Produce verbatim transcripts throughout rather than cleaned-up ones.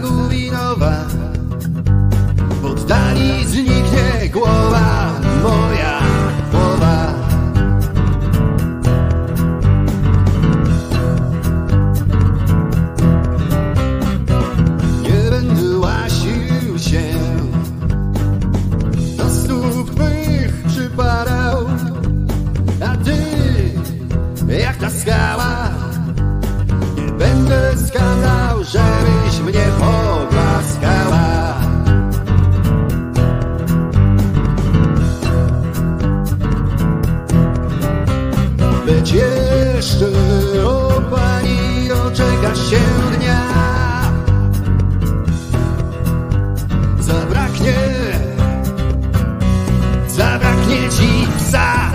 stawu winowa, w oddali zniknie głowa, moja głowa. Nie będę łasił się do stóp twych przypadał, a ty jak ta skała. Nie będę skazał, żebyś mnie pogłaskała. Lecz jeszcze, o pani, doczekasz się dnia. Zabraknie, zabraknie ci psa.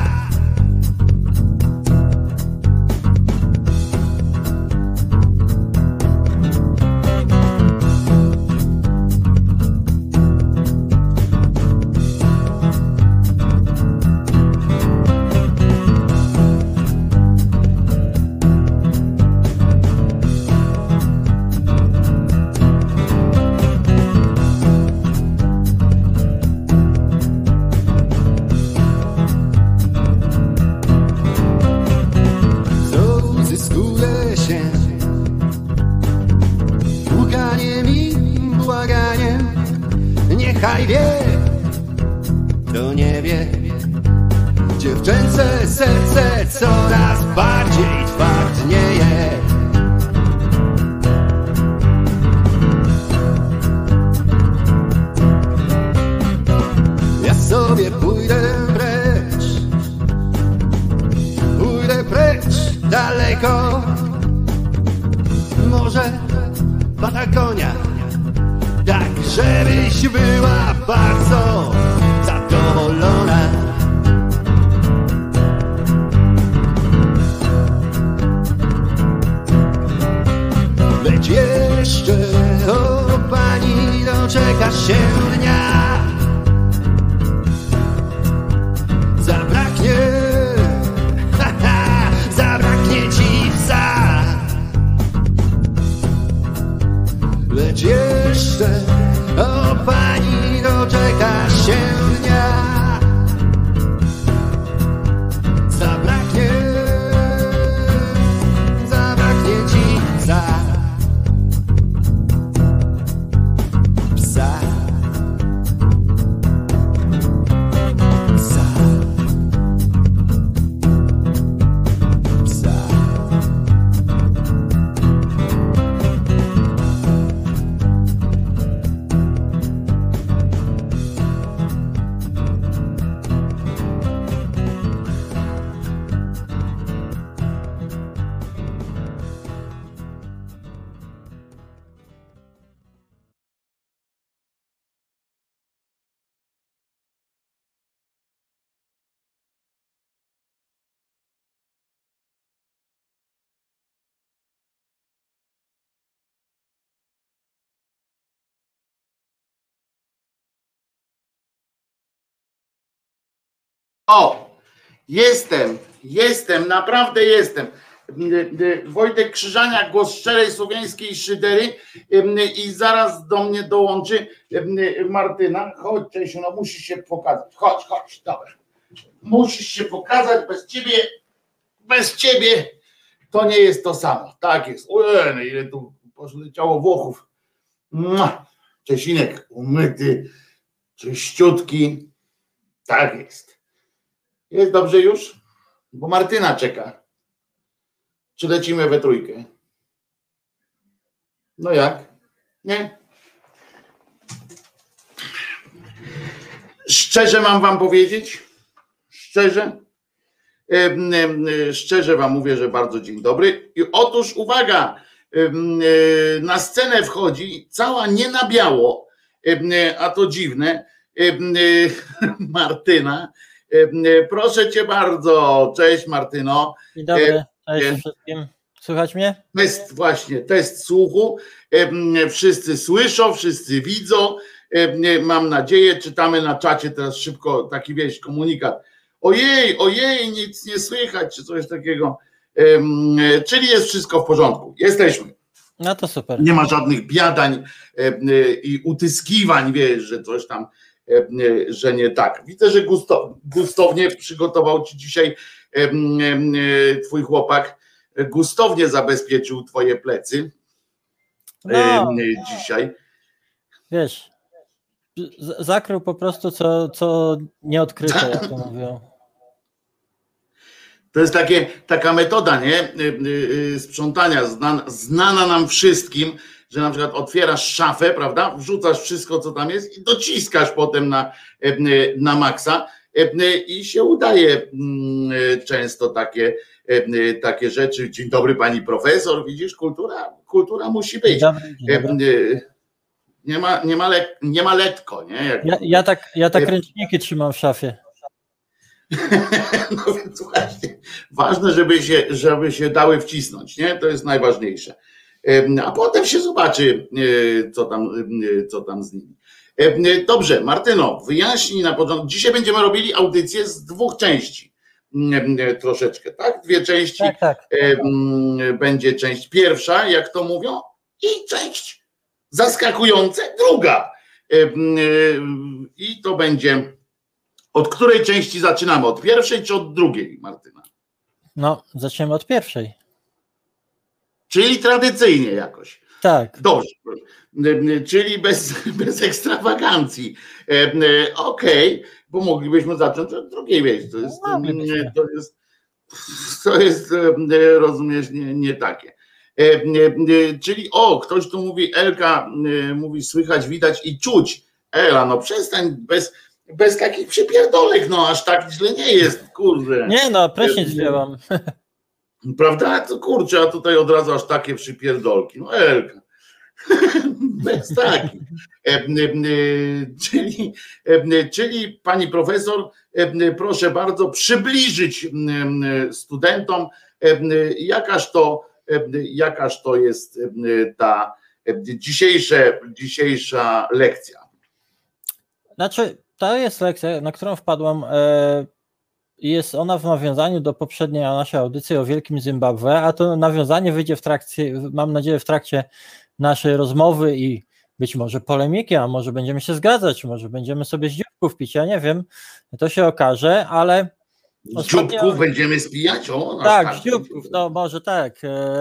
Niechaj wie, kto nie wie, dziewczęce serce coraz bardziej twardnieje. Ja sobie pójdę precz, pójdę precz daleko, może Patagonia. Tak, żebyś była bardzo zadowolona. Lecz jeszcze, o pani, doczekasz się dnia. Zabraknie, ha, ha, zabraknie ci psa. Lecz jeszcze, o pani, doczekasz się dnia. Zabraknie, zabraknie ci psa. Psa. Psa. Psa. O, jestem, jestem, naprawdę jestem. Wojtek Krzyżaniak, głos szczerej słowiańskiej szydery, i zaraz do mnie dołączy Martyna. Chodź, Czesiu, no musisz się pokazać. Chodź, chodź, dobra. Musisz się pokazać, bez ciebie, bez ciebie to nie jest to samo. Tak jest. Ujej, ile tu poleciało Włochów. Czesinek umyty, czyściutki. Tak jest. Jest dobrze już? Bo Martyna czeka. Czy lecimy we trójkę? No jak? Nie? Szczerze mam wam powiedzieć? Szczerze? Szczerze wam mówię, że bardzo dzień dobry. I otóż uwaga, na scenę wchodzi cała nie na biało, a to dziwne, Martyna. Proszę cię bardzo. Cześć, Martyno. Dzień dobry, cześć wszystkim. Słychać mnie? Test właśnie, test słuchu. Wszyscy słyszą, wszyscy widzą. Mam nadzieję, czytamy na czacie teraz szybko taki, wieś, komunikat. Ojej, ojej, nic nie słychać, czy coś takiego. Czyli jest wszystko w porządku. Jesteśmy. No to super. Nie ma żadnych biadań i utyskiwań, wiesz, że coś tam, że nie tak. Widzę, że gusto, gustownie przygotował ci dzisiaj twój chłopak, gustownie zabezpieczył twoje plecy No, dzisiaj. Wiesz, zakrył po prostu co, co nieodkryte, jak to mówią. To jest takie, taka metoda, nie? Sprzątania znana, znana nam wszystkim, że na przykład otwierasz szafę, prawda? Wrzucasz wszystko, co tam jest i dociskasz potem na, na maksa i się udaje często takie, takie rzeczy. Dzień dobry pani profesor, widzisz, kultura, kultura musi być. Dzień dobry, dzień dobry. Nie ma, nie ma, le, nie ma letko, nie? Jak ja, ja tak, ja tak ręczniki trzymam w szafie. No więc słuchajcie, ważne, żeby się, żeby się dały wcisnąć, nie? To jest najważniejsze. A potem się zobaczy, co tam, co tam z nimi. Dobrze, Martyno, wyjaśnij na początku. Dzisiaj będziemy robili audycję z dwóch części. Troszeczkę, tak? Dwie części. Tak, tak. Będzie część pierwsza, jak to mówią, i część zaskakująca, druga. I to będzie. Od której części zaczynamy? Od pierwszej czy od drugiej, Martyna? No, zaczniemy od pierwszej. Czyli tradycyjnie jakoś. Tak. Dobrze. Czyli bez, bez ekstrawagancji. Okej, okay, bo moglibyśmy zacząć od drugiej, wiesz, to jest, No, to jest, to jest rozumiesz, nie, nie takie. Czyli o, ktoś tu mówi, Elka mówi słychać, widać i czuć. Ela, no przestań bez Bez takich przypierdolek, no aż tak źle nie jest, kurde. Nie no, prysznic wzięłam. Prawda? To kurczę, a tutaj od razu aż takie przypierdolki. No Elka. Bez takich. Czyli, czyli pani profesor, proszę bardzo przybliżyć studentom, jakaż to, jakaż to jest ta dzisiejsza, dzisiejsza lekcja. Znaczy, to jest lekcja, na którą wpadłam. Jest ona w nawiązaniu do poprzedniej naszej audycji o Wielkim Zimbabwe, a to nawiązanie wyjdzie w trakcie, mam nadzieję, w trakcie naszej rozmowy i być może polemiki, a może będziemy się zgadzać, może będziemy sobie z dzióbków pić, ja nie wiem, to się okaże, ale z ostatnio... dzióbków będziemy spijać? O, tak, z dzióbków, no może tak.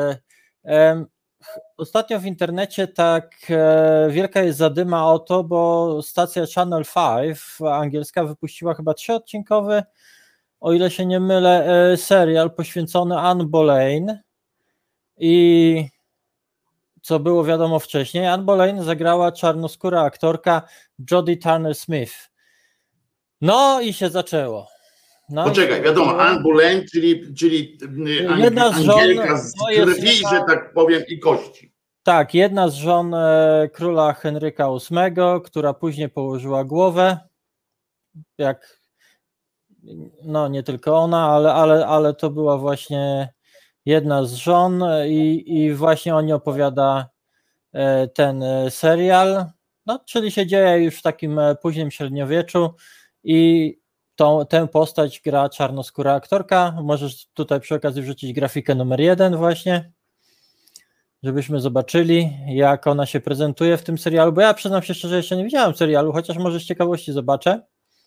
Ostatnio w internecie tak e, wielka jest zadyma o to, bo stacja Channel pięć angielska wypuściła chyba trzyodcinkowy, o ile się nie mylę, e, serial poświęcony Anne Boleyn i co było wiadomo wcześniej, Anne Boleyn zagrała czarnoskóra aktorka Jodie Turner-Smith. No i się zaczęło. No Poczekaj, i wiadomo, Anne Boleyn, czyli, czyli jedna z żon, Angielka z krwi, że tak powiem, i kości. Tak, jedna z żon e, króla Henryka ósmego, która później położyła głowę, jak, no nie tylko ona, ale, ale, ale to była właśnie jedna z żon i, i właśnie o niej opowiada e, ten serial, no czyli się dzieje już w takim późnym średniowieczu i tą, tę postać gra czarnoskóra aktorka. Możesz tutaj przy okazji wrzucić grafikę numer jeden właśnie, żebyśmy zobaczyli, jak ona się prezentuje w tym serialu, bo ja przyznam się szczerze, jeszcze nie widziałem serialu, chociaż może z ciekawości zobaczę.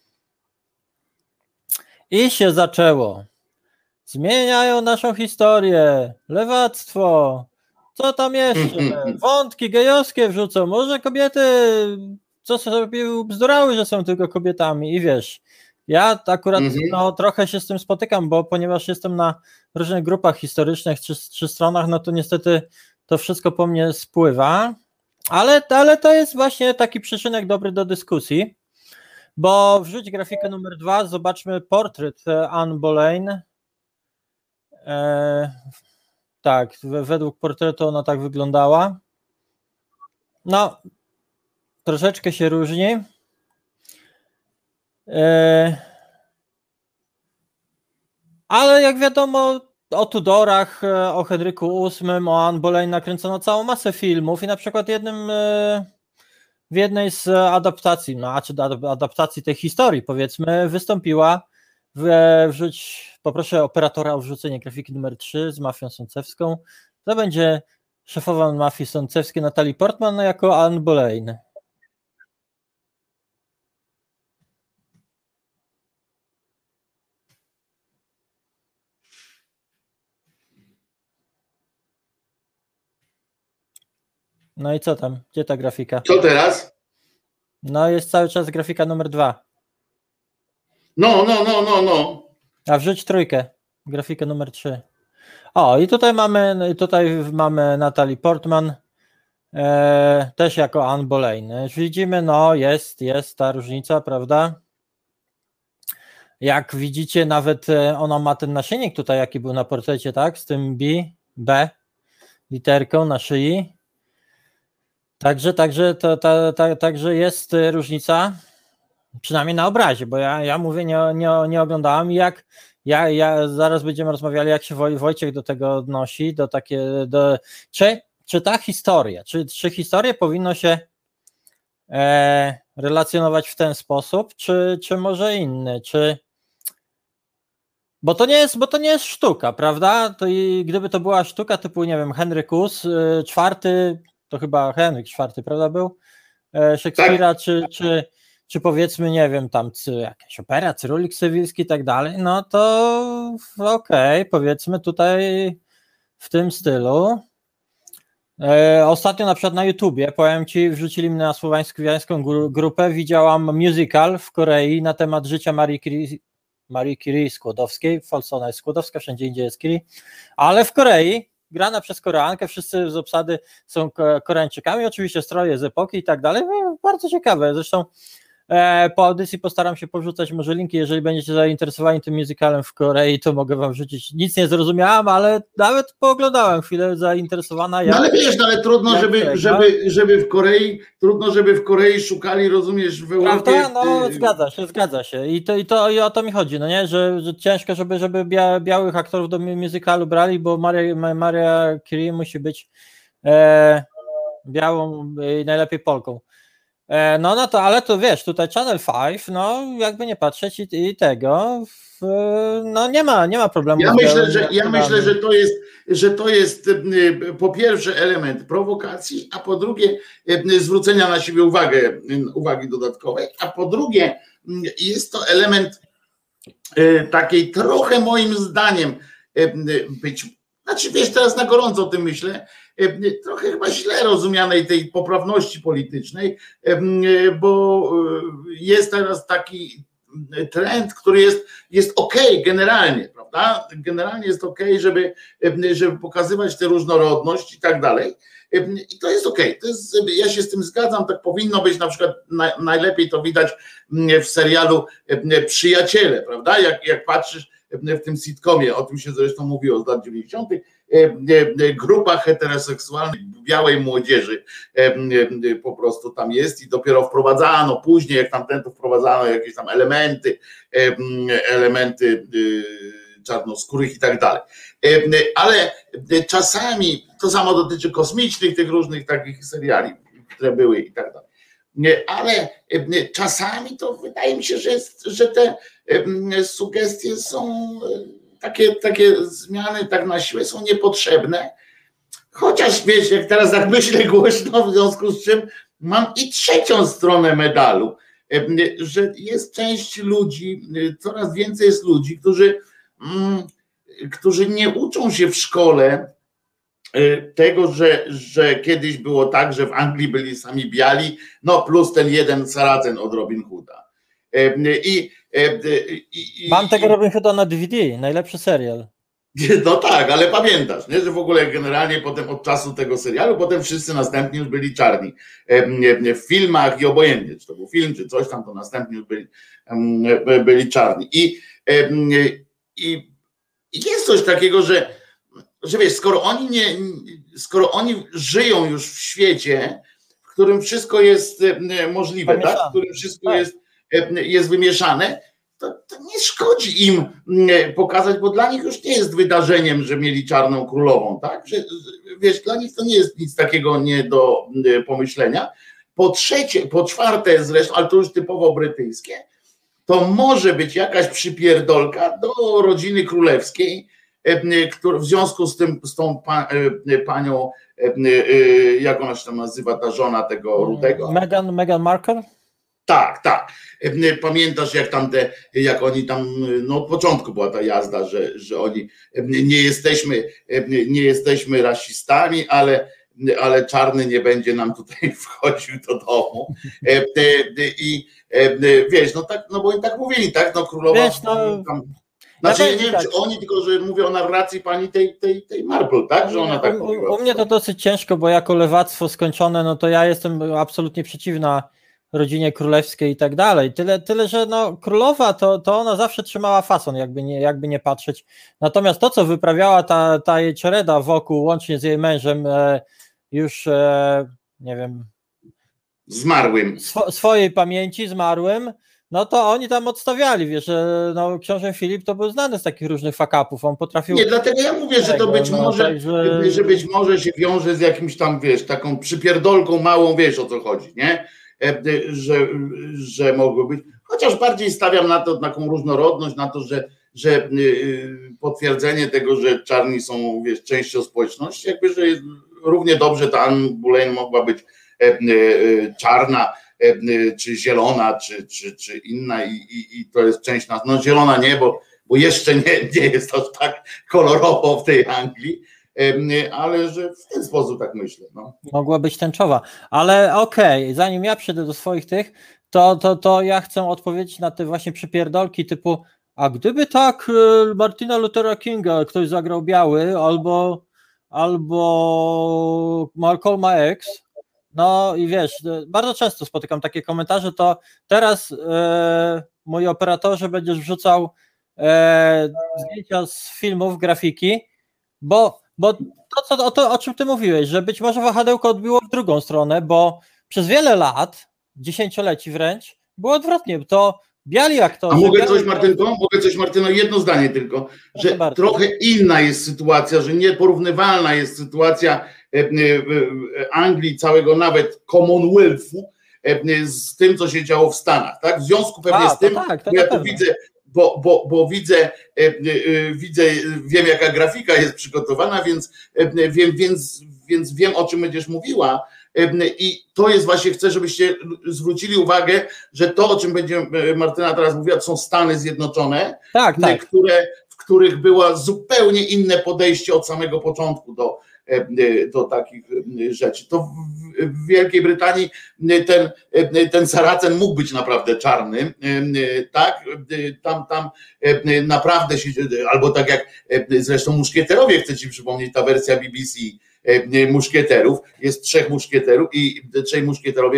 I się zaczęło. Zmieniają naszą historię, lewactwo, co tam jeszcze, wątki gejowskie wrzucą, może kobiety, co sobie bzdurały, że są tylko kobietami i wiesz, ja akurat mm-hmm. no, trochę się z tym spotykam, bo ponieważ jestem na różnych grupach historycznych czy, czy stronach, no to niestety to wszystko po mnie spływa, ale, ale to jest właśnie taki przyczynek dobry do dyskusji, bo wrzuć grafikę numer dwa, zobaczmy portret Anne Boleyn. E, tak, według portretu ona tak wyglądała. No, troszeczkę się różni. E, ale jak wiadomo, o Tudorach, o Henryku ósmym, o Anne Boleyn nakręcono całą masę filmów i na przykład jednym, w jednej z adaptacji, no, czy adaptacji tej historii, powiedzmy, wystąpiła, w, wrzuć, poproszę operatora o wrzucenie grafiki numer trzy z Mafią Sącewską, to będzie szefowa mafii sądeckiej Natalie Portman jako Anne Boleyn. No i co tam? Gdzie ta grafika? Co teraz? No jest cały czas grafika numer dwa. No, no, no, no, no. A wrzuć trójkę. Grafikę numer trzy. O, i tutaj mamy, tutaj mamy Natalie Portman, e, też jako Anne Boleyn. Widzimy, no jest, jest ta różnica, prawda? Jak widzicie, nawet ona ma ten naszyjnik tutaj, jaki był na portrecie, tak? Z tym B, B literką na szyi. Także, także, to, ta, ta, także jest różnica, przynajmniej na obrazie, bo ja, ja mówię, nie, nie, nie oglądałem, jak ja, ja zaraz będziemy rozmawiali, jak się Woj, Wojciech do tego odnosi, do takie, do, czy, czy ta historia, czy, czy historię powinno się e, relacjonować w ten sposób, czy, czy może inny, czy bo to nie jest, bo to nie jest sztuka, prawda? To i gdyby to była sztuka typu, nie wiem, Henryk Ós, y, czwarty, to chyba Henryk czwarty, prawda, był? E, Szekspira, tak. czy, czy, czy powiedzmy, nie wiem, tam czy jakaś opera, Cyrulik Sewilski i tak dalej, no to okej, okay, powiedzmy tutaj w tym stylu. E, ostatnio na przykład na YouTubie, powiem Ci, wrzucili mnie na słowańsko-wiańską grupę, widziałam musical w Korei na temat życia Marii Curie, Marii Curie Skłodowskiej, falso ona jest Skłodowska, wszędzie indziej jest Curie, ale w Korei, grana przez Koreankę, wszyscy z obsady są Koreańczykami, oczywiście stroje z epoki i tak dalej, no, bardzo ciekawe, zresztą e, po audycji postaram się porzucać może linki, jeżeli będziecie zainteresowani tym musicalem w Korei, to mogę wam wrzucić, nic nie zrozumiałam, ale nawet pooglądałem chwilę zainteresowana. Jak, no ale wiesz, no ale trudno, żeby, tego. żeby, żeby w Korei, trudno, żeby w Korei szukali, rozumiesz, w Europie. Prawda? No zgadza się, zgadza się i to, i to i o to mi chodzi, no nie, że, że ciężko, żeby, żeby bia, białych aktorów do musicalu brali, bo Maria, Maria Curie musi być e, białą i najlepiej Polką. No, no to, ale to wiesz, tutaj Channel pięć, no jakby nie patrzeć i, i tego, w, no nie ma, nie ma problemu. Ja myślę, że, ja myślę, że to jest, że to jest po pierwsze element prowokacji, a po drugie zwrócenia na siebie uwagę, uwagi dodatkowej, a po drugie jest to element takiej trochę moim zdaniem być, znaczy wiesz, teraz na gorąco o tym myślę, trochę chyba źle rozumianej tej poprawności politycznej, bo jest teraz taki trend, który jest, jest okej generalnie, prawda? Generalnie jest okej, żeby, żeby pokazywać tę różnorodność i tak dalej. I to jest okej. To jest, ja się z tym zgadzam, tak powinno być, na przykład na, najlepiej to widać w serialu Przyjaciele, prawda? Jak, jak patrzysz w tym sitcomie, o tym się zresztą mówiło z lat dziewięćdziesiątych, grupa heteroseksualnej białej młodzieży po prostu tam jest i dopiero wprowadzano później, jak tamten to wprowadzano jakieś tam elementy, elementy czarnoskórych i tak dalej. Ale czasami, to samo dotyczy kosmicznych, tych różnych takich seriali, które były i tak dalej. Ale czasami to wydaje mi się, że, jest, że te sugestie są takie, takie zmiany tak na siłę są niepotrzebne. Chociaż wiesz, jak teraz tak myślę głośno, w związku z czym mam i trzecią stronę medalu, że jest część ludzi, coraz więcej jest ludzi, którzy, którzy nie uczą się w szkole tego, że, że kiedyś było tak, że w Anglii byli sami biali, no plus ten jeden Saracen od Robin Hooda. I, i, i, Mam tego Robin Hooda na D V D, najlepszy serial. No tak, ale pamiętasz, nie, że w ogóle generalnie potem od czasu tego serialu, potem wszyscy następnie już byli czarni. W filmach i obojętnie, czy to był film, czy coś tam, to następnie już byli, byli czarni. I, i, i jest coś takiego, że, że wiesz, skoro oni nie, skoro oni żyją już w świecie, w którym wszystko jest możliwe, tak? W którym wszystko tak. jest, jest wymieszane, To, to nie szkodzi im pokazać, bo dla nich już nie jest wydarzeniem, że mieli czarną królową, tak? Że, wiesz, dla nich to nie jest nic takiego nie do pomyślenia. Po trzecie, po czwarte zresztą, ale to już typowo brytyjskie, to może być jakaś przypierdolka do rodziny królewskiej, który w związku z tym, z tą pa, panią, jak ona się tam nazywa, ta żona tego Rudego? Meghan, Meghan Markle? Tak, tak. Pamiętasz, jak tam te, jak oni tam, no od początku była ta jazda, że, że oni nie jesteśmy, nie jesteśmy rasistami, ale, ale czarny nie będzie nam tutaj wchodził do domu. I wiesz, no tak, no bo oni tak mówili, tak, no królowa. Wiesz, no, tam, znaczy ja nie wiem, tak. Czy oni, tylko że mówię o narracji pani tej, tej, tej Marple, tak, że ona tak u, mówiła. u mnie to dosyć ciężko, bo jako lewactwo skończone, no to ja jestem absolutnie przeciwna rodzinie królewskiej i tak dalej. Tyle, tyle że no, królowa to, to ona zawsze trzymała fason, jakby nie, jakby nie patrzeć. Natomiast to, co wyprawiała ta, ta jej czereda wokół, łącznie z jej mężem, e, już e, nie wiem, zmarłym. Swo, swojej pamięci, zmarłym, no to oni tam odstawiali, wiesz, że no, książę Filip to był znany z takich różnych fuck-upów, on potrafił... Nie, dlatego ja mówię, że to być no, może, tak, że... że być może się wiąże z jakimś tam, wiesz, taką przypierdolką małą, wiesz, o co chodzi, nie? Że, że mogło być, chociaż bardziej stawiam na to, taką różnorodność, na to, że, że potwierdzenie tego, że czarni są, wiesz, częścią społeczności, jakby, że równie dobrze ta Anne Boleyn mogła być czarna, czy zielona, czy, czy, czy inna i, i, i to jest część nas, no zielona nie, bo, bo jeszcze nie, nie jest to tak kolorowo w tej Anglii, ale że w ten sposób tak myślę. No. Mogła być tęczowa, ale okej, okay, zanim ja przejdę do swoich tych, to, to, to ja chcę odpowiedzieć na te właśnie przypierdolki typu, a gdyby tak Martina Luthera Kinga ktoś zagrał biały, albo, albo Malcolma X, no i wiesz, bardzo często spotykam takie komentarze, to teraz e, mój operatorze będziesz wrzucał e, zdjęcia z filmów, grafiki, bo Bo to, co, o, to, o czym ty mówiłeś, że być może wahadełko odbiło w drugą stronę, bo przez wiele lat, dziesięcioleci wręcz, było odwrotnie. To biali aktorzy... A mogę coś, Martynko? Mogę coś, Martyno? Jedno zdanie tylko, że trochę inna jest sytuacja, że nieporównywalna jest sytuacja Anglii, całego nawet Commonwealthu, z tym, co się działo w Stanach. Tak? W związku pewnie A, z tym, tak, to ja tu widzę... Bo, bo, bo widzę, widzę, wiem jaka grafika jest przygotowana, więc wiem, więc, więc wiem o czym będziesz mówiła i to jest właśnie, chcę, żebyście zwrócili uwagę, że to, o czym będzie Martyna teraz mówiła, to są Stany Zjednoczone, tak, tak. Które, w których było zupełnie inne podejście od samego początku do, do takich rzeczy. To w Wielkiej Brytanii ten, ten Saracen mógł być naprawdę czarny, tak? Tam, tam naprawdę się, albo tak jak zresztą Muszkieterowie, chcę ci przypomnieć, ta wersja B B C Muszkieterów, jest trzech muszkieterów i trzej muszkieterowie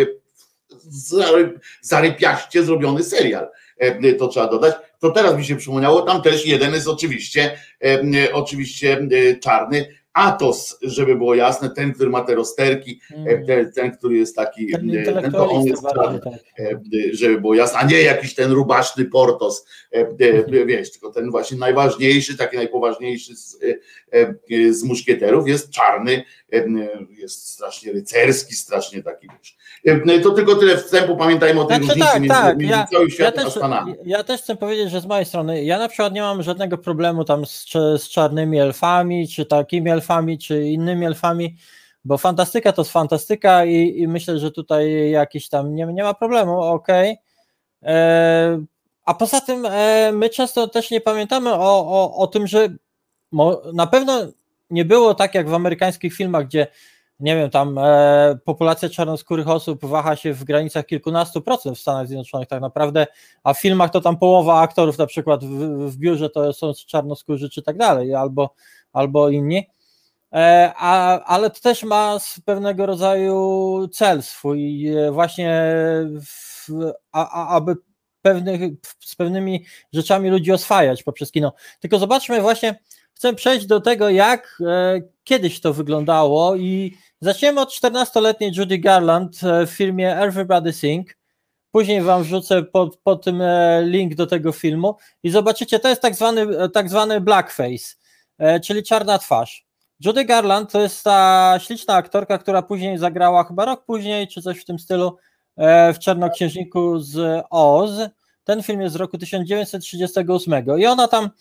zarypiaście zrobiony serial, to trzeba dodać. To teraz mi się przypomniało, tam też jeden jest oczywiście, oczywiście czarny, Athos, żeby było jasne, ten, który ma te rozterki, mm. ten, ten, który jest taki, ten, ten to on jest czarny, tak. Żeby było jasne, a nie jakiś ten rubaszny Portos, wiesz, tylko ten właśnie najważniejszy, taki najpoważniejszy z, z muszkieterów jest czarny, jest strasznie rycerski, strasznie taki, wiesz. To tylko tyle wstępu, pamiętajmy o tej znaczy, różnicy tak, między, tak. między ja, całym światem ja też, a Stanami. Ja też chcę powiedzieć, że z mojej strony, ja na przykład nie mam żadnego problemu tam z, z czarnymi elfami, czy takimi elfami, czy innymi elfami, bo fantastyka to jest fantastyka i, i myślę, że tutaj jakiś tam nie, nie ma problemu, okej. Okay. E, a poza tym e, my często też nie pamiętamy o, o, o tym, że mo, na pewno nie było tak jak w amerykańskich filmach, gdzie nie wiem, tam e, populacja czarnoskórych osób waha się w granicach kilkunastu procent w Stanach Zjednoczonych tak naprawdę, a w filmach to tam połowa aktorów na przykład w, w biurze to są czarnoskórzy czy tak dalej, albo, albo inni, e, a, ale to też ma pewnego rodzaju cel swój właśnie, w, a, a, aby pewnych, z pewnymi rzeczami ludzi oswajać poprzez kino. Tylko zobaczmy właśnie, chcę przejść do tego, jak e, kiedyś to wyglądało i zaczniemy od czternastoletniej Judy Garland w filmie Everybody Sing. Później wam wrzucę pod, pod tym link do tego filmu i zobaczycie, to jest tak zwany, tak zwany blackface, czyli czarna twarz. Judy Garland to jest ta śliczna aktorka, która później zagrała chyba rok później, czy coś w tym stylu, w Czarnoksiężniku z Oz. Ten film jest z roku tysiąc dziewięćset trzydziestego ósmego i ona tam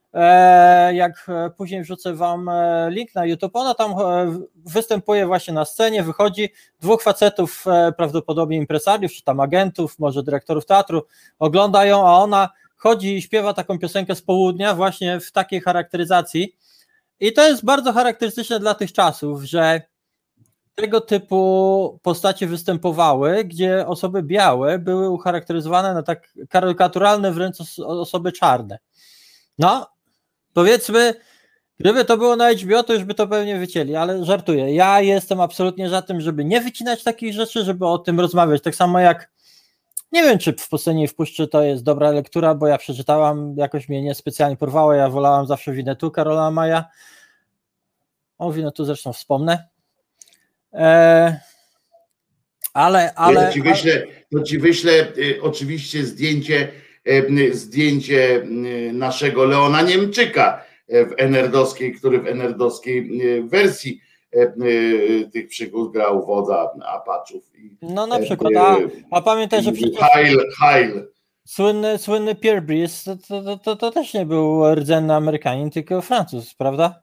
e, jak później wrzucę wam link na YouTube, ona tam występuje właśnie na scenie, wychodzi, dwóch facetów, prawdopodobnie impresariów, czy tam agentów, może dyrektorów teatru, oglądają, a ona chodzi i śpiewa taką piosenkę z południa właśnie w takiej charakteryzacji. I to jest bardzo charakterystyczne dla tych czasów, że tego typu postacie występowały, gdzie osoby białe były ucharakteryzowane na tak karykaturalne wręcz osoby czarne. No, powiedzmy, gdyby to było na H B O, to już by to pewnie wycięli, ale żartuję. Ja jestem absolutnie za tym, żeby nie wycinać takich rzeczy, żeby o tym rozmawiać. Tak samo jak, nie wiem, czy w Pustyni i w Puszczy to jest dobra lektura, bo ja przeczytałam, jakoś mnie niespecjalnie porwało, ja wolałam zawsze Winnetu Karola Maja. O Winnetu zresztą wspomnę. Eee, ale, ale... To ci wyślę, to ci wyślę y, oczywiście zdjęcie, y, zdjęcie y, naszego Leona Niemczyka w enerdowskiej, który w enerdowskiej y, wersji y, y, tych przygód grał wodza Apaczów. I, no na przykład, a, a pamiętaj, że przecież Heil, Heil. Słynny, słynny Pierre Brice to, to, to, to też nie był rdzenny Amerykanin, tylko Francuz, prawda?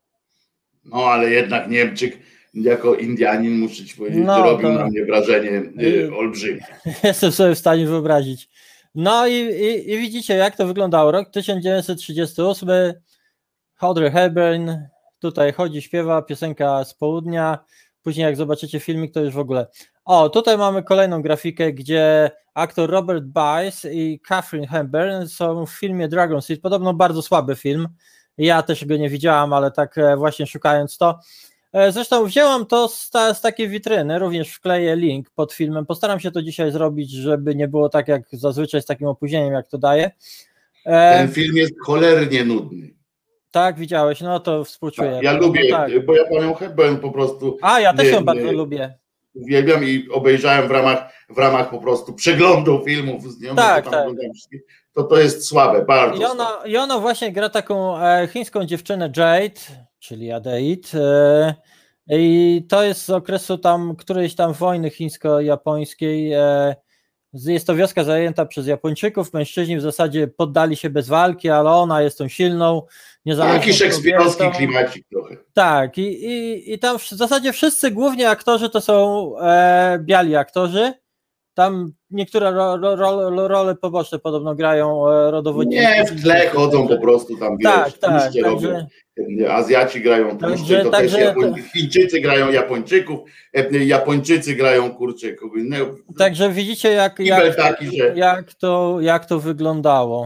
No ale jednak Niemczyk jako Indianin, muszę ci powiedzieć, no, robił to... na mnie wrażenie y, olbrzymie. Jestem sobie w stanie wyobrazić. No i, i, i widzicie, jak to wyglądało. Rok tysiąc dziewięćset trzydziesty ósmy, Audrey Hepburn tutaj chodzi, śpiewa, piosenka z południa. Później jak zobaczycie filmik, to już w ogóle... O, tutaj mamy kolejną grafikę, gdzie aktor Robert Baez i Katharine Hepburn są w filmie Dragon Seed. Podobno bardzo słaby film. Ja też go nie widziałam, ale tak właśnie szukając to. Zresztą wzięłam to z, ta, z takiej witryny, również wkleję link pod filmem. Postaram się to dzisiaj zrobić, żeby nie było tak jak zazwyczaj z takim opóźnieniem, jak to daję. Ten film jest cholernie nudny. Tak, widziałeś, no to współczuję. Tak, ja no, lubię, no tak. bo ja panią Hepburn po prostu... A, ja też nie, ją bardzo nie, lubię. Uwielbiam i obejrzałem w ramach, w ramach po prostu przeglądu filmów z nią, tak, to, tak. to to jest słabe, bardzo I ona, słabe. I ona właśnie gra taką e, chińską dziewczynę Jade, czyli Adeit, e, i to jest z okresu tam którejś tam wojny chińsko-japońskiej. E, jest to wioska zajęta przez Japończyków, mężczyźni w zasadzie poddali się bez walki, ale ona jest tą silną, niezależną Taki szekspirowski kobietą. klimacik trochę. Tak, i, i, i tam w zasadzie wszyscy głównie aktorzy to są e, biali aktorzy. Tam niektóre ro, ro, ro, role poboczne podobno grają e, rodowodzi. Nie, w tle chodzą po prostu tam, tak, wiesz, tak, tłuszcze także, robią. Azjaci grają tłuszcze, także, to także, też Japoń, Chińczycy grają Japończyków, Japończycy grają kurczę kogo innego. Także widzicie jak, jak, taki, że... jak, to, jak to wyglądało.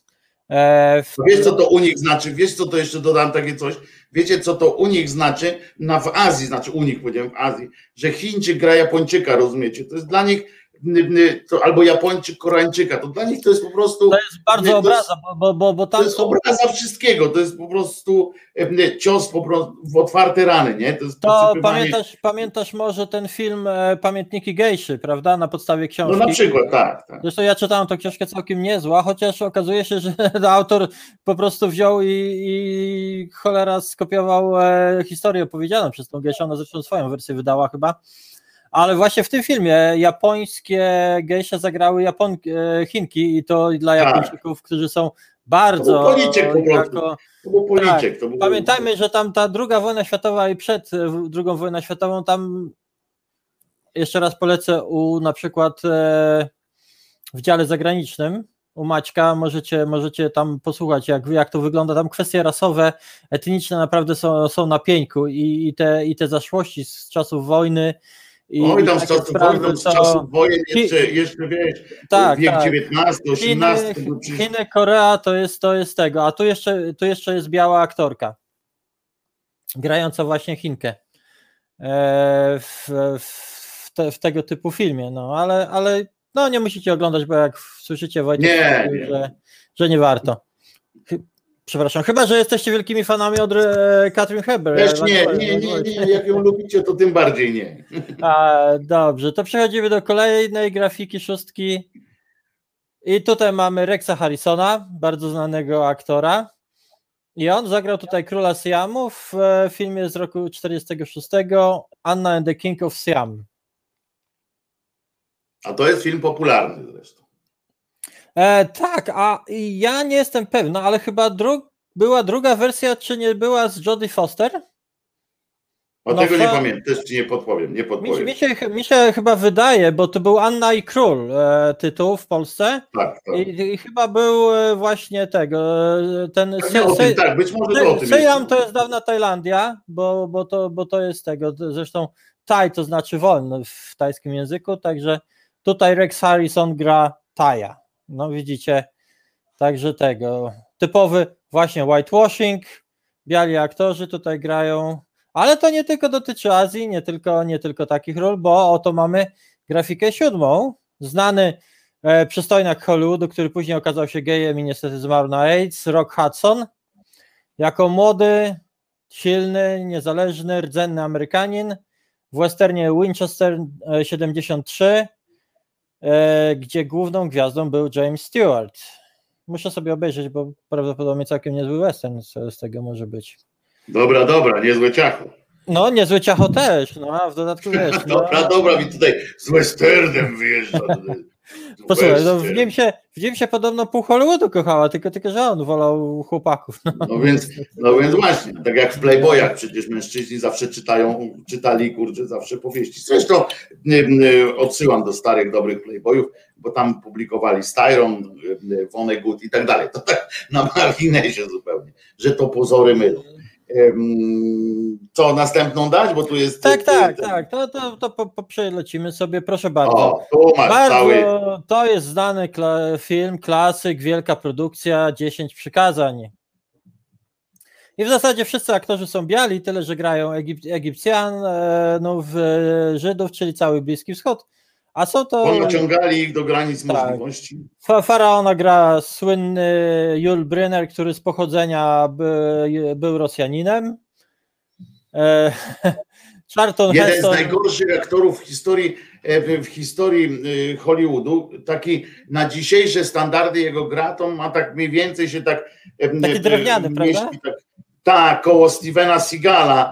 E, w... Wiesz co to u nich znaczy, wiesz co to jeszcze dodam takie coś, wiecie co to u nich znaczy, na w Azji, znaczy u nich powiedziałem w Azji, że Chińczyk gra Japończyka, rozumiecie, to jest dla nich to, albo Japończyk Koreańczyka, to dla nich to jest po prostu... To jest bardzo obraza, bo, bo, bo tam to jest są... obraza wszystkiego, to jest po prostu cios po prostu w otwarte rany, nie? To, jest to podsypywanie... pamiętasz, pamiętasz może ten film Pamiętniki Gejszy, prawda, na podstawie książki? No na przykład, tak. tak. Zresztą ja czytałem tą książkę całkiem niezła, chociaż okazuje się, że autor po prostu wziął i, i cholera skopiował e, historię opowiedzianą przez tą Gejszę, ona zresztą swoją wersję wydała chyba. Ale właśnie w tym filmie japońskie gejsze zagrały Japon... Chinki i to dla Japończyków, tak. którzy są bardzo... To był policzek po prostu. Jako... To był policzek. Tak. To był... Pamiętajmy, że tam ta druga wojna światowa i przed drugą wojną światową, tam jeszcze raz polecę u na przykład w dziale zagranicznym, u Maćka, możecie, możecie tam posłuchać, jak, jak to wygląda. Tam kwestie rasowe, etniczne naprawdę są, są na pieńku i, i, te, i te zaszłości z czasów wojny. I, Oj, tam i z czasów sprawy, wojny, z to... czasów wojen jeszcze, jeszcze wiesz, tak, wiek tak. dziewiętnasty, osiemnasty. Chiny, Chiny, Korea to jest, to jest tego, a tu jeszcze, tu jeszcze jest biała aktorka, grająca właśnie Chinkę w, w, te, w tego typu filmie, no ale, ale no nie musicie oglądać, bo jak słyszycie Wojtek, nie, mówił, nie. Że, że nie warto. Przepraszam, chyba że jesteście wielkimi fanami od Katharine Hepburn. Też nie, nie, nie, nie, jak ją lubicie, to tym bardziej nie. A, dobrze, to przechodzimy do kolejnej grafiki szóstki i tutaj mamy Rexa Harrisona, bardzo znanego aktora i on zagrał tutaj Króla Siamu w filmie z roku czterdziestego szóstego Anna and the King of Siam. A to jest film popularny zresztą. E, tak, a ja nie jestem pewna, ale chyba dru- była druga wersja, czy nie była z Jodie Foster? O No tego fa- nie pamiętam, też ci nie podpowiem, nie Mi, podpowiem. mi, się, mi się chyba wydaje, bo to był Anna i Król e, tytuł w Polsce Tak, tak. i, i chyba był e, właśnie tego, e, ten Pewnie o tym, tak, być może to o tym Siam jest. to jest dawna Tajlandia, bo, bo, to, bo to jest tego, zresztą Thai to znaczy wolny w tajskim języku, także tutaj Rex Harrison gra Thaja, no widzicie, także tego, typowy właśnie whitewashing, biali aktorzy tutaj grają, ale to nie tylko dotyczy Azji, nie tylko, nie tylko takich ról, bo oto mamy grafikę siódmą, znany e, przystojniak Hollywoodu, który później okazał się gejem i niestety zmarł na AIDS, Rock Hudson, jako młody, silny, niezależny, rdzenny Amerykanin w westernie Winchester siedemdziesiąt trzy, e, gdzie główną gwiazdą był James Stewart. Muszę sobie obejrzeć, bo prawdopodobnie całkiem niezły western z, z tego może być. Dobra, dobra, niezłe ciacho. No, niezły ciacho też, no a w dodatku wiesz. No, Dobra, dobra, mi tutaj z westernem wyjeżdża. Posłuchaj, no, w, nim się, w nim się podobno pół Hollywoodu kochała, tylko, tylko że on wolał chłopaków. No, No więc, no więc właśnie, tak jak w Playboyach przecież mężczyźni zawsze czytają, czytali, kurczę, zawsze powieści. Zresztą y, y, odsyłam do starych, dobrych Playboyów, bo tam publikowali Styron, y, Vonnegut i tak dalej. To tak na marginesie zupełnie, że to pozory mylą. Co, następną dać, bo tu jest... Tak, tak, ten... tak, to, to, to po, po przelecimy sobie, proszę bardzo. O, tu masz bardzo cały... To jest znany kla- film, klasyk, wielka produkcja, dziesięć przykazań. I w zasadzie wszyscy aktorzy są biali, tyle że grają Egip- Egipcjanów, Żydów, czyli cały Bliski Wschód. A są to... Ponaciągali ich do granic tak. możliwości. Fa- Faraona gra słynny Yul Brynner, który z pochodzenia by, był Rosjaninem. E, Charlton Jeden Heston... z najgorszych aktorów w historii, w historii Hollywoodu. Taki na dzisiejsze standardy jego gra, to ma tak mniej więcej się tak... Taki drewniany, prawda? Tak, tak, koło Stevena Seagala.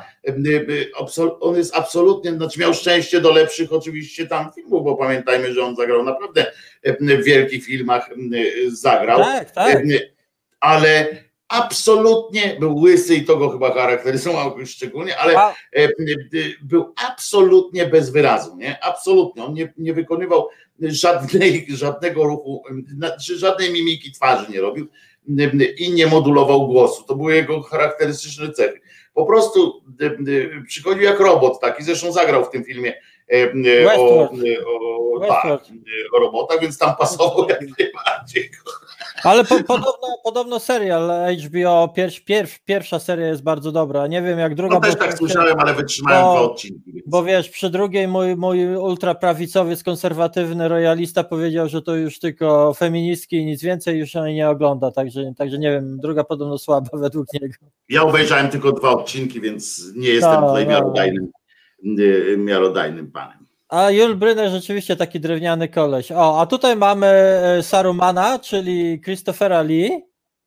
On jest absolutnie, znaczy miał szczęście do lepszych oczywiście tam filmów, bo pamiętajmy, że on zagrał naprawdę w wielkich filmach, zagrał. Tak, tak. Ale absolutnie był łysy i to go chyba charakteryzował szczególnie, ale wow. był absolutnie bez wyrazu, nie? Absolutnie. On nie, nie wykonywał żadnej, żadnego ruchu, żadnej mimiki twarzy nie robił i nie modulował głosu. To były jego charakterystyczne cechy. Po prostu przychodził jak robot taki, zresztą zagrał w tym filmie o, o, tak, o robotach, więc tam pasował jak najbardziej. Ale po, podobno, podobno serial H B O, pierw, pierw, pierwsza seria jest bardzo dobra. Nie wiem jak druga. No też tak się, słyszałem, ale wytrzymałem bo, dwa odcinki. Więc. Bo wiesz, przy drugiej mój, mój ultraprawicowiec, konserwatywny royalista powiedział, że to już tylko feministki i nic więcej już on nie ogląda, także, także nie wiem, druga podobno słaba według niego. Ja obejrzałem tylko dwa odcinki, więc nie jestem no, tutaj no. miarodajnym, miarodajnym panem. A Yul Brynner rzeczywiście taki drewniany koleś. O, a tutaj mamy Sarumana, czyli Christophera Lee,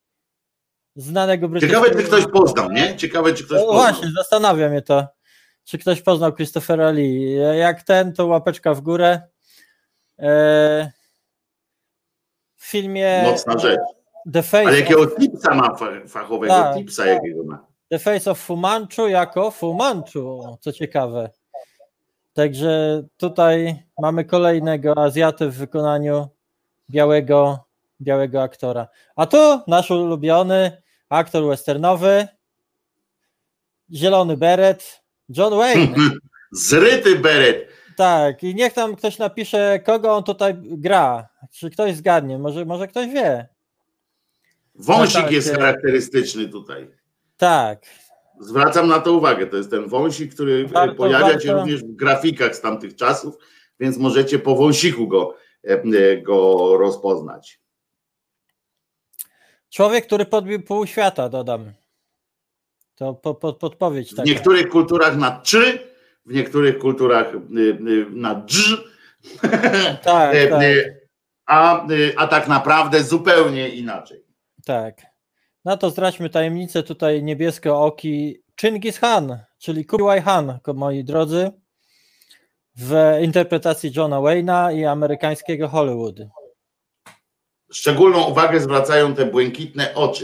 znanego brytyjskiego... Ciekawe, czy ktoś poznał, nie? Ciekawe, czy ktoś no, poznał. Właśnie, zastanawia mnie to, czy ktoś poznał Christophera Lee. Jak ten, to łapeczka w górę. W filmie... Mocna rzecz. The Face Ale jakiego of... tipsa ma fachowego, tak, tipsa jakiego ma? The Face of Fu Manchu jako Fu Manchu, co ciekawe. Także tutaj mamy kolejnego Azjatę w wykonaniu białego, białego aktora. A tu nasz ulubiony aktor westernowy, zielony beret, John Wayne. Zryty beret. Tak, i niech tam ktoś napisze, kogo on tutaj gra. Czy ktoś zgadnie, może, może ktoś wie. Wąsik no tak, jest charakterystyczny tutaj. Tak. Zwracam na to uwagę, to jest ten wąsik, który warto, pojawia warto. się również w grafikach z tamtych czasów, więc możecie po wąsiku go, go rozpoznać. Człowiek, który podbił pół świata, dodam. To po, po, podpowiedź taka. W niektórych kulturach na trzy, w niektórych kulturach na dż, tak, tak. A, a tak naprawdę zupełnie inaczej. Tak. No to zdradźmy tajemnicę tutaj niebieskooki Chingis Khan, czyli Kublai Khan, moi drodzy, w interpretacji Johna Wayne'a i amerykańskiego Hollywood. Szczególną uwagę zwracają te błękitne oczy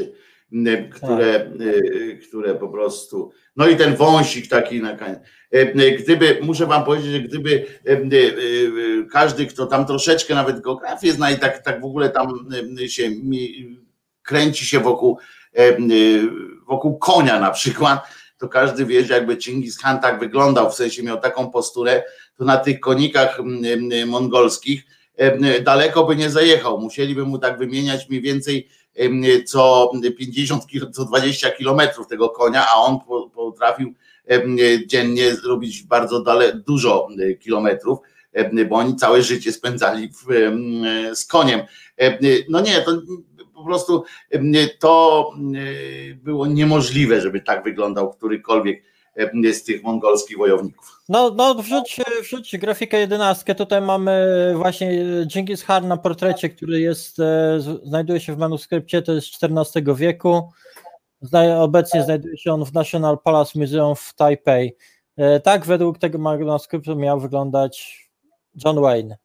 które, które po prostu, no i ten wąsik taki na koniec. Gdyby, muszę wam powiedzieć, że gdyby każdy, kto tam troszeczkę nawet geografię zna i tak, tak w ogóle tam się kręci się wokół, wokół konia na przykład, to każdy wie, że jakby Chingis Khan tak wyglądał, w sensie miał taką posturę, to na tych konikach mongolskich daleko by nie zajechał. Musieliby mu tak wymieniać mniej więcej co pięćdziesiąt, co dwadzieścia kilometrów tego konia, a on potrafił dziennie zrobić bardzo dale, dużo kilometrów, bo oni całe życie spędzali w, z koniem. No nie, to po prostu to było niemożliwe, żeby tak wyglądał którykolwiek z tych mongolskich wojowników. No, no wrzuć, wrzuć grafikę jedenastkę, tutaj mamy właśnie Dżingis Khan na portrecie, który jest, znajduje się w manuskrypcie, to jest z czternastego wieku, obecnie znajduje się on w National Palace Museum w Tajpej. Tak według tego manuskryptu miał wyglądać John Wayne.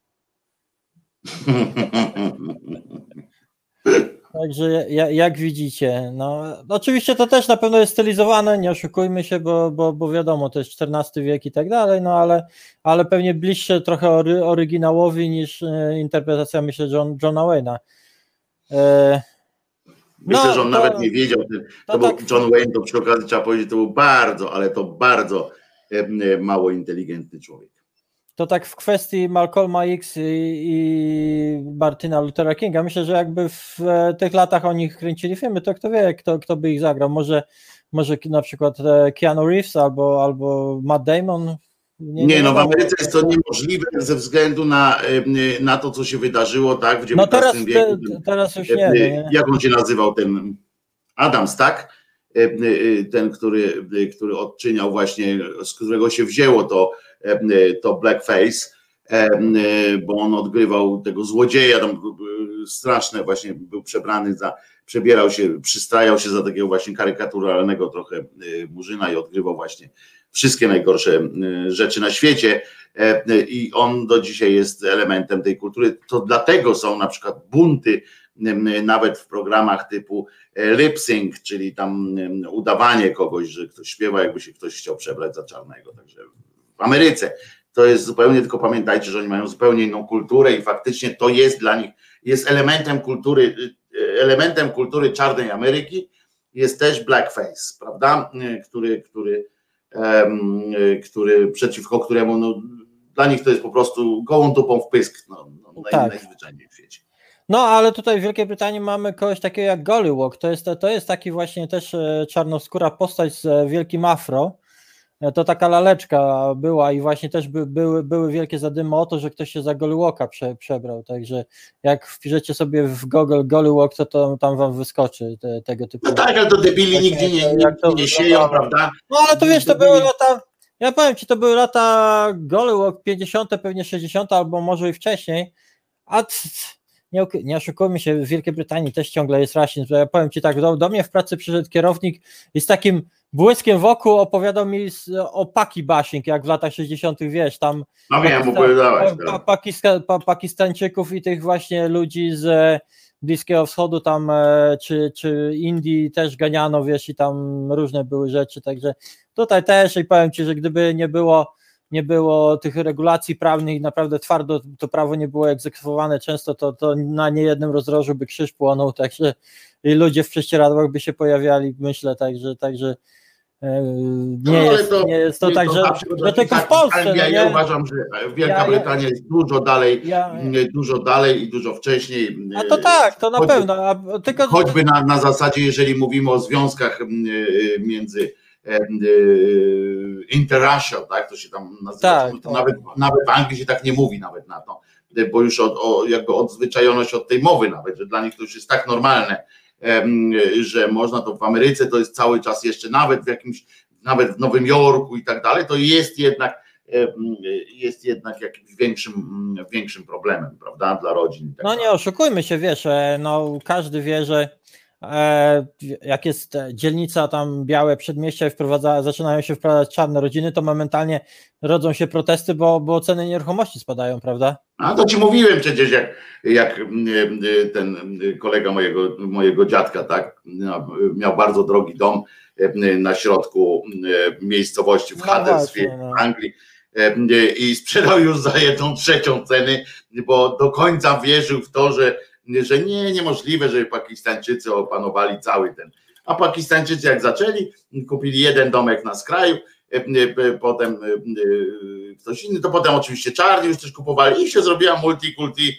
Także jak widzicie, no oczywiście to też na pewno jest stylizowane, nie oszukujmy się, bo, bo, bo wiadomo, to jest czternasty wiek i tak dalej, no ale, ale pewnie bliższe trochę ory, oryginałowi niż e, interpretacja, myślę, John, Johna Wayne'a. E, myślę, no, że on to, nawet nie wiedział, to, to był tak, John Wayne, to przy okazji trzeba powiedzieć, to był bardzo, ale to bardzo e, mało inteligentny człowiek. To tak w kwestii Malcolma X i, i Martina Luthera Kinga, myślę, że jakby w tych latach oni kręcili filmy, to kto wie, kto, kto by ich zagrał, może, może na przykład Keanu Reeves albo, albo Matt Damon. Nie, nie, nie no w Ameryce jest to niemożliwe ze względu na, na to, co się wydarzyło, tak, w dziewiętnastym no teraz, wieku. Te, teraz już nie, nie. Jak on się nazywał, ten Adams, tak? Ten, który, który odczyniał właśnie, z którego się wzięło to to blackface, bo on odgrywał tego złodzieja, tam straszne właśnie, był przebrany za, przebierał się, przystrajał się za takiego właśnie karykaturalnego trochę murzyna i odgrywał właśnie wszystkie najgorsze rzeczy na świecie i on do dzisiaj jest elementem tej kultury. To dlatego są na przykład bunty nawet w programach typu lip sync, czyli tam udawanie kogoś, że ktoś śpiewa, jakby się ktoś chciał przebrać za czarnego, także w Ameryce to jest zupełnie, tylko pamiętajcie, że oni mają zupełnie inną kulturę i faktycznie to jest dla nich, jest elementem kultury, elementem kultury czarnej Ameryki jest też blackface, prawda, który, który, um, który przeciwko któremu, no, dla nich to jest po prostu gołą dupą w pysk, no, no, tak. najzwyczajniej w świecie. No, ale tutaj w Wielkiej Brytanii mamy kogoś takiego jak Gollywog, to jest, to jest taki właśnie też czarnoskóra postać z wielkim afro. To taka laleczka była i właśnie też by, były, były wielkie zadymy o to, że ktoś się za Gollywога prze, przebrał, także jak wpiszecie sobie w Google Gollywog, to, to tam wam wyskoczy te, tego typu. No tak, ale to debili nigdzie nie, nie, nie sieją, prawda? No ale to wiesz, to były lata, ja powiem ci, to były lata Gollywog pięćdziesiąte, pewnie sześćdziesiąte albo może i wcześniej, a nie, nie oszukujmy się, w Wielkiej Brytanii też ciągle jest rasizm. Ja powiem ci tak, do, do mnie w pracy przyszedł kierownik i z takim błyskiem wokół opowiadał mi o paki bashing, jak w latach sześćdziesiątych, wiesz, tam no wiem, opowiadałeś, pa, Pakista, pa, Pakistańczyków i tych właśnie ludzi z Bliskiego Wschodu tam, czy, czy Indii też ganiano, wiesz, i tam różne były rzeczy, także tutaj też i powiem ci, że gdyby nie było nie było tych regulacji prawnych i naprawdę twardo to prawo nie było egzekwowane często, to, to na niejednym rozdrożu by krzyż płonął, także i ludzie w prześcieradłach by się pojawiali, myślę, także, także nie, no, jest, to, nie jest to nie tak, to że, że tylko w Polsce. Ja, no, ja uważam, że Wielka ja, Brytania jest dużo dalej, ja, dużo dalej i dużo wcześniej. A to tak, to na choćby, pewno. A tylko... Choćby na, na zasadzie, jeżeli mówimy o związkach między interracial, tak, to się tam nazywa, tak, to nawet, nawet w Anglii się tak nie mówi nawet na to, bo już od, o, jakby odzwyczajono się od tej mowy nawet, że dla nich to już jest tak normalne, że można to w Ameryce, to jest cały czas jeszcze nawet w jakimś, nawet w Nowym Jorku i tak dalej, to jest jednak jest jednak jakimś większym, większym problemem, prawda, dla rodzin. Tak no nie oszukujmy się, wiesz, no każdy wie, że e, jak jest dzielnica tam białe przedmieścia i wprowadza, zaczynają się wprowadzać czarne rodziny, to momentalnie rodzą się protesty, bo, bo ceny nieruchomości spadają, prawda? A to ci mówiłem przecież, jak, jak ten kolega mojego, mojego dziadka, tak, miał bardzo drogi dom na środku miejscowości w No Huddersfield właśnie, no. w Anglii i sprzedał już za jedną trzecią ceny, bo do końca wierzył w to, że, że nie, niemożliwe, żeby Pakistańczycy opanowali cały ten. A Pakistańczycy jak zaczęli, kupili jeden domek na skraju, potem ktoś inny, to potem oczywiście czarni już też kupowali i się zrobiła multikulti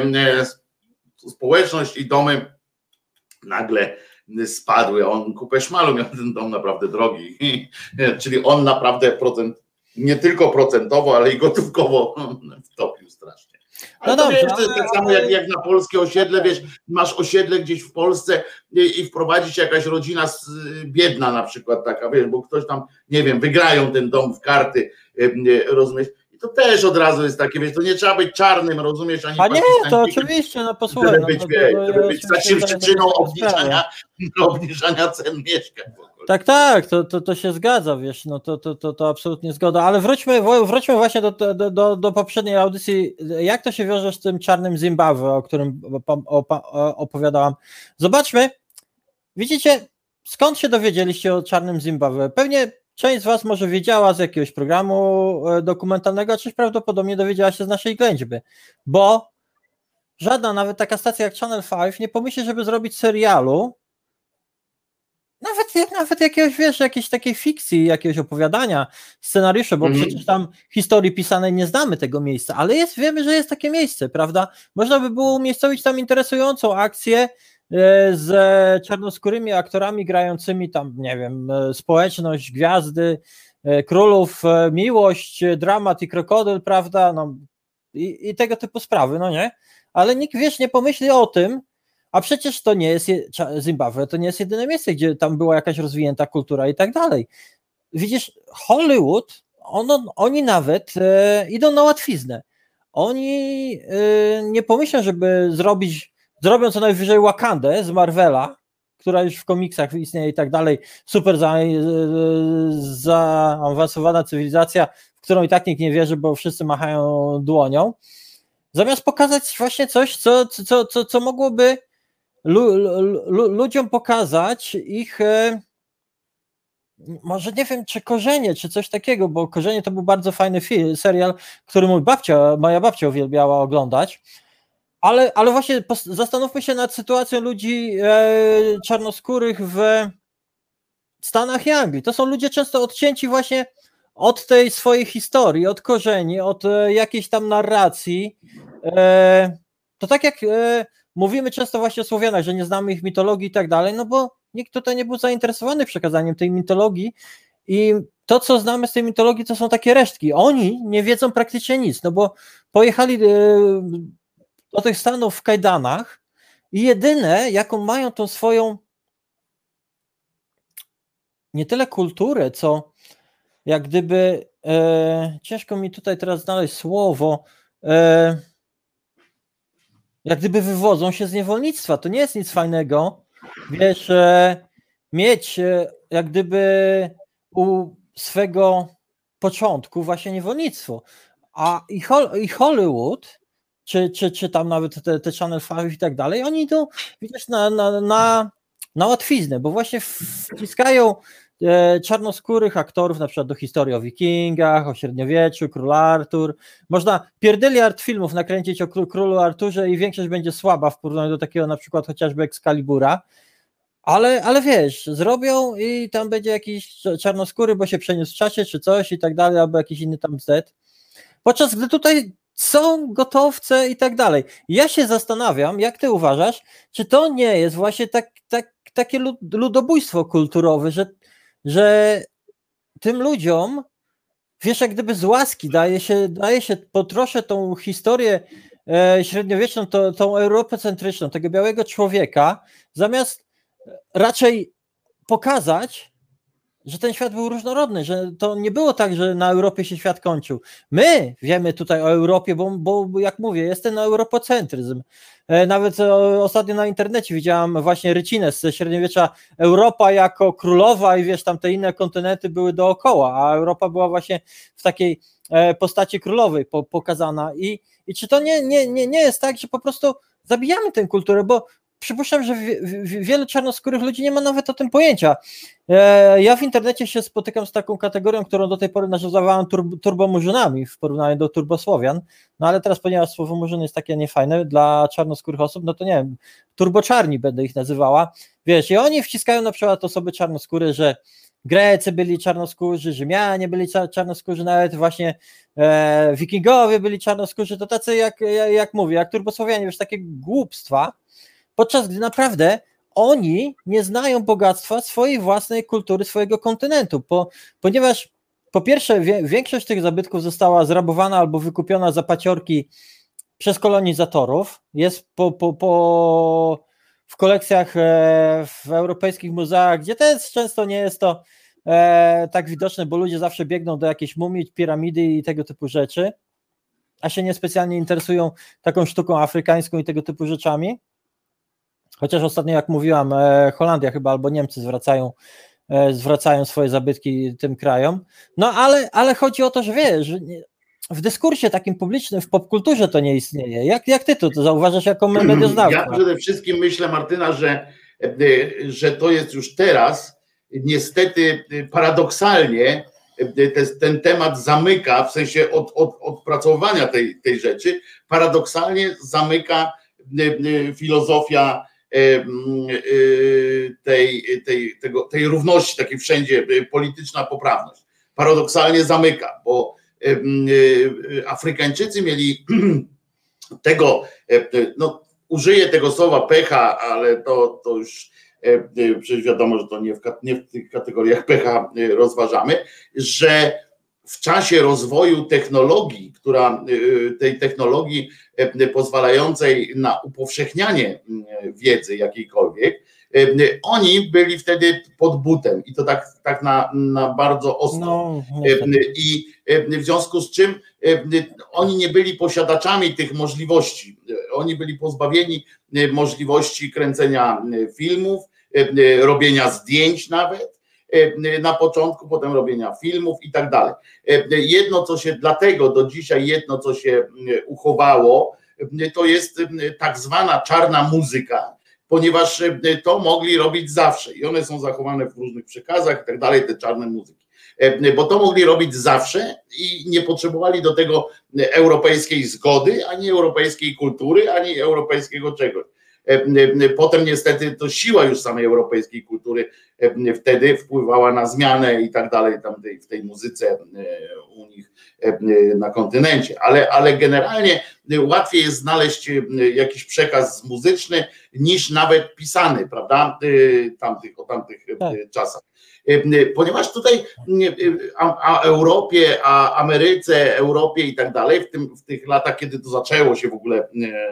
społeczność i domy nagle spadły. On kupę szmalu miał ten dom naprawdę drogi, czyli on naprawdę procent, nie tylko procentowo, ale i gotówkowo wtopił strasznie. Ale No to dobrze, wiesz, to jest ale- tak samo jak, jak na polskie osiedle, wiesz, masz osiedle gdzieś w Polsce i, i wprowadzi się jakaś rodzina z, biedna na przykład taka, wiesz, bo ktoś tam, nie wiem, wygrają ten dom w karty, rozumiesz, i to też od razu jest takie, wiesz, to nie trzeba być czarnym, rozumiesz, ani A nie, to Pakistańczykiem, oczywiście, no posłuchaj. żeby no, być, to, to, wiesz, to, żeby ja być oczywiście takim zdaję przyczyną sobie sprawę. obniżania, obniżania cen mieszkań w ogóle. Tak, tak, to, to, to się zgadza, wiesz, no to, to, to, to absolutnie zgoda, ale wróćmy, wróćmy właśnie do, do, do, do poprzedniej audycji. Jak to się wiąże z tym czarnym Zimbabwe, o którym opowiadałam? Zobaczmy, widzicie, skąd się dowiedzieliście o czarnym Zimbabwe? Pewnie część z was może wiedziała z jakiegoś programu dokumentalnego, a część prawdopodobnie dowiedziała się z naszej ględźby, bo żadna, nawet taka stacja jak Channel pięć nie pomyśli, żeby zrobić serialu, Nawet, nawet jakiegoś, wiesz, jakiejś takiej fikcji, jakiegoś opowiadania, scenariusza, bo Mhm. przecież tam historii pisanej nie znamy tego miejsca, ale jest, wiemy, że jest takie miejsce, prawda? Można by było umiejscowić tam interesującą akcję e, z czarnoskórymi aktorami grającymi tam, nie wiem, e, społeczność, gwiazdy, e, królów, e, miłość, e, dramat i krokodyl, prawda? No, i, i tego typu sprawy, no nie? Ale nikt, wiesz, nie pomyśli o tym, a przecież to nie jest, Zimbabwe to nie jest jedyne miejsce, gdzie tam była jakaś rozwinięta kultura i tak dalej. Widzisz, Hollywood, ono, oni nawet e, idą na łatwiznę. Oni e, nie pomyślą, żeby zrobić, zrobią co najwyżej Wakandę z Marvela, która już w komiksach istnieje i tak dalej, super za, e, zaawansowana cywilizacja, w którą i tak nikt nie wierzy, bo wszyscy machają dłonią. Zamiast pokazać właśnie coś, co, co, co, co mogłoby Lu, lu, ludziom pokazać ich, e, może nie wiem, czy Korzenie, czy coś takiego, bo Korzenie to był bardzo fajny film, serial, który mój babcia, moja babcia uwielbiała oglądać, ale, ale właśnie zastanówmy się nad sytuacją ludzi e, czarnoskórych w Stanach i Anglii. To są ludzie często odcięci właśnie od tej swojej historii, od korzeni, od e, jakiejś tam narracji. E, to tak jak e, mówimy często właśnie o Słowianach, że nie znamy ich mitologii i tak dalej, no bo nikt tutaj nie był zainteresowany przekazaniem tej mitologii i to, co znamy z tej mitologii, to są takie resztki. Oni nie wiedzą praktycznie nic, no bo pojechali do tych Stanów w kajdanach i jedyne, jaką mają tą swoją nie tyle kulturę, co jak gdyby, e, ciężko mi tutaj teraz znaleźć słowo, e, jak gdyby wywodzą się z niewolnictwa. To nie jest nic fajnego, wiesz, e, mieć e, jak gdyby u swego początku właśnie niewolnictwo. A i, Hol- i Hollywood, czy, czy, czy tam nawet te, te Channel pięć i tak dalej, oni idą, widzisz, na, na, na, na łatwiznę, bo właśnie wciskają e, czarnoskórych aktorów na przykład do historii o wikingach, o średniowieczu, król Artur. Można pierdyliard filmów nakręcić o kró- królu Arturze i większość będzie słaba w porównaniu do takiego na przykład chociażby Excalibura, ale, ale wiesz, zrobią i tam będzie jakiś czarnoskóry, bo się przeniósł w czasie czy coś i tak dalej, albo jakiś inny tam bzdet. Podczas gdy tutaj są gotowce i tak dalej. Ja się zastanawiam, jak ty uważasz, czy to nie jest właśnie tak, tak, takie ludobójstwo kulturowe, że, że tym ludziom, wiesz, jak gdyby z łaski daje się, daje się po trosze tą historię e, średniowieczną, to, tą europocentryczną, tego białego człowieka, zamiast raczej pokazać że ten świat był różnorodny, że to nie było tak, że na Europie się świat kończył. My wiemy tutaj o Europie, bo, bo jak mówię, jest ten europocentryzm. Nawet ostatnio na internecie widziałam właśnie rycines ze średniowiecza, Europa jako królowa i wiesz, tam te inne kontynenty były dookoła, a Europa była właśnie w takiej postaci królowej pokazana. I, i czy to nie, nie, nie, nie jest tak, że po prostu zabijamy tę kulturę, bo przypuszczam, że wielu czarnoskórych ludzi nie ma nawet o tym pojęcia. Ja w internecie się spotykam z taką kategorią, którą do tej pory nazywałem turbomurzynami w porównaniu do turbosłowian, no ale teraz, ponieważ słowo murzyn jest takie niefajne dla czarnoskórych osób, no to nie wiem, turboczarni będę ich nazywała, wiesz, i oni wciskają na przykład osoby czarnoskóre, że Grecy byli czarnoskórzy, Rzymianie byli czarnoskórzy, nawet właśnie e, Wikingowie byli czarnoskórzy, to tacy jak, jak, jak mówię, jak turbosłowianie, wiesz, takie głupstwa, podczas gdy naprawdę oni nie znają bogactwa swojej własnej kultury, swojego kontynentu, po, ponieważ po pierwsze wie, większość tych zabytków została zrabowana albo wykupiona za paciorki przez kolonizatorów, jest po, po, po, w kolekcjach e, w europejskich muzeach, gdzie też często nie jest to e, tak widoczne, bo ludzie zawsze biegną do jakiejś mumii, piramidy i tego typu rzeczy, a się niespecjalnie interesują taką sztuką afrykańską i tego typu rzeczami. Chociaż ostatnio, jak mówiłam, Holandia chyba albo Niemcy zwracają, zwracają swoje zabytki tym krajom. No ale, ale chodzi o to, że wiesz, że w dyskursie takim publicznym, w popkulturze to nie istnieje. Jak, jak ty to, to zauważasz jako medioznawca? Ja przede wszystkim myślę, Martyna, że, że to jest już teraz niestety paradoksalnie ten temat zamyka, w sensie od, od, odpracowania tej, tej rzeczy, paradoksalnie zamyka filozofia tej, tej, tego, tej równości, takiej wszędzie, polityczna poprawność. Paradoksalnie zamyka, bo Afrykańczycy mieli tego, no użyję tego słowa pecha, ale to, to już przecież wiadomo, że to nie w, nie w tych kategoriach pecha rozważamy, że w czasie rozwoju technologii, która tej technologii pozwalającej na upowszechnianie wiedzy jakiejkolwiek, oni byli wtedy pod butem i to tak, tak na, na bardzo ostro. No, I w związku z czym oni nie byli posiadaczami tych możliwości. Oni byli pozbawieni możliwości kręcenia filmów, robienia zdjęć nawet na początku, potem robienia filmów i tak dalej. Jedno, co się dlatego do dzisiaj, jedno, co się uchowało, to jest tak zwana czarna muzyka, ponieważ to mogli robić zawsze i one są zachowane w różnych przekazach i tak dalej, te czarne muzyki, bo to mogli robić zawsze i nie potrzebowali do tego europejskiej zgody, ani europejskiej kultury, ani europejskiego czegoś. Potem niestety to siła już samej europejskiej kultury wtedy wpływała na zmianę i tak dalej tam tej, w tej muzyce u nich na kontynencie, ale, ale generalnie łatwiej jest znaleźć jakiś przekaz muzyczny niż nawet pisany, prawda, tamtych, o tamtych tak. czasach. Ponieważ tutaj a, a Europie, a Ameryce, Europie i tak dalej, w, tym, w tych latach, kiedy to zaczęło się w ogóle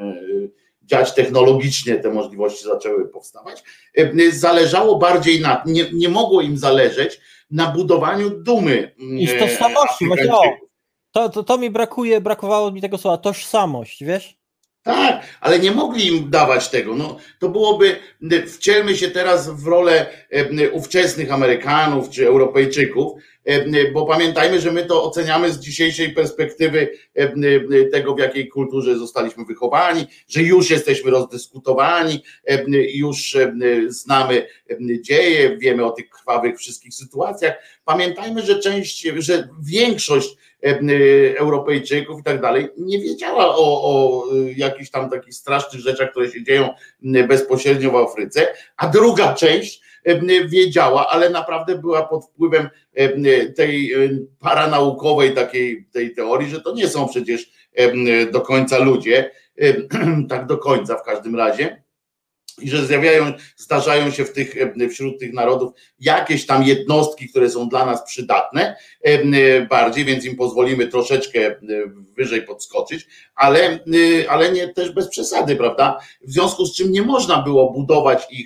dziać technologicznie, te możliwości zaczęły powstawać, zależało bardziej na, nie, nie mogło im zależeć na budowaniu dumy. I z tożsamości, właśnie o, to, to, to mi brakuje, brakowało mi tego słowa, tożsamość, wiesz? Tak, ale nie mogli im dawać tego. No, to byłoby, wcielmy się teraz w rolę ówczesnych Amerykanów czy Europejczyków, bo pamiętajmy, że my to oceniamy z dzisiejszej perspektywy tego, w jakiej kulturze zostaliśmy wychowani, że już jesteśmy rozdyskutowani, już znamy dzieje, wiemy o tych krwawych wszystkich sytuacjach. Pamiętajmy, że część, że większość Europejczyków i tak dalej nie wiedziała o, o jakichś tam takich strasznych rzeczach, które się dzieją bezpośrednio w Afryce, a druga część wiedziała, ale naprawdę była pod wpływem tej paranaukowej takiej tej teorii, że to nie są przecież do końca ludzie, tak do końca w każdym razie, i że zjawiają, zdarzają się w tych, wśród tych narodów jakieś tam jednostki, które są dla nas przydatne bardziej, więc im pozwolimy troszeczkę wyżej podskoczyć, ale, ale nie też bez przesady, prawda? W związku z czym nie można było budować ich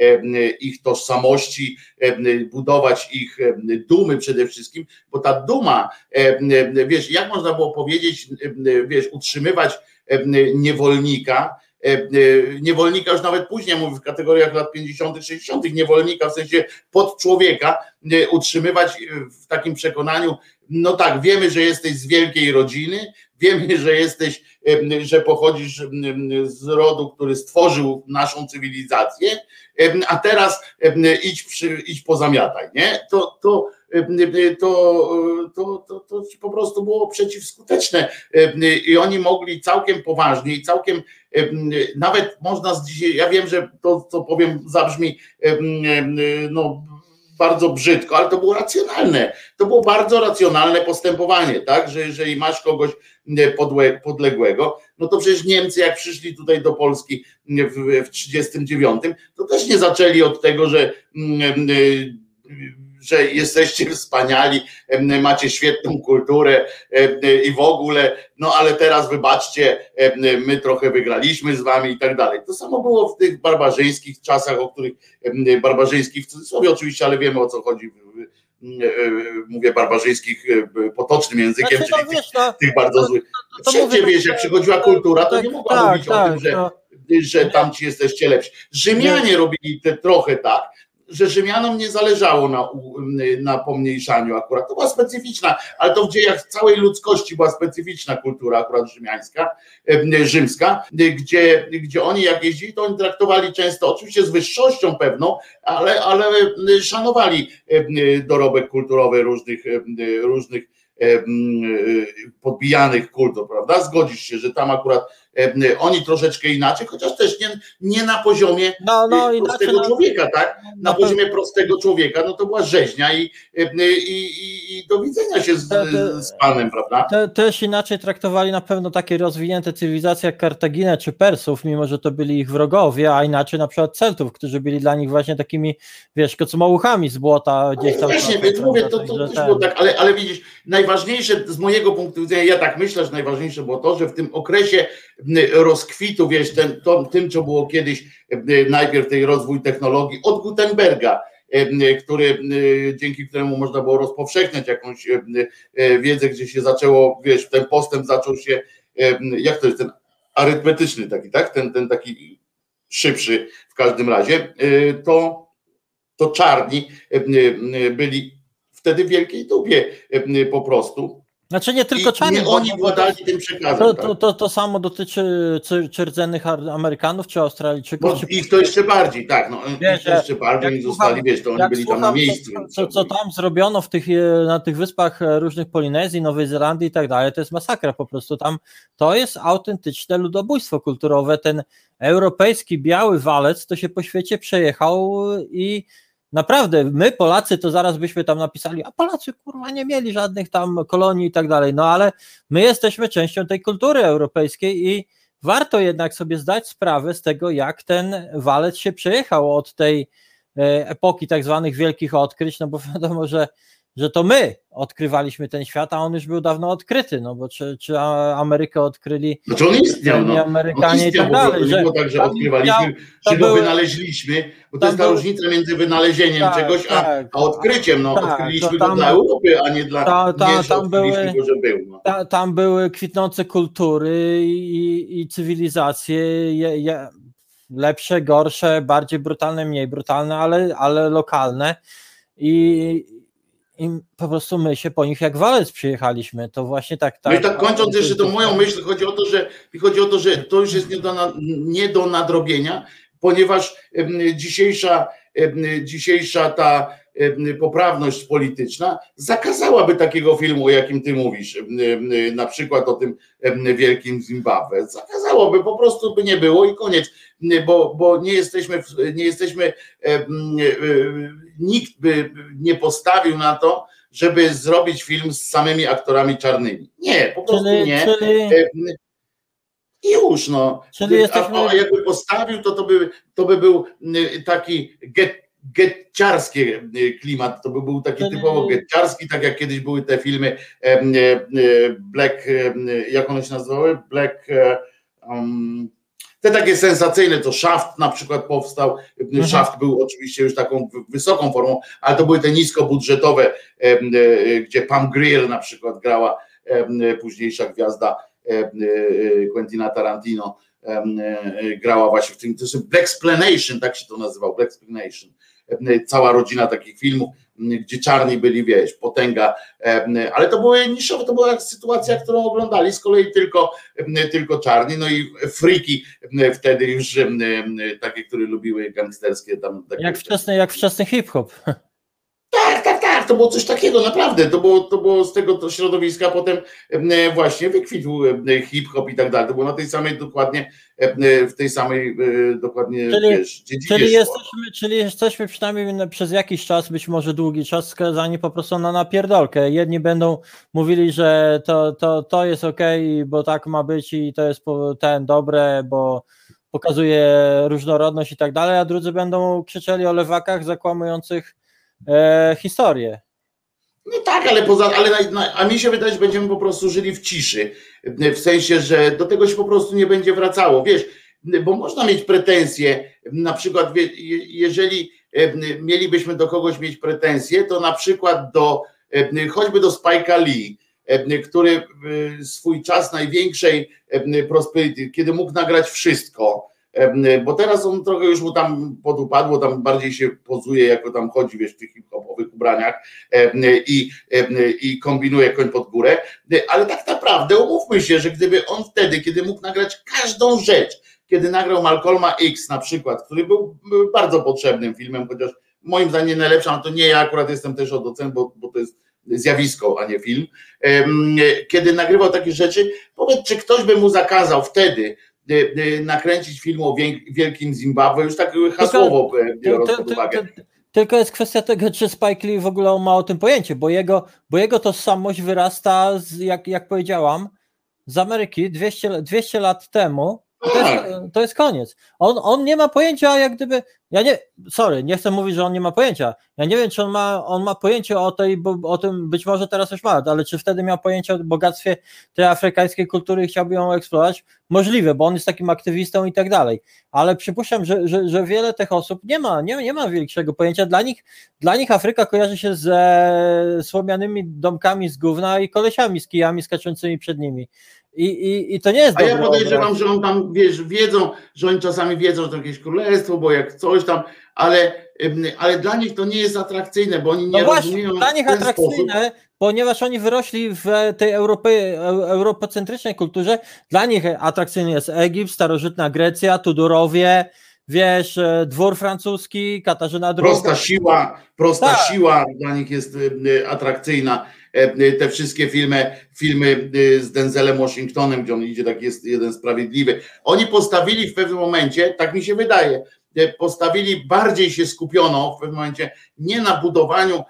ich tożsamości, budować ich dumy przede wszystkim, bo ta duma, wiesz, jak można było powiedzieć, wiesz, utrzymywać niewolnika, niewolnika już nawet później, mówię w kategoriach lat pięćdziesiątych, sześćdziesiątych, niewolnika w sensie pod człowieka, utrzymywać w takim przekonaniu, no tak, wiemy, że jesteś z wielkiej rodziny, wiemy, że jesteś, że pochodzisz z rodu, który stworzył naszą cywilizację, a teraz idź, przy, idź pozamiataj, nie? To, to, to, to, to, to po prostu było przeciwskuteczne i oni mogli całkiem poważnie i całkiem, nawet można z dzisiaj, ja wiem, że to, co powiem, zabrzmi no bardzo brzydko, ale to było racjonalne. To było bardzo racjonalne postępowanie, tak, że jeżeli masz kogoś podległego, no to przecież Niemcy, jak przyszli tutaj do Polski w trzydziestym dziewiątym, to też nie zaczęli od tego, że że jesteście wspaniali, macie świetną kulturę i w ogóle, no ale teraz wybaczcie, my trochę wygraliśmy z wami i tak dalej. To samo było w tych barbarzyńskich czasach, o których, barbarzyńskich w cudzysłowie oczywiście, ale wiemy, o co chodzi. Mówię barbarzyńskich potocznym językiem, znaczy, czyli no, wiesz, no, tych, tych bardzo złych. To, to Wszędzie mówię, wiesz, jak przychodziła kultura, to tak, nie mogła tak, mówić tak, o tym, że, no. że tam ci jesteście lepsi. Rzymianie robili te trochę tak, że Rzymianom nie zależało na, na pomniejszaniu akurat. To była specyficzna, ale to w dziejach całej ludzkości była specyficzna kultura akurat rzymiańska, rzymska, gdzie, gdzie oni jak jeździli, to oni traktowali często, oczywiście z wyższością pewną, ale, ale szanowali dorobek kulturowy różnych, różnych podbijanych kultur, prawda? Zgodzisz się, że tam akurat oni troszeczkę inaczej, chociaż też nie, nie na poziomie no, no, prostego inaczej, człowieka, tak? Na no, poziomie prostego człowieka, no to była rzeźnia i, i, i, i do widzenia się z, te, te, z Panem, prawda? Te, też inaczej traktowali na pewno takie rozwinięte cywilizacje jak Kartaginę czy Persów, mimo że to byli ich wrogowie, a inaczej na przykład Celtów, którzy byli dla nich właśnie takimi, wiesz, kocomołuchami z błota gdzieś tam. Właśnie, więc mówię, to, to też było tak, ale, ale widzisz, najważniejsze z mojego punktu widzenia, ja tak myślę, że najważniejsze było to, że w tym okresie rozkwitu, wiesz, ten, to, tym, co było kiedyś, najpierw tej rozwój technologii od Gutenberga, który, dzięki któremu można było rozpowszechniać jakąś wiedzę, gdzie się zaczęło, wiesz, ten postęp zaczął się, jak to jest, ten arytmetyczny taki, tak, ten, ten taki szybszy w każdym razie, to, to czarni byli wtedy w wielkiej dupie po prostu. Znaczy nie tylko czarni. Nie oni władali tym przekazem. To, to, to, to samo dotyczy czy rdzennych Amerykanów, czy Australijczyków. No, czy... Ich to jeszcze bardziej, tak. No, wiesz, ich to jeszcze bardziej oni zostali, wiesz, to oni byli tam na miejscu. Co, co tam zrobiono w tych, na tych wyspach różnych Polinezji, Nowej Zelandii i tak dalej, to jest masakra po prostu. Tam to jest autentyczne ludobójstwo kulturowe. Ten europejski biały walec to się po świecie przejechał i naprawdę, my Polacy to zaraz byśmy tam napisali, a Polacy kurwa nie mieli żadnych tam kolonii i tak dalej, no ale my jesteśmy częścią tej kultury europejskiej i warto jednak sobie zdać sprawę z tego, jak ten walec się przejechał od tej epoki tak zwanych wielkich odkryć, no bo wiadomo, że, że to my odkrywaliśmy ten świat, a on już był dawno odkryty, no bo czy, czy Amerykę odkryli znaczy on istniał, no. Amerykanie istniał, i tak dalej. Że było tak, że odkrywaliśmy, czy go wynaleźliśmy, bo to jest ta różnica między wynalezieniem tak, czegoś, a, tak, a odkryciem, no tak, odkryliśmy tam, go dla Europy, a nie dla, ta, ta, nie, że tam były, go, że był. No. Ta, tam były kwitnące kultury i, i cywilizacje, je, je, lepsze, gorsze, bardziej brutalne, mniej brutalne, ale, ale lokalne i i po prostu my się po nich jak walec przyjechaliśmy, to właśnie tak... tak no i tak kończąc jeszcze tą moją myśl, chodzi o to, że chodzi o to, że to już jest nie do, nie do nadrobienia, ponieważ dzisiejsza, dzisiejsza ta poprawność polityczna zakazałaby takiego filmu, o jakim ty mówisz, na przykład o tym wielkim Zimbabwe. Zakazałoby, po prostu by nie było i koniec, bo, bo nie jesteśmy, nie jesteśmy, nikt by nie postawił na to, żeby zrobić film z samymi aktorami czarnymi. Nie, po prostu czyli, nie. Czyli... I już, no. Czyli jesteśmy... a, a jakby postawił, to to by, to by był taki get getciarski klimat, to by był taki typowo getciarski, tak jak kiedyś były te filmy Black, jak one się nazywały? Black um, Te takie sensacyjne, to Shaft na przykład powstał. Mhm. Shaft był oczywiście już taką wysoką formą, ale to były te niskobudżetowe, gdzie Pam Grier na przykład grała, późniejsza gwiazda Quentina Tarantino, grała właśnie w tym, to jest Blaxplanation, tak się to nazywał, Blaxplanation. Cała rodzina takich filmów, gdzie czarni byli, wiesz, potęga, ale to były niszowe, to była sytuacja, którą oglądali z kolei tylko, tylko czarni, no i friki wtedy już takie, które lubiły gangsterskie tam. Takie, jak wczesny, jak wczesny hip-hop. Tak, tak, tak, to było coś takiego, naprawdę, to było, to było z tego to środowiska, potem właśnie wykwitł hip-hop i tak dalej, to było na tej samej dokładnie, w tej samej dokładnie, czyli, wiesz, dziedzinie. Czyli jesteśmy, czyli jesteśmy przynajmniej przez jakiś czas, być może długi czas, skazani po prostu na napierdolkę. Jedni będą mówili, że to, to, to jest okej, bo tak ma być i to jest ten dobre, bo pokazuje różnorodność i tak dalej, a drudzy będą krzyczeli o lewakach zakłamujących E, historię. No tak, ale poza, ale na, a mi się wydaje, że będziemy po prostu żyli w ciszy, w sensie, że do tego się po prostu nie będzie wracało, wiesz, bo można mieć pretensje, na przykład jeżeli mielibyśmy do kogoś mieć pretensje, to na przykład do, choćby do Spike'a Lee, który swój czas największej prosperity, kiedy mógł nagrać wszystko, bo teraz on trochę już mu tam podupadło, tam bardziej się pozuje, jako tam chodzi, wiesz, w tych hip-hopowych ubraniach i, i kombinuje koń pod górę, ale tak naprawdę umówmy się, że gdyby on wtedy, kiedy mógł nagrać każdą rzecz, kiedy nagrał Malcolma X na przykład, który był bardzo potrzebnym filmem, chociaż moim zdaniem najlepszy, ale to nie ja akurat jestem też od ocen, bo, bo to jest zjawisko, a nie film, kiedy nagrywał takie rzeczy, powiedz, czy ktoś by mu zakazał wtedy nakręcić film o wielkim Zimbabwe, już tak hasłowo biorąc pod uwagę. Tylko jest kwestia tego, czy Spike Lee w ogóle ma o tym pojęcie, bo jego, bo jego tożsamość wyrasta, z, jak, jak powiedziałam, z Ameryki dwieście, dwieście lat temu. To jest, to jest koniec. On, on nie ma pojęcia, jak gdyby. Ja nie, sorry, nie chcę mówić, że on nie ma pojęcia. Ja nie wiem, czy on ma, on ma pojęcie o tej, bo o tym być może teraz już ma, ale czy wtedy miał pojęcie o bogactwie tej afrykańskiej kultury i chciałby ją eksplorować? Możliwe, bo on jest takim aktywistą i tak dalej. Ale przypuszczam, że, że, że wiele tych osób nie ma, nie, nie ma większego pojęcia. Dla nich, dla nich Afryka kojarzy się ze słomianymi domkami z gówna i kolesiami z kijami skaczącymi przed nimi. I, i, i to nie jest A ja podejrzewam, że on tam, wiesz, wiedzą, że oni czasami wiedzą, że to jakieś królestwo, bo jak coś tam, ale, ale dla nich to nie jest atrakcyjne, bo oni nie no właśnie, rozumieją. Dla nich atrakcyjne, sposób. Ponieważ oni wyrośli w tej Europy, europocentrycznej kulturze, dla nich atrakcyjny jest Egipt, starożytna Grecja, Tudorowie, wiesz, dwór francuski, Katarzyna druga. Prosta siła, prosta tak. siła dla nich jest atrakcyjna. Te wszystkie filmy, filmy z Denzelem Washingtonem, gdzie on idzie, tak jest jeden sprawiedliwy. Oni postawili w pewnym momencie, tak mi się wydaje, postawili, bardziej się skupiono w pewnym momencie nie na budowaniu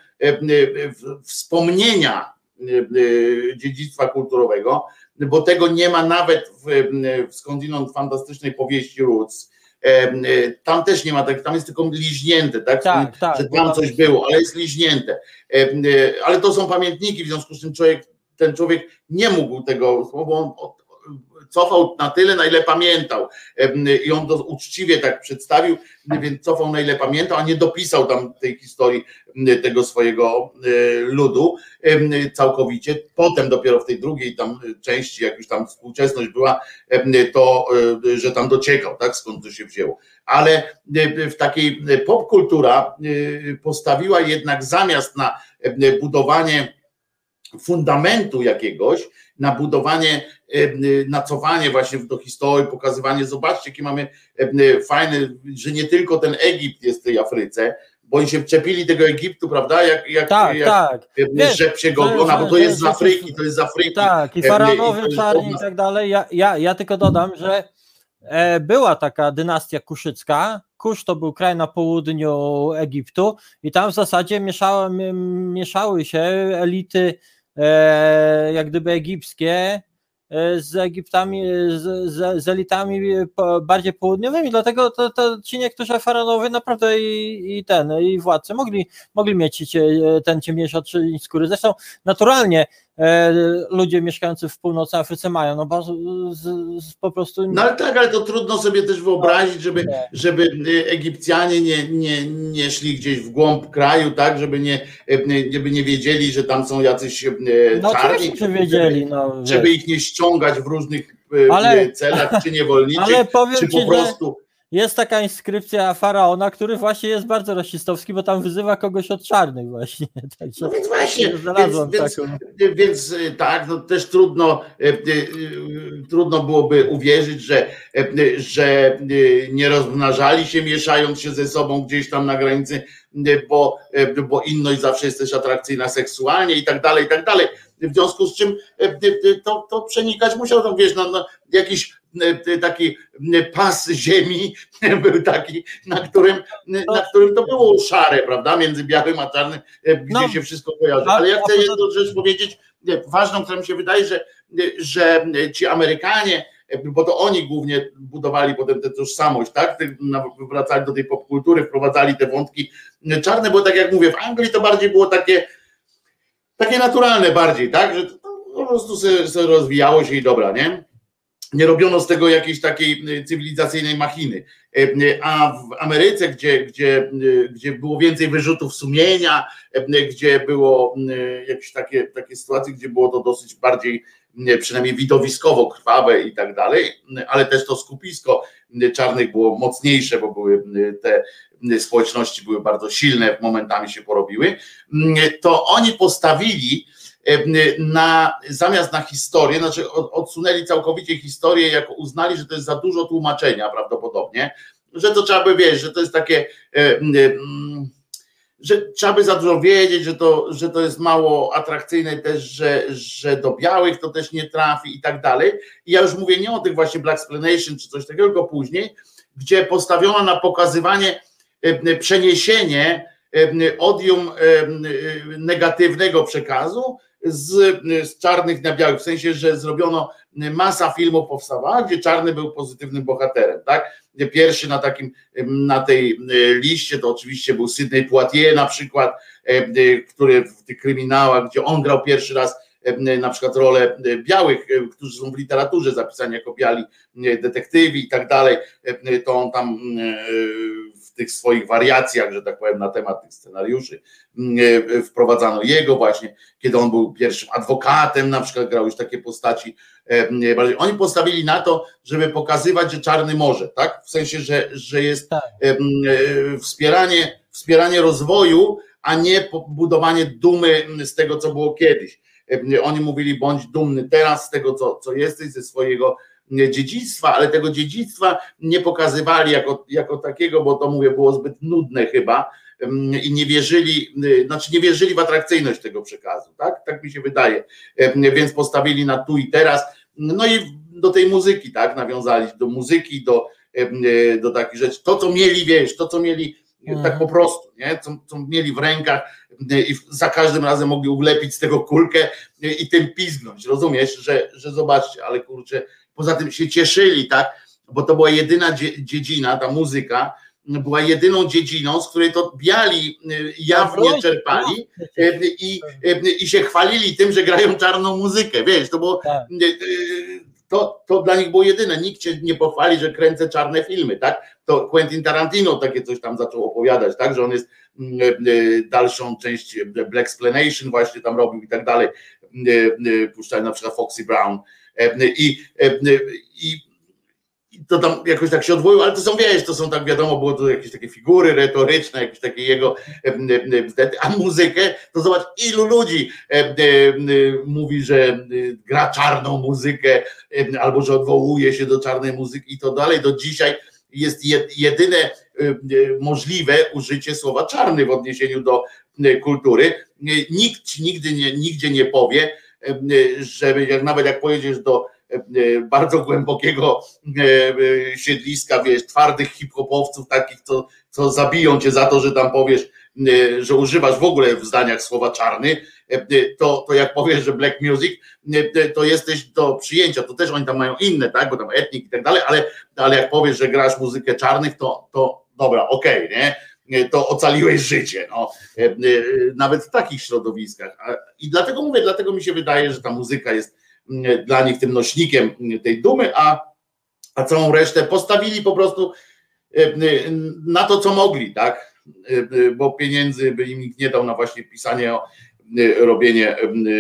wspomnienia dziedzictwa kulturowego, bo tego nie ma nawet w skądinąd fantastycznej powieści Roots. Tam też nie ma tak, tam jest tylko liźnięte, tak? Tak, tak, że tam coś było, ale jest liźnięte. Ale to są pamiętniki, w związku z czym człowiek, ten człowiek nie mógł tego, bo on cofał na tyle, na ile pamiętał i on to uczciwie tak przedstawił, więc cofał na ile pamiętał, a nie dopisał tam tej historii tego swojego ludu całkowicie. Potem dopiero w tej drugiej tam części, jak już tam współczesność była, to, że tam dociekał, tak, skąd to się wzięło. Ale w takiej popkultura postawiła jednak zamiast na budowanie fundamentu jakiegoś, na budowanie, na cofanie właśnie do historii, pokazywanie, zobaczcie, jaki mamy fajny, że nie tylko ten Egipt jest w tej Afryce, bo oni się wczepili tego Egiptu, prawda, jak, jak, tak, jak tak. rzep się go ogona, bo to jest z Afryki, to jest z Afryki. Tak, i faraonowie czarni i tak dalej. Ja, ja, ja tylko dodam, że była taka dynastia kuszycka. Kusz to był kraj na południu Egiptu i tam w zasadzie mieszały, mieszały się elity e, jak gdyby egipskie z Egiptami, z, z, z elitami bardziej południowymi, dlatego to, to ci niektórzy faraonowie naprawdę i, i ten, i władcy mogli, mogli mieć ten ciemniejszy odcień skóry. Zresztą naturalnie e, ludzie mieszkający w północnej Afryce mają, no bo z, z, po prostu... No ale tak, ale to trudno sobie też wyobrazić, żeby, Nie. żeby Egipcjanie nie, nie, nie szli gdzieś w głąb kraju, tak, żeby nie, żeby nie wiedzieli, że tam są jacyś No czarni, oczywiście, że wiedzieli, no, żeby, żeby ich nie ściągać w różnych Ale- celach, czy niewolniczych, ale powiem czy ci, po że- prostu... Jest taka inskrypcja faraona, który właśnie jest bardzo rasistowski, bo tam wyzywa kogoś od czarnych właśnie. Także No więc właśnie, znalazłem więc, taką. więc, więc tak, no też trudno, e, e, trudno byłoby uwierzyć, że, e, że e, nie rozmnażali się, mieszając się ze sobą gdzieś tam na granicy, e, bo, e, bo inność zawsze jest też atrakcyjna seksualnie i tak dalej, i tak dalej. W związku z czym e, e, to, to przenikać musiał, tam wiesz, no, no, jakiś taki pas ziemi był taki, na którym, na którym to było szare, prawda, między białym a czarnym, gdzie No, się wszystko kojarzy. a- Ale ja a chcę poza- jedną rzecz powiedzieć, ważną, która mi się wydaje, że, że ci Amerykanie, bo to oni głównie budowali potem tę tożsamość, tak, wracali do tej popkultury, wprowadzali te wątki czarne, bo tak jak mówię, w Anglii to bardziej było takie takie naturalne bardziej, tak, że to po prostu sobie, sobie rozwijało się i dobra, nie? Nie robiono z tego jakiejś takiej cywilizacyjnej machiny. A w Ameryce, gdzie, gdzie, gdzie było więcej wyrzutów sumienia, gdzie było jakieś takie, takie sytuacje, gdzie było to dosyć bardziej przynajmniej widowiskowo krwawe i tak dalej, ale też to skupisko czarnych było mocniejsze, bo były te społeczności były bardzo silne, momentami się porobiły, to oni postawili na, zamiast na historię, znaczy odsunęli całkowicie historię, jako uznali, że to jest za dużo tłumaczenia prawdopodobnie, że to trzeba by wiedzieć, że to jest takie, że trzeba by za dużo wiedzieć, że to, że to jest mało atrakcyjne też, że, że do białych to też nie trafi i tak dalej. I ja już mówię nie o tych właśnie Blaxplanation czy coś takiego, tylko później, gdzie postawiono na pokazywanie, przeniesienie odium negatywnego przekazu z, z czarnych na białych, w sensie, że zrobiono masa filmów powstawała, gdzie czarny był pozytywnym bohaterem, tak? Pierwszy na takim, na tej liście to oczywiście był Sidney Poitier na przykład, który w tych kryminałach, gdzie on grał pierwszy raz na przykład rolę białych, którzy są w literaturze zapisani jako biali detektywi i tak dalej, to on tam w tych swoich wariacjach, że tak powiem, na temat tych scenariuszy wprowadzano jego właśnie, kiedy on był pierwszym adwokatem, na przykład grał już takie postaci. Oni postawili na to, żeby pokazywać, że czarny może, tak? W sensie, że, że jest Tak. wspieranie, wspieranie rozwoju, a nie budowanie dumy z tego, co było kiedyś. Oni mówili, bądź dumny teraz z tego, co, co jesteś, ze swojego dziedzictwa, ale tego dziedzictwa nie pokazywali jako, jako takiego, bo to mówię, było zbyt nudne chyba i nie wierzyli, znaczy nie wierzyli w atrakcyjność tego przekazu, tak? Tak mi się wydaje, więc postawili na tu i teraz, no i do tej muzyki, tak? Nawiązali do muzyki, do, do takich rzeczy, to co mieli, wiesz, to co mieli mhm. tak po prostu, nie? Co, co mieli w rękach i za każdym razem mogli ulepić z tego kulkę i tym pizgnąć, rozumiesz, że, że zobaczcie, ale kurczę, poza tym się cieszyli, tak, bo to była jedyna dziedzina, ta muzyka była jedyną dziedziną, z której to biali jawnie czerpali i, i się chwalili tym, że grają czarną muzykę, wiesz, to było to, to dla nich było jedyne, nikt się nie pochwali, że kręcę czarne filmy, tak, to Quentin Tarantino takie coś tam zaczął opowiadać, tak, że on jest dalszą część Blaxplanation właśnie tam robił i tak dalej, puszczali na przykład Foxy Brown i, i, i to tam jakoś tak się odwoił, ale to są, wiesz, to są tak wiadomo, było to jakieś takie figury retoryczne, jakieś takie jego bzdety, a muzykę, to zobacz ilu ludzi mówi, że gra czarną muzykę albo że odwołuje się do czarnej muzyki i to dalej, do dzisiaj jest jedyne możliwe użycie słowa czarny w odniesieniu do kultury. Nikt ci nigdy nie, nigdzie nie powie, żeby jak nawet jak pojedziesz do bardzo głębokiego siedliska, wiesz, twardych hip-hopowców, takich, co, co zabiją cię za to, że tam powiesz, że używasz w ogóle w zdaniach słowa czarny, to, to jak powiesz, że black music, to jesteś do przyjęcia, to też oni tam mają inne, tak, bo tam etnik i tak dalej, ale, ale jak powiesz, że grasz muzykę czarnych, to, to dobra, okej, okay, nie? to ocaliłeś życie. No. Nawet w takich środowiskach. I dlatego mówię, dlatego mi się wydaje, że ta muzyka jest dla nich tym nośnikiem tej dumy, a, a całą resztę postawili po prostu na to, co mogli, tak? Bo pieniędzy by im nikt nie dał na właśnie pisanie o robienie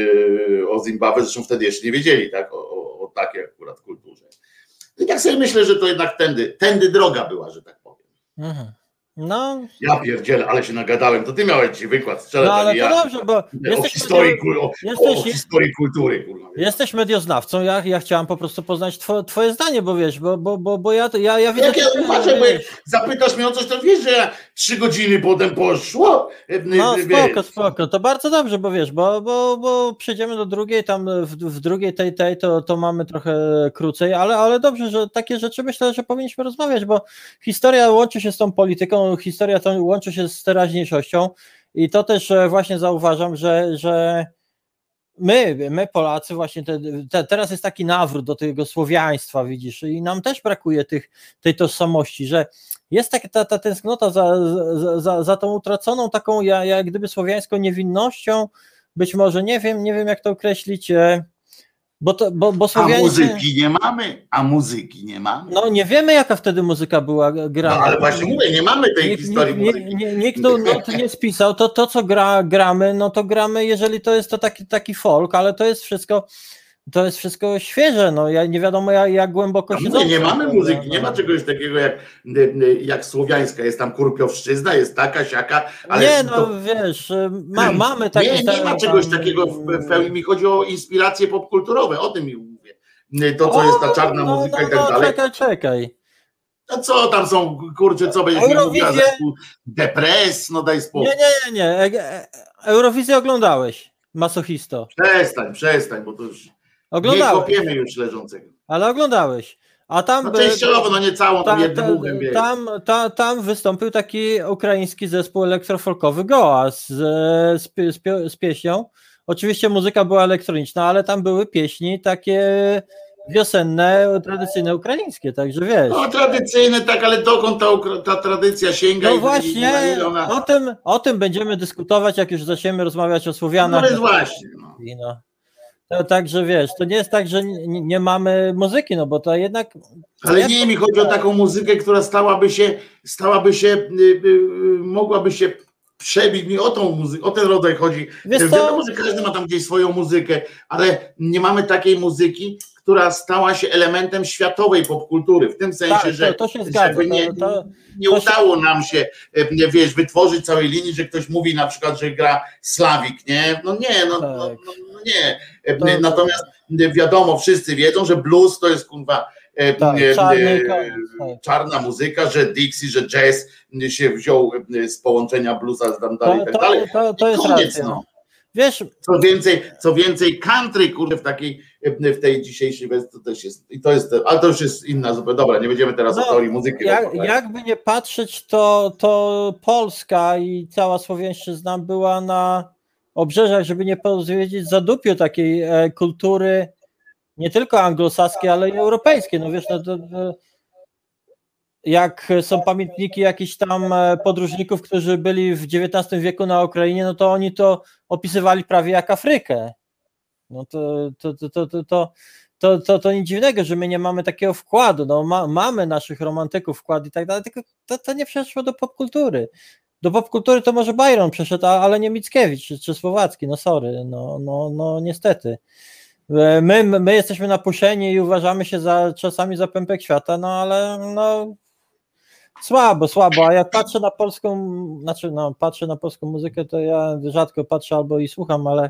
o Zimbabwe, zresztą wtedy jeszcze nie wiedzieli, tak? O, o, o takiej akurat kulturze. I tak sobie myślę, że to jednak tędy, tędy droga była, że tak powiem. Mhm. No. Ja pierdzielę, ale się nagadałem, to ty miałeś dzisiaj wykład strzelać, no, ale ja, to dobrze, bo o, jesteś historii, medio... o, jesteś... o historii kultury. Kurwa. Jesteś medioznawcą, ja, ja chciałam po prostu poznać two, twoje zdanie, bo wiesz, bo, bo, bo, bo ja, ja, ja widzę... Jak ja uważam, bo jak zapytasz mnie o coś, to wiesz, że ja trzy godziny potem poszło. No spoko, spoko, to bardzo dobrze, bo wiesz, bo, bo, bo przejdziemy do drugiej, tam w, w drugiej tej, tej to, to mamy trochę krócej, ale, ale dobrze, że takie rzeczy myślę, że powinniśmy rozmawiać, bo historia łączy się z tą polityką, historia to łączy się z teraźniejszością i to też właśnie zauważam, że, że My, my Polacy właśnie, te, te, teraz jest taki nawrót do tego słowiaństwa, widzisz, i nam też brakuje tych, tej tożsamości, że jest tak, ta, ta tęsknota za, za, za, za tą utraconą taką jak, jak gdyby słowiańską niewinnością, być może, nie wiem, nie wiem jak to określić, bo, to, bo, bo Słowianie... A muzyki nie mamy, a muzyki nie mamy. No nie wiemy jaka wtedy muzyka była grana. No ale właśnie mówię, nie mamy tej nikt, historii nikt, muzyki. Nikt, nikt not nie spisał, to to co gra, gramy, no to gramy, jeżeli to jest to taki, taki folk, ale to jest wszystko, to jest wszystko świeże, no ja nie wiadomo jak, jak głęboko się... Nie, nie mamy muzyki, nie ma czegoś takiego jak, jak słowiańska, jest tam kurpiowszczyzna, jest taka, siaka, ale... Nie, no to... wiesz, ma, mamy takie... Nie, nie ma czegoś takiego w pełni, mi chodzi o inspiracje popkulturowe, o tym mi mówię. To, co o, jest ta czarna no, muzyka no, i tak no, dalej. Czekaj, czekaj. A co tam są, kurczę, co będziesz mi mówiła? Depres, no daj spokój. Nie, nie, nie, nie. Eurowizję oglądałeś, masochisto. Przestań, przestań, bo to już oglądałeś. Nie kopiemy już leżącego. Ale oglądałeś. A tam, no częściowo, no nie całą, ta, jednym ta, uchem wie. Tam, ta, tam wystąpił taki ukraiński zespół elektrofolkowy Goa z, z, z, z pieśnią. Oczywiście muzyka była elektroniczna, ale tam były pieśni takie wiosenne, tradycyjne ukraińskie, także wiesz. No tradycyjne, tak, ale dokąd ta, ta tradycja sięga? No i właśnie, i ona... o, tym, o tym będziemy dyskutować, jak już zaczniemy rozmawiać o Słowianach. No więc właśnie. No. No. To, także wiesz, to nie jest tak, że nie, nie mamy muzyki, no bo to jednak... Ale jak... nie, mi chodzi o taką muzykę, która stałaby się, stałaby się, yy, yy, mogłaby się przebić, mi o tą muzykę, o ten rodzaj chodzi. Wiesz, wiadomo, że każdy ma tam gdzieś swoją muzykę, ale nie mamy takiej muzyki, która stała się elementem światowej popkultury, w tym sensie, tak, że, to, to się zgadza, żeby nie, to, to, nie to udało się... nam się, wiesz, wytworzyć całej linii, że ktoś mówi na przykład, że gra Slawik, nie? No nie, no, tak. no, no, no nie. To... Natomiast wiadomo, wszyscy wiedzą, że blues to jest kurwa tak, czarny, czarna muzyka, że Dixie, że jazz się wziął z połączenia bluesa z tam dalej i tak dalej. To, to, to jest koniec, racja. no. Wiesz, co więcej, co więcej country, kurde, w takiej, w tej dzisiejszej wersji to też jest, i to jest, ale to już jest inna zupełnie, dobra, nie będziemy teraz no, o teorii muzyki. Jak, jakby nie patrzeć, to, to Polska i cała Słowiańszczyzna była na obrzeżach, żeby nie powiedzieć zadupiu takiej e, kultury, nie tylko anglosaskiej, ale i europejskiej, no wiesz, no to, to jak są pamiętniki jakichś tam podróżników, którzy byli w dziewiętnastym wieku na Ukrainie, no to oni to opisywali prawie jak Afrykę. No to to, to, to, to, to, to, to, to nic dziwnego, że my nie mamy takiego wkładu. No ma, mamy naszych romantyków wkład i tak dalej, tylko to, to nie przeszło do popkultury. Do popkultury to może Byron przeszedł, ale nie Mickiewicz czy, czy Słowacki, no sorry, no, no, no niestety. My, my jesteśmy napuszeni i uważamy się za czasami za pępek świata, no ale no słabo, słabo, a jak patrzę na polską, znaczy no patrzę na polską muzykę, to ja rzadko patrzę albo i słucham, ale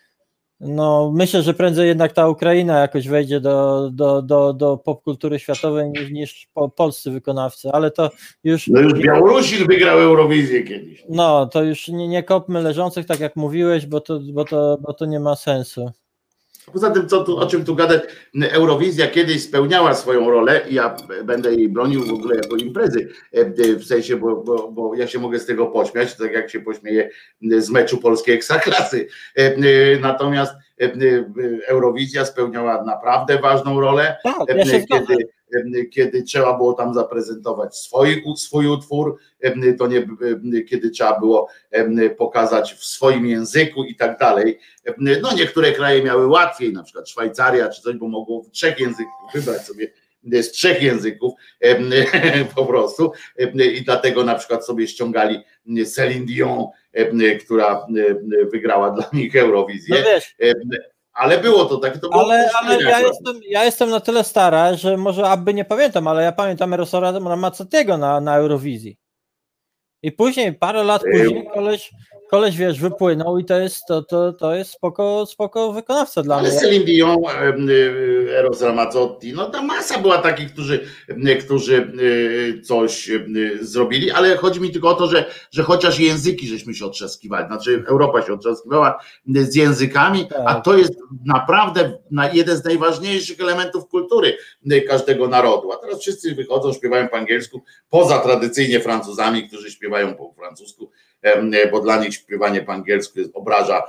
no myślę, że prędzej jednak ta Ukraina jakoś wejdzie do, do, do, do popkultury światowej niż, niż po, polscy wykonawcy, ale to już... No już Białorusin wygrał Eurowizję kiedyś. No, to już nie, nie kopmy leżących, tak jak mówiłeś, bo to, bo to, bo to nie ma sensu. Poza tym, co tu, o czym tu gadać, Eurowizja kiedyś spełniała swoją rolę i ja będę jej bronił w ogóle jako imprezy, w sensie, bo, bo, bo ja się mogę z tego pośmiać, tak jak się pośmieję z meczu polskiej ekstraklasy. Natomiast Eurowizja spełniała naprawdę ważną rolę, Tak, ja się kiedy, kiedy trzeba było tam zaprezentować swój, swój utwór, to nie, kiedy trzeba było pokazać w swoim języku i tak dalej. No niektóre kraje miały łatwiej, na przykład Szwajcaria czy coś, bo mogło w trzech językach wybrać sobie z trzech języków po prostu i dlatego na przykład sobie ściągali Céline Dion, która wygrała dla nich Eurowizję. No wiesz, ale było to tak. To było ale ale ja, jestem, ja jestem na tyle stara, że może aby nie pamiętam, ale ja pamiętam Jarosława Maczettiego na, na Eurowizji. I później, parę lat później koleś, koleś wiesz, wypłynął i to jest, to, to, to jest spoko, spoko wykonawca dla ale mnie. Céline Dion, Eros Ramazzotti, no ta masa była takich, którzy, którzy coś zrobili, ale chodzi mi tylko o to, że, że chociaż języki żeśmy się otrzaskiwali, znaczy Europa się otrzaskiwała z językami, tak. A to jest naprawdę jeden z najważniejszych elementów kultury każdego narodu. A teraz wszyscy wychodzą, śpiewają po angielsku, poza tradycyjnie Francuzami, którzy śpiewają po francusku, bo dla nich śpiewanie po angielsku jest, obraża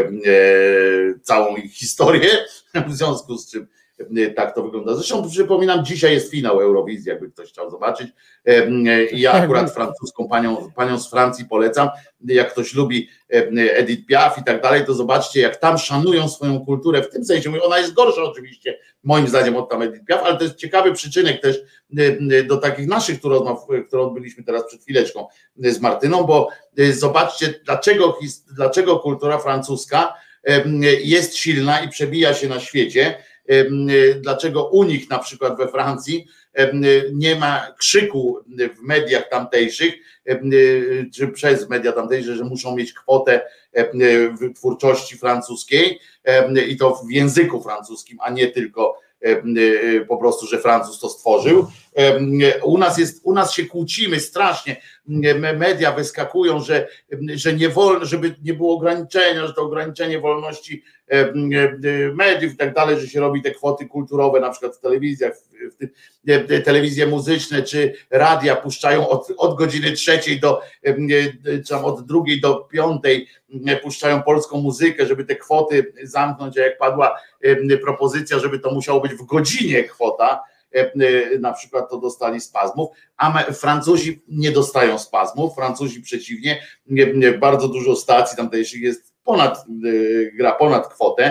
całą ich historię, w związku z czym tak to wygląda. Zresztą przypominam, dzisiaj jest finał Eurowizji, jakby ktoś chciał zobaczyć. Ja akurat francuską panią, panią z Francji polecam. Jak ktoś lubi Edith Piaf i tak dalej, to zobaczcie, jak tam szanują swoją kulturę. W tym sensie, ona jest gorsza oczywiście, moim zdaniem, od tam Edith Piaf, ale to jest ciekawy przyczynek też do takich naszych, które, które odbyliśmy teraz przed chwileczką z Martyną, bo zobaczcie, dlaczego, dlaczego kultura francuska jest silna i przebija się na świecie. Dlaczego u nich na przykład we Francji nie ma krzyku w mediach tamtejszych, czy przez media tamtejsze, że muszą mieć kwotę w twórczości francuskiej i to w języku francuskim, a nie tylko po prostu, że Francuz to stworzył. U nas jest, u nas się kłócimy strasznie, media wyskakują, że, że nie wolno, żeby nie było ograniczenia, że to ograniczenie wolności mediów i tak dalej, że się robi te kwoty kulturowe, na przykład w telewizjach, w, w, telewizje muzyczne czy radia puszczają od, od godziny trzeciej do, czy tam od drugiej do piątej puszczają polską muzykę, żeby te kwoty zamknąć, a jak padła propozycja, żeby to musiało być w godzinie kwota, na przykład to dostali spazmów, a Francuzi nie dostają spazmów, Francuzi przeciwnie, bardzo dużo stacji tamtejszych jest ponad, gra ponad kwotę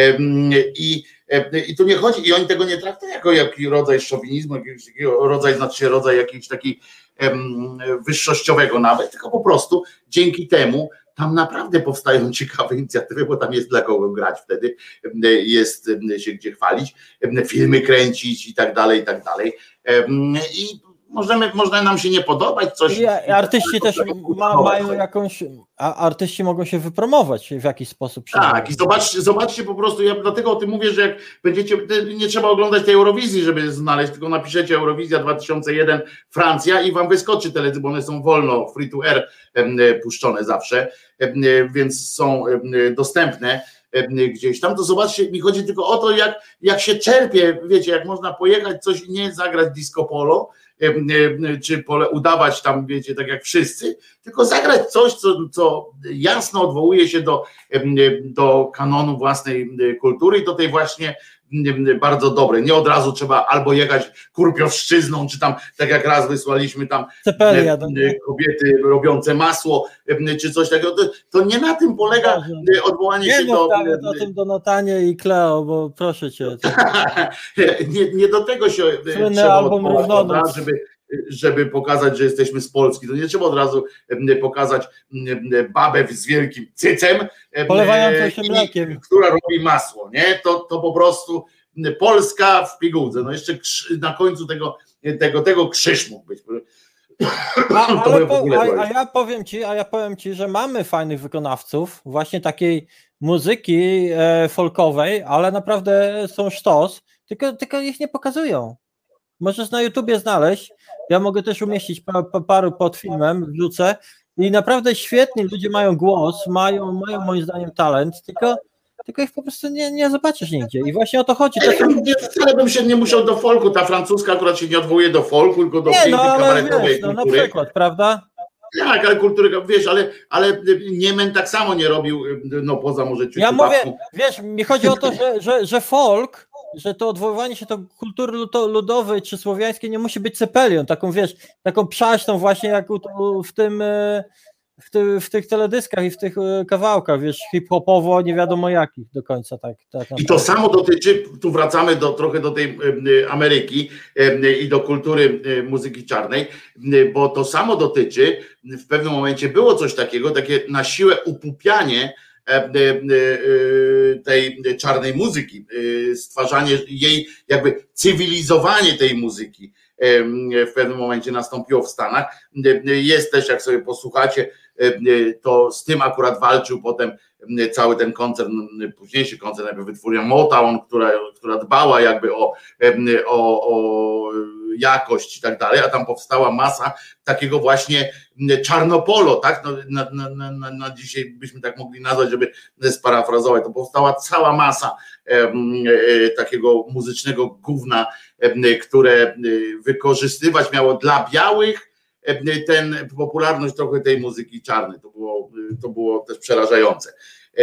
i, i tu nie chodzi, i oni tego nie traktują jako jakiś rodzaj szowinizmu, jakiś rodzaj, znaczy się rodzaj jakiś taki wyższościowego nawet, tylko po prostu dzięki temu tam naprawdę powstają ciekawe inicjatywy, bo tam jest dla kogo grać wtedy, jest się gdzie chwalić, filmy kręcić i tak dalej, i tak dalej. I możemy, można nam się nie podobać coś. I artyści też ma, mają jakąś, a artyści mogą się wypromować w jakiś sposób. Tak, i zobaczcie, zobaczcie po prostu, ja dlatego o tym mówię, że jak będziecie, nie trzeba oglądać tej Eurowizji, żeby znaleźć, tylko napiszecie Eurowizja dwa tysiące jeden Francja i wam wyskoczy teledysk, bo one są wolno, free to air puszczone zawsze, więc są dostępne gdzieś tam, to zobaczcie, mi chodzi tylko o to, jak, jak się czerpie, wiecie, jak można pojechać coś i nie zagrać disco polo, czy pole, udawać tam, wiecie, tak jak wszyscy, tylko zagrać coś, co, co jasno odwołuje się do, do kanonu własnej kultury i do tej właśnie bardzo dobrej. Nie od razu trzeba albo jechać Kurpiowszczyzną, czy tam, tak jak raz wysłaliśmy tam kobiety robiące masło, czy coś takiego. To, to nie na tym polega odwołanie nie się do... Nie o tym Donatanie i Kleo, bo proszę cię. nie, nie do tego się Słynny trzeba album odwołać, żeby żeby pokazać, że jesteśmy z Polski. To nie trzeba od razu pokazać babę z wielkim cycem, polewającą się mlekiem, która robi masło, nie? To, to po prostu Polska w pigułce. No jeszcze na końcu tego, tego, tego krzyż mógł być. A, ale po, a, a ja powiem ci, a ja powiem ci, że mamy fajnych wykonawców, właśnie takiej muzyki e, folkowej, ale naprawdę są sztos, tylko, tylko ich nie pokazują. Możesz na YouTubie znaleźć, ja mogę też umieścić pa, pa, paru pod filmem, wrzucę i naprawdę świetni ludzie mają głos, mają, mają moim zdaniem talent, tylko, tylko ich po prostu nie, nie zobaczysz nigdzie i właśnie o to chodzi. To są... nie, wcale bym się nie musiał do folku, ta francuska akurat się nie odwołuje do folku, tylko do nie, pięknej no, ale kabaretowej wiesz, no, na przykład, prawda? Tak, ale kultury, wiesz, ale, ale Niemen tak samo nie robił, no poza może ciuciu Ja mówię, babką. wiesz, mi chodzi o to, że, że, że folk, że to odwoływanie się do kultury ludowej czy słowiańskiej nie musi być cepelią, taką wiesz, taką przaśną właśnie jak w tym w, ty, w tych teledyskach i w tych kawałkach, wiesz, hip-hopowo nie wiadomo jakich do końca. tak. tak I to samo dotyczy, tu wracamy do, trochę do tej Ameryki i do kultury muzyki czarnej, bo to samo dotyczy, w pewnym momencie było coś takiego, takie na siłę upupianie tej czarnej muzyki, stwarzanie jej, jakby cywilizowanie tej muzyki w pewnym momencie nastąpiło w Stanach. Jest też, jak sobie posłuchacie, to z tym akurat walczył potem cały ten koncert, późniejszy koncert, jakby wytwórnia Motown, która, która dbała jakby o, o, o jakość i tak dalej, a tam powstała masa takiego właśnie czarnopolo, tak? No, na, na, na, na dzisiaj byśmy tak mogli nazwać, żeby sparafrazować, to powstała cała masa e, e, takiego muzycznego gówna, e, które wykorzystywać miało dla białych ten popularność trochę tej muzyki czarnej. To było, to było też przerażające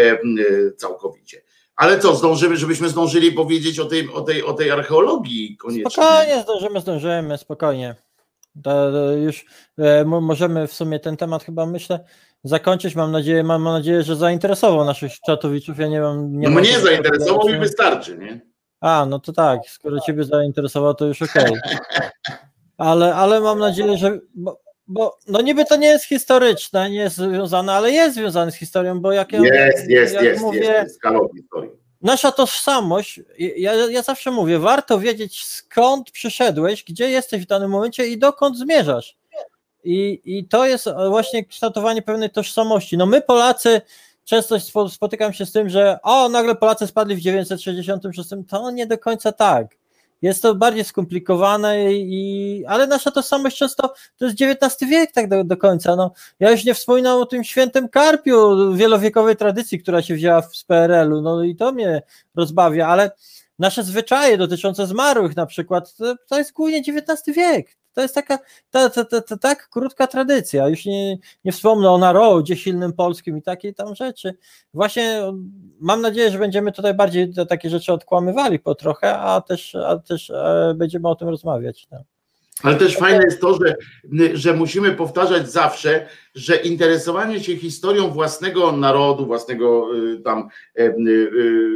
całkowicie. Ale co, zdążymy, żebyśmy zdążyli powiedzieć o tej, o tej, o tej archeologii koniecznie. Spokojnie, zdążymy, zdążymy, spokojnie. To, to już e, możemy w sumie ten temat chyba, myślę, zakończyć. Mam nadzieję, mam nadzieję, że zainteresował naszych czatowiczów. Ja nie mam... Nie no mam mnie zainteresował i wystarczy, nie? A, no to tak, skoro ciebie zainteresował, to już okej. Okay. Ale, ale mam nadzieję, że... Bo, bo no niby to nie jest historyczne, nie jest związane, ale jest związane z historią, bo jak ja, jest, jest, jak jest, mówię, jest, jest historii. Nasza tożsamość, ja, ja zawsze mówię, warto wiedzieć, skąd przyszedłeś, gdzie jesteś w danym momencie i dokąd zmierzasz. I, i to jest właśnie kształtowanie pewnej tożsamości. No my Polacy, często spotykam się z tym, że o, nagle Polacy spadli w dziewięćset sześćdziesiątym szóstym, to nie do końca tak. Jest to bardziej skomplikowane, i, ale nasza tożsamość często to jest dziewiętnasty wiek tak do, do końca. No, ja już nie wspominam o tym świętym Karpiu, wielowiekowej tradycji, która się wzięła z P R L u, no i to mnie rozbawia, ale nasze zwyczaje dotyczące zmarłych na przykład, to, to jest głównie dziewiętnasty wiek. To jest taka ta, ta, ta, ta, tak krótka tradycja. Już nie, nie wspomnę o narodzie silnym polskim i takiej tam rzeczy. Właśnie mam nadzieję, że będziemy tutaj bardziej te, takie rzeczy odkłamywali po trochę, a też, a też e, będziemy o tym rozmawiać. No. Ale też fajne jest to, że, że musimy powtarzać zawsze, że interesowanie się historią własnego narodu, własnego y, tam y, y,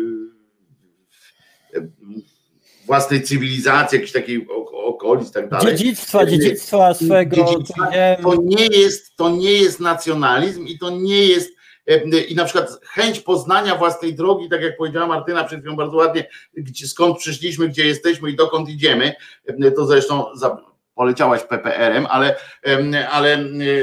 y, własnej cywilizacji, jakiejś takiej okolic i tak dalej. Dziedzictwa, dziedzictwa swego. Dziedzictwa, to nie jest, to nie jest nacjonalizm i to nie jest i na przykład chęć poznania własnej drogi, tak jak powiedziała Martyna przed chwilą bardzo ładnie, gdzie, skąd przyszliśmy, gdzie jesteśmy i dokąd idziemy, to zresztą za, poleciałaś P P R em, ale ale, ale,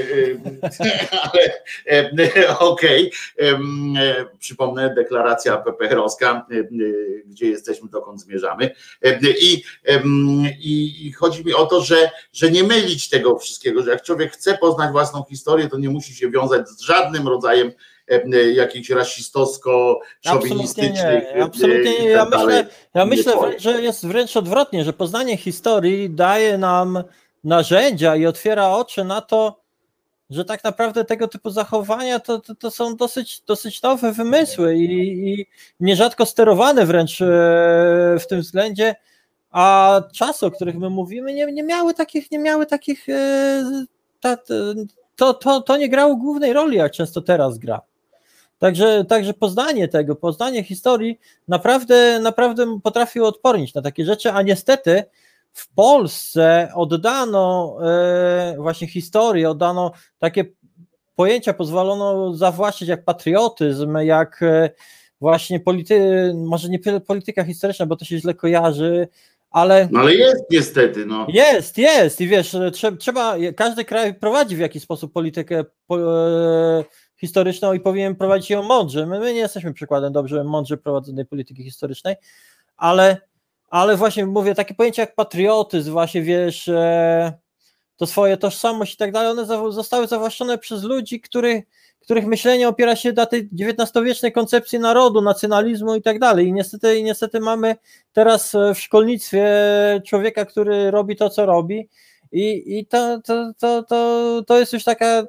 ale okej, okay. Przypomnę, deklaracja P P R owska, gdzie jesteśmy, dokąd zmierzamy. I, i, i chodzi mi o to, że, że nie mylić tego wszystkiego, że jak człowiek chce poznać własną historię, to nie musi się wiązać z żadnym rodzajem jakichś rasistowsko-szowinistycznych. Absolutnie nie. Absolutnie nie. Ja myślę, ja myślę że jest wręcz odwrotnie, że poznanie historii daje nam narzędzia i otwiera oczy na to, że tak naprawdę tego typu zachowania to, to, to są dosyć, dosyć nowe wymysły i, i nierzadko sterowane wręcz w tym względzie, a czasy, o których my mówimy, nie, nie miały takich, nie miały takich ta, to, to, to nie grało głównej roli, jak często teraz gra. Także, także poznanie tego, poznanie historii naprawdę, naprawdę potrafiło odpornić na takie rzeczy, a niestety w Polsce oddano e, właśnie historię, oddano takie pojęcia, pozwolono zawłaszczyć jak patriotyzm, jak e, właśnie polity, może nie polityka historyczna, bo to się źle kojarzy, ale... No ale jest niestety, no. Jest, jest i wiesz, trzeba, każdy kraj prowadzi w jakiś sposób politykę po, e, historyczną i powinien prowadzić ją mądrze. My, my nie jesteśmy przykładem dobrze, mądrze prowadzonej polityki historycznej, ale, ale właśnie mówię, takie pojęcia jak patriotyzm, właśnie wiesz, e, to swoje tożsamość i tak dalej, one za, zostały zawłaszczone przez ludzi, których, których myślenie opiera się na tej dziewiętnastowiecznej koncepcji narodu, nacjonalizmu i tak dalej. I niestety, i niestety mamy teraz w szkolnictwie człowieka, który robi to, co robi i, i to, to, to, to, to jest już taka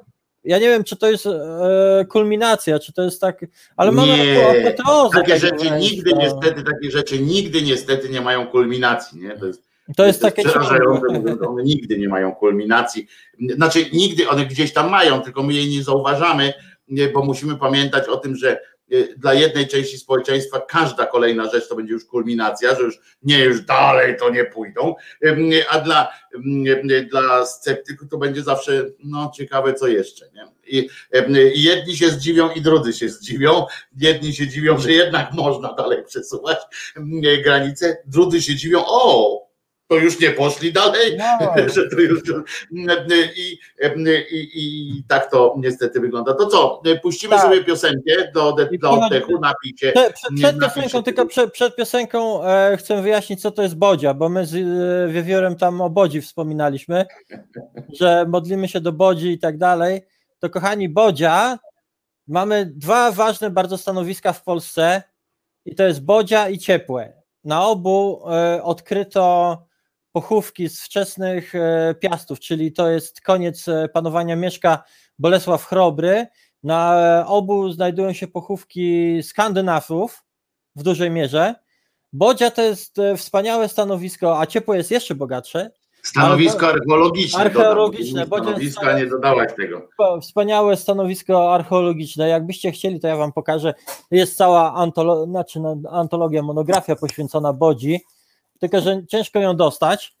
ja nie wiem, czy to jest e, kulminacja, czy to jest tak, ale mamy Nie, apoteozę. takie tego rzeczy wręcz, nigdy to- niestety, takie rzeczy nigdy niestety nie mają kulminacji, nie? To jest, To jest takie przerażające, ciągłe. mówiąc, one nigdy nie mają kulminacji. Znaczy nigdy one gdzieś tam mają, tylko my jej nie zauważamy, nie, bo musimy pamiętać o tym, że y, dla jednej części społeczeństwa każda kolejna rzecz to będzie już kulminacja, że już nie, już dalej to nie pójdą, Ym, a dla, ym, y, dla sceptyków to będzie zawsze no ciekawe co jeszcze, nie? I, ym, i jedni się zdziwią i drudzy się zdziwią, jedni się dziwią, że jednak można dalej przesuwać ym, granice, drudzy się dziwią, o, to już nie poszli dalej, No. że to już i, i, i tak to niestety wygląda. To co, puścimy Tak. sobie piosenkę do, I do pochodzi- oddechu, napicie. Przed, przed, przed napicie piosenką, tylko przed, przed piosenką e, chcę wyjaśnić, co to jest bodzia, bo my z e, Wiewiórem tam o Bodzi wspominaliśmy, że modlimy się do Bodzi i tak dalej. To kochani, bodzia, mamy dwa ważne bardzo stanowiska w Polsce i to jest bodzia i ciepłe. Na obu e, odkryto pochówki z wczesnych e, piastów, czyli to jest koniec e, panowania Mieszka Bolesław Chrobry. Na e, obu znajdują się pochówki Skandynawów w dużej mierze. Bodzia to jest e, wspaniałe stanowisko, a ciepłe jest jeszcze bogatsze. Stanowisko archeologiczne. Archeologiczne, dodam, stanowiska nie dodałeś tego. Wspaniałe stanowisko archeologiczne. Jakbyście chcieli, to ja wam pokażę. Jest cała antolo- znaczy, no, antologia, monografia poświęcona Bodzi, tylko że ciężko ją dostać.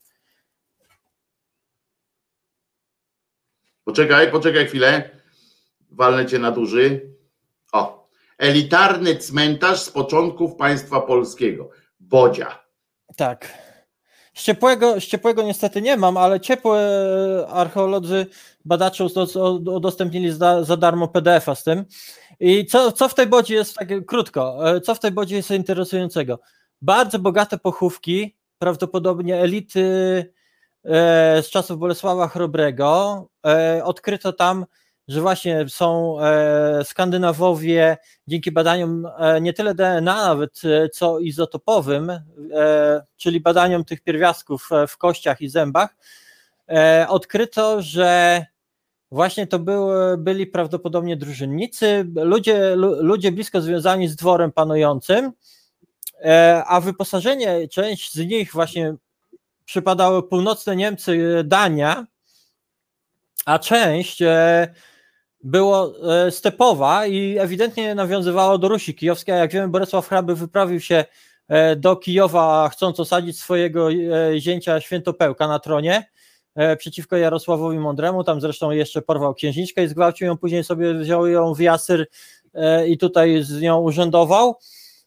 Poczekaj, poczekaj chwilę. Walnę cię na duży. O, elitarny cmentarz z początków państwa polskiego. Bodzia. Tak. Z ciepłego, z ciepłego niestety nie mam, ale ciepłe archeolodzy, badacze udostępnili za, za darmo P D F-a z tym. I co, co w tej Bodzi jest, tak krótko, co w tej Bodzi jest interesującego? Bardzo bogate pochówki, prawdopodobnie elity e, z czasów Bolesława Chrobrego. E, odkryto tam, że właśnie są e, Skandynawowie dzięki badaniom e, nie tyle D N A nawet, e, co izotopowym, e, czyli badaniom tych pierwiastków e, w kościach i zębach, e, odkryto, że właśnie to były, byli prawdopodobnie drużynnicy, ludzie, lu, ludzie blisko związani z dworem panującym, e, a wyposażenie, część z nich właśnie przypadały północne Niemcy, Dania, a część e, było stepowa i ewidentnie nawiązywało do Rusi Kijowskiej. Jak wiemy, Bolesław Hrabry wyprawił się do Kijowa, chcąc osadzić swojego zięcia Świętopełka na tronie przeciwko Jarosławowi Mądremu. Tam zresztą jeszcze porwał księżniczkę i zgwałcił ją, później sobie wziął ją w Jasyr i tutaj z nią urzędował.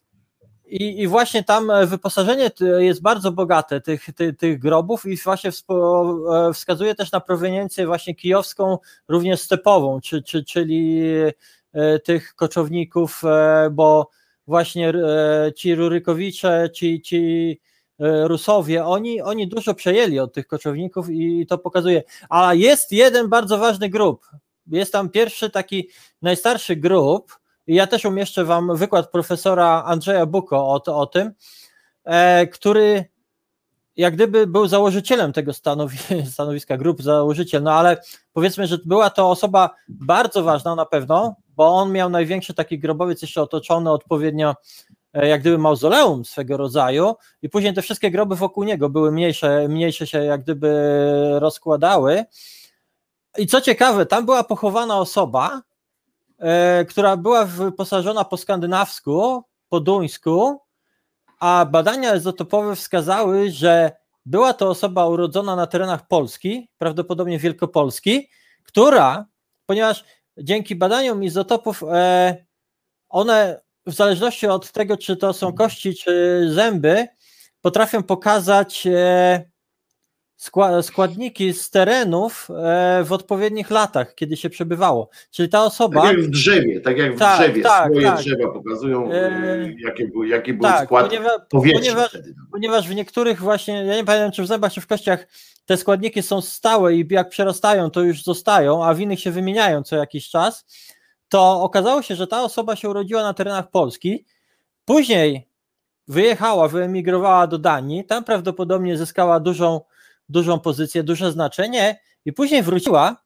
I, I właśnie tam wyposażenie jest bardzo bogate tych, tych, tych grobów i właśnie wskazuje też na proweniencję właśnie kijowską, również stepową, czy, czy, czyli tych koczowników, bo właśnie ci Rurykowicze, ci, ci Rusowie, oni, oni dużo przejęli od tych koczowników i to pokazuje. A jest jeden bardzo ważny grup, jest tam pierwszy taki najstarszy grup, i ja też umieszczę wam wykład profesora Andrzeja Buko o, to, o tym, e, który jak gdyby był założycielem tego stanowi- stanowiska, grup założyciel, no ale powiedzmy, że była to osoba bardzo ważna na pewno, bo on miał największy taki grobowiec jeszcze otoczony odpowiednio e, jak gdyby mauzoleum swego rodzaju i później te wszystkie groby wokół niego były mniejsze, mniejsze się jak gdyby rozkładały i co ciekawe, tam była pochowana osoba, która była wyposażona po skandynawsku, po duńsku, a badania izotopowe wskazały, że była to osoba urodzona na terenach Polski, prawdopodobnie Wielkopolski, która, ponieważ dzięki badaniom izotopów one w zależności od tego, czy to są kości, czy zęby, potrafią pokazać składniki z terenów w odpowiednich latach, kiedy się przebywało. Czyli ta osoba... Tak jak w drzewie, tak jak w tak, drzewie. tak, Swoje tak. drzewa pokazują, E... jaki był, jaki był tak, skład ponieważ, powietrza. Ponieważ, ponieważ w niektórych właśnie, ja nie pamiętam, czy w zębach, czy w kościach te składniki są stałe i jak przerastają, to już zostają, a w innych się wymieniają co jakiś czas, to okazało się, że ta osoba się urodziła na terenach Polski, później wyjechała, wyemigrowała do Danii, tam prawdopodobnie zyskała dużą dużą pozycję, duże znaczenie i później wróciła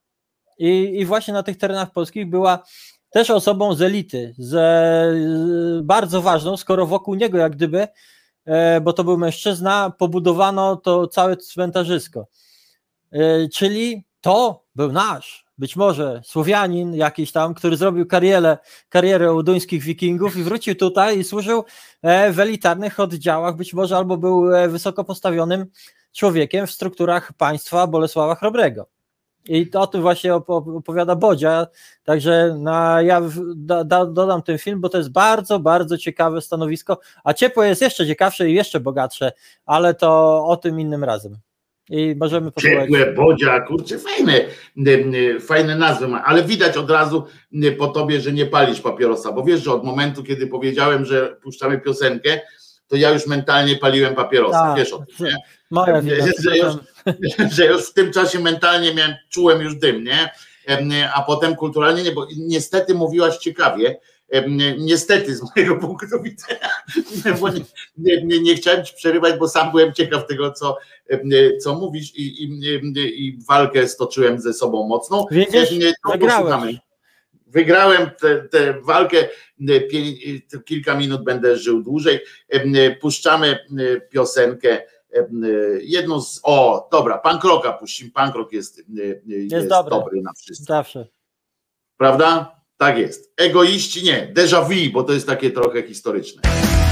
I, i właśnie na tych terenach polskich była też osobą z elity, z, z, bardzo ważną, skoro wokół niego jak gdyby, e, bo to był mężczyzna, pobudowano to całe cmentarzysko. E, czyli to był nasz, być może Słowianin jakiś tam, który zrobił karierę, karierę u duńskich wikingów i wrócił tutaj i służył w elitarnych oddziałach, być może albo był wysoko postawionym człowiekiem w strukturach państwa Bolesława Chrobrego. I to o tym właśnie opowiada Bodzia, także na, ja da, da, dodam ten film, bo to jest bardzo, bardzo ciekawe stanowisko, a Ciepło jest jeszcze ciekawsze i jeszcze bogatsze, ale to o tym innym razem. I możemy posłuchać. Ciepłe, Bodzia, kurczę, fajne, fajne nazwy ma, ale widać od razu po tobie, że nie palisz papierosa, bo wiesz, że od momentu, kiedy powiedziałem, że puszczamy piosenkę, to ja już mentalnie paliłem papierosa, tak, wiesz o tym, nie? Moja że, że, już, że już w tym czasie mentalnie miałem, czułem już dym, nie? A potem kulturalnie nie, bo niestety mówiłaś ciekawie, niestety z mojego punktu widzenia, bo nie, nie, nie, nie chciałem ci przerywać, bo sam byłem ciekaw tego, co, co mówisz i, i, i walkę stoczyłem ze sobą mocną. Widzisz, wygrałeś. Wygrałem tę walkę, kilka minut będę żył dłużej. Puszczamy piosenkę, jedną z, o dobra, Punk Rocka puścimy, Punk Rock jest, jest, jest dobry. dobry na wszystko. Zawsze. Prawda? Tak jest. Egoiści nie, déjà vu, bo to jest takie trochę historyczne.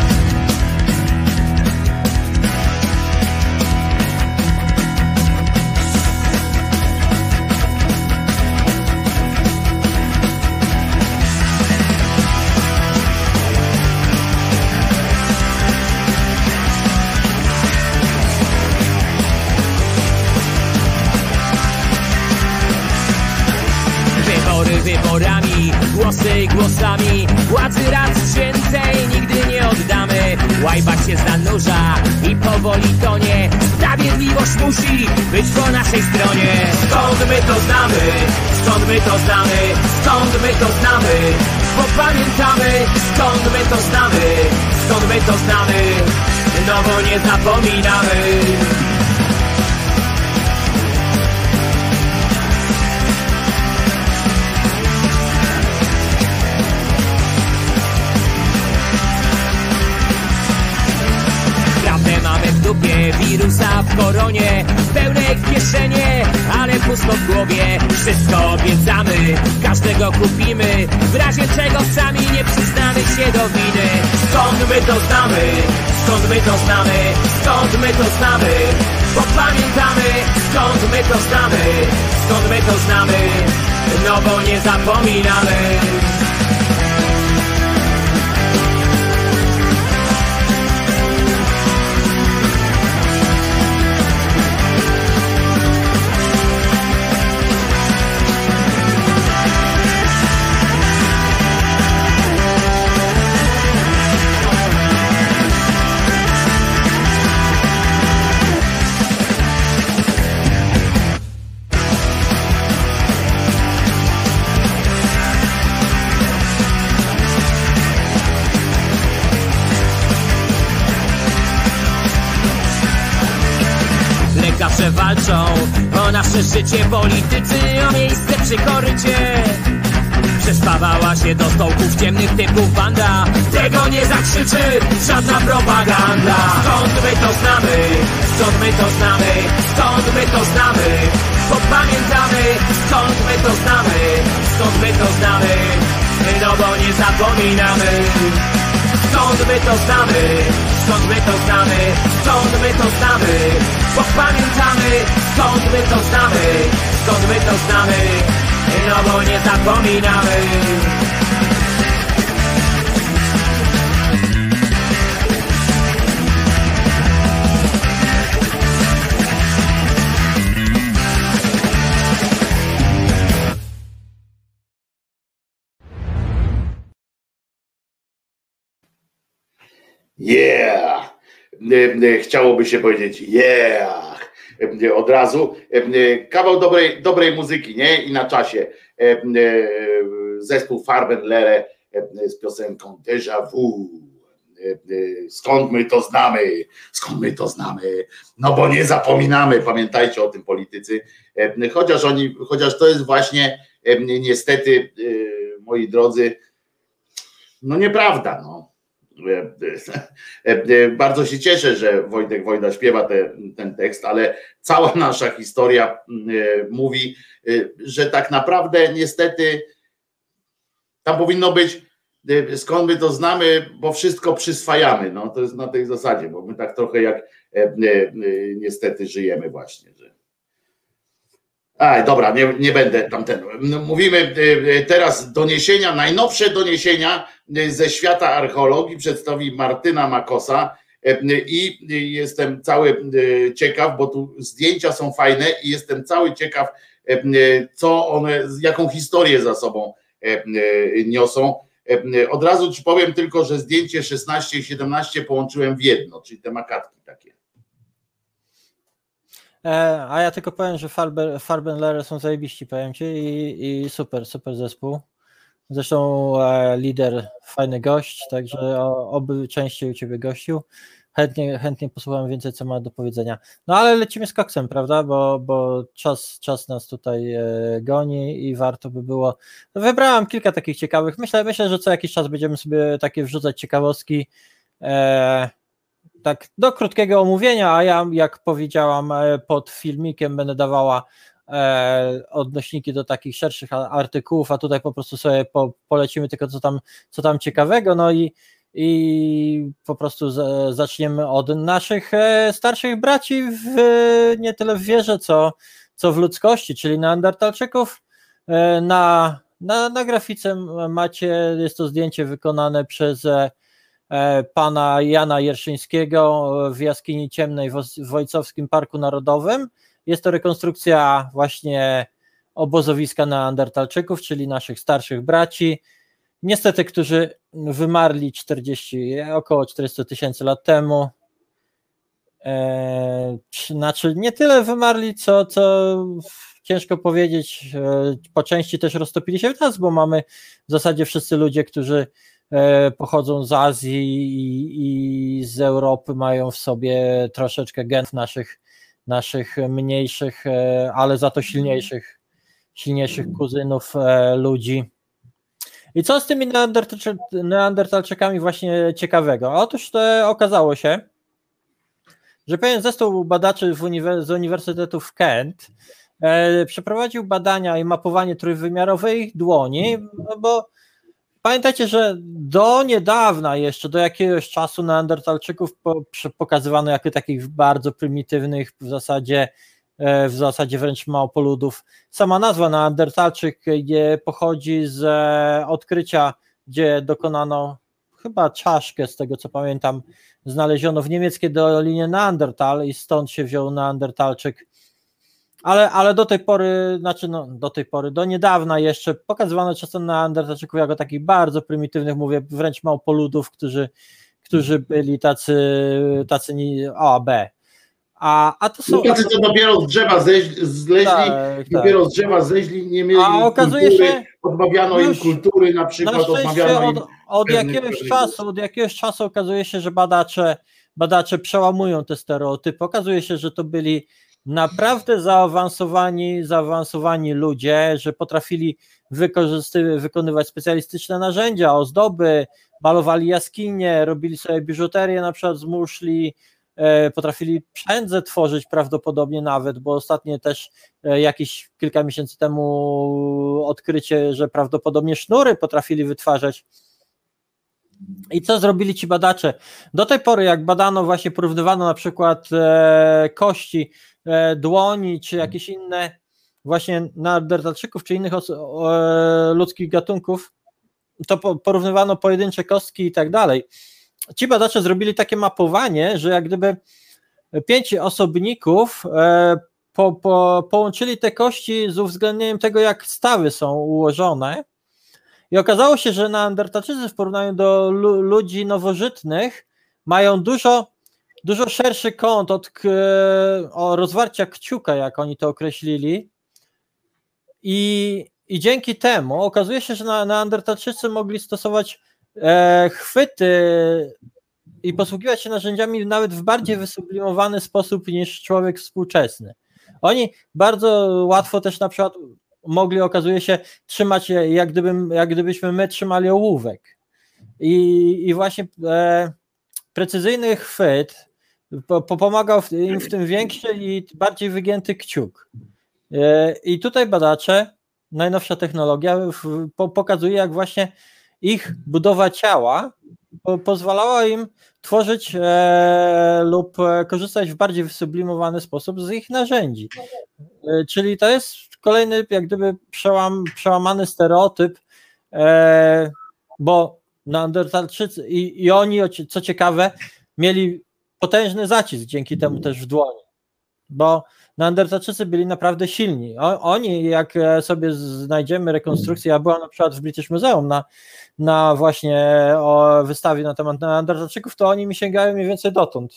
Wyborami, głosy głosami, władzy racji świętej nigdy nie oddamy. Łajbak się zanurza i powoli tonie, sprawiedliwość musi być po naszej stronie. Skąd my to znamy, skąd my to znamy, skąd my to znamy, bo pamiętamy, skąd my to znamy, skąd my to znamy, no bo nie zapominamy. Wirusa w koronie, pełne kieszenie, ale pusto w głowie. Wszystko obiecamy, każdego kupimy, w razie czego sami nie przyznamy się do winy. Skąd my to znamy, skąd my to znamy, skąd my to znamy, bo pamiętamy, skąd my to znamy, skąd my to znamy, no bo nie zapominamy. Lekarze walczą o nasze życie, politycy o miejsce przy korycie. Przespawała się do stołków ciemnych typów banda, tego nie zakrzyczy żadna propaganda. Skąd my to znamy, skąd my to znamy, skąd my to znamy, bo pamiętamy, skąd my to znamy, skąd my to znamy, no bo nie zapominamy. Skąd my to znamy, skąd my to znamy, skąd my to znamy, bo pamiętamy, skąd my to znamy, skąd my to znamy, no bo nie zapominamy. Yeah! Chciałoby się powiedzieć yeah! Od razu. Kawał dobrej, dobrej muzyki, nie? I na czasie. Zespół Farben Lehre z piosenką Déjà Vu. skąd my to znamy, skąd my to znamy, no bo nie zapominamy, pamiętajcie o tym politycy, chociaż oni, chociaż to jest właśnie niestety, moi drodzy, no nieprawda, no. Bardzo się cieszę, że Wojtek Wojda śpiewa te, ten tekst, ale cała nasza historia mówi, że tak naprawdę niestety tam powinno być, skąd my to znamy, bo wszystko przyswajamy. No to jest na tej zasadzie, bo my tak trochę jak niestety żyjemy właśnie. Że... A, dobra, nie, nie będę tam ten. Mówimy teraz doniesienia, najnowsze doniesienia ze świata archeologii przedstawi Martyna Makosa i jestem cały ciekaw, bo tu zdjęcia są fajne i jestem cały ciekaw, co one, jaką historię za sobą niosą. Od razu ci powiem tylko, że zdjęcie szesnaście i siedemnaście połączyłem w jedno, czyli te makatki takie. E, a ja tylko powiem, że Farbenlehre są zajebiści, powiem ci, i, i super, super zespół. Zresztą e, lider, fajny gość, także o, oby częściej u ciebie gościł. Chętnie, chętnie posłucham więcej, co ma do powiedzenia. No ale lecimy z koksem, prawda, bo, bo czas, czas nas tutaj e, goni i warto by było. Wybrałem kilka takich ciekawych, myślę, myślę, że co jakiś czas będziemy sobie takie wrzucać ciekawostki, e, tak do krótkiego omówienia, a ja, jak powiedziałam, pod filmikiem będę dawała e, odnośniki do takich szerszych artykułów, a tutaj po prostu sobie po, polecimy tylko co tam, co tam ciekawego, no i, i po prostu z, zaczniemy od naszych e, starszych braci w, nie tyle w wierze, co, co w ludzkości, czyli Neandertalczyków. E, na, na, na grafice macie, jest to zdjęcie wykonane przez e, pana Jana Jerszyńskiego w jaskini ciemnej w Wojcowskim Parku Narodowym. Jest to rekonstrukcja właśnie obozowiska Neandertalczyków, czyli naszych starszych braci, niestety, którzy wymarli czterdzieści, około czterysta tysięcy lat temu. Eee, znaczy nie tyle wymarli, co, co ciężko powiedzieć, po części też roztopili się w nas, bo mamy w zasadzie wszyscy ludzie, którzy pochodzą z Azji i, i z Europy, mają w sobie troszeczkę genów naszych, naszych mniejszych, ale za to silniejszych, silniejszych kuzynów ludzi. I co z tymi neandertalczy, neandertalczykami właśnie ciekawego? Otóż to okazało się, że pewien zespół badaczy w uniwer- z Uniwersytetu w Kent e, przeprowadził badania i mapowanie trójwymiarowej dłoni, bo pamiętajcie, że do niedawna jeszcze, do jakiegoś czasu Neandertalczyków pokazywano jako takich bardzo prymitywnych, w zasadzie, w zasadzie wręcz małpoludów. Sama nazwa Neandertalczyk pochodzi z odkrycia, gdzie dokonano chyba czaszkę, z tego co pamiętam, znaleziono w niemieckiej dolinie Neandertal i stąd się wziął Neandertalczyk. Ale, ale do tej pory, znaczy no, do tej pory, do niedawna jeszcze pokazywano czasem Neandertalczyków jako takich bardzo prymitywnych, mówię, wręcz małpoludów, którzy, którzy byli tacy, tacy A, B. A, a to są... No tacy, co dopiero z drzewa zleźli, zleźli tak, dopiero tak. z drzewa zleźli, nie mieli a okazuje kultury, się, odmawiano im kultury, na przykład na odmawiano od, im... Od jakiegoś czasu, od jakiegoś czasu okazuje się, że badacze, badacze przełamują te stereotypy. Okazuje się, że to byli naprawdę zaawansowani, zaawansowani ludzie, że potrafili wykorzystywać, wykonywać specjalistyczne narzędzia, ozdoby, malowali jaskinie, robili sobie biżuterię na przykład z muszli, e, potrafili przędzę tworzyć prawdopodobnie nawet, bo ostatnio też e, jakieś kilka miesięcy temu odkrycie, że prawdopodobnie sznury potrafili wytwarzać. I co zrobili ci badacze? Do tej pory, jak badano, właśnie porównywano na przykład e, kości, e, dłoni, czy jakieś inne właśnie neandertalczyków, czy innych os- e, ludzkich gatunków, to po, porównywano pojedyncze kostki i tak dalej. Ci badacze zrobili takie mapowanie, że jak gdyby pięć osobników e, po, po, połączyli te kości z uwzględnieniem tego, jak stawy są ułożone. I okazało się, że Neandertalczycy w porównaniu do lu- ludzi nowożytnych mają dużo, dużo szerszy kąt od k- o rozwarcia kciuka, jak oni to określili. I, i dzięki temu okazuje się, że Neandertalczycy mogli stosować e, chwyty i posługiwać się narzędziami nawet w bardziej wysublimowany sposób niż człowiek współczesny. Oni bardzo łatwo też na przykład mogli, okazuje się, trzymać, jak, gdybym, jak gdybyśmy my trzymali ołówek. I, i właśnie e, precyzyjny chwyt po, pomagał im w tym większy i bardziej wygięty kciuk. E, I tutaj badacze, najnowsza technologia w, po, pokazuje, jak właśnie ich budowa ciała po, pozwalała im tworzyć e, lub korzystać w bardziej wysublimowany sposób z ich narzędzi. E, czyli to jest kolejny jak gdyby przełam, przełamany stereotyp, e, bo Neandertalczycy i, i oni, co ciekawe, mieli potężny zacisk dzięki temu też w dłoni, bo Neandertalczycy byli naprawdę silni. O, oni, jak sobie znajdziemy rekonstrukcję, ja byłam na przykład w British Museum na, na właśnie o wystawie na temat Neandertalczyków, to oni mi sięgają mniej więcej dotąd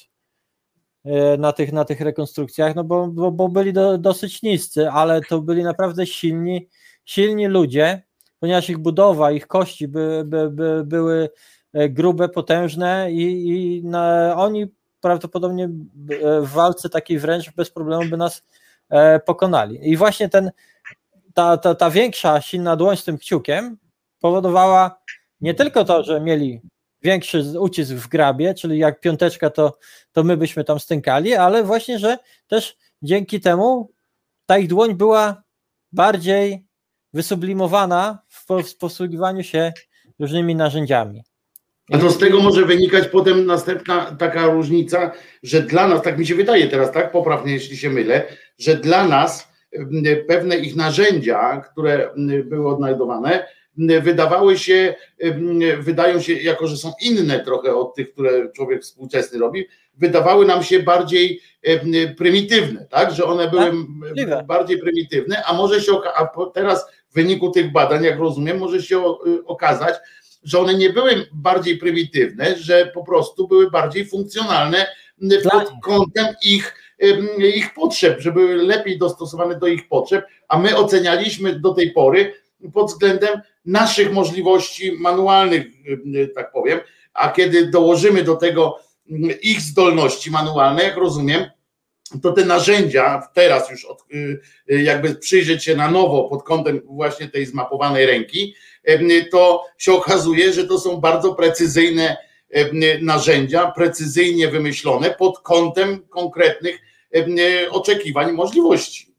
na tych, na tych rekonstrukcjach, no bo, bo, bo byli do, dosyć niscy, ale to byli naprawdę silni, silni ludzie, ponieważ ich budowa, ich kości by, by, by były grube, potężne i, i na, oni prawdopodobnie w walce takiej wręcz bez problemu by nas e, pokonali. I właśnie ten, ta, ta, ta większa, silna dłoń z tym kciukiem powodowała nie tylko to, że mieli większy ucisk w grabie, czyli jak piąteczka, to, to my byśmy tam stękali, ale właśnie, że też dzięki temu ta ich dłoń była bardziej wysublimowana w, w posługiwaniu się różnymi narzędziami. A to z tego może wynikać potem następna taka różnica, że dla nas, tak mi się wydaje teraz, tak, poprawnie jeśli się mylę, że dla nas pewne ich narzędzia, które były odnajdowane, wydawały się, wydają się, jako że są inne trochę od tych, które człowiek współczesny robi, wydawały nam się bardziej prymitywne, tak, że one były tak? bardziej prymitywne, a może się, a teraz w wyniku tych badań, jak rozumiem, może się okazać, że one nie były bardziej prymitywne, że po prostu były bardziej funkcjonalne pod kątem ich, ich potrzeb, że były lepiej dostosowane do ich potrzeb, a my ocenialiśmy do tej pory pod względem naszych możliwości manualnych, tak powiem, a kiedy dołożymy do tego ich zdolności manualne, jak rozumiem, to te narzędzia teraz już od, jakby przyjrzeć się na nowo pod kątem właśnie tej zmapowanej ręki, to się okazuje, że to są bardzo precyzyjne narzędzia, precyzyjnie wymyślone pod kątem konkretnych oczekiwań i możliwości.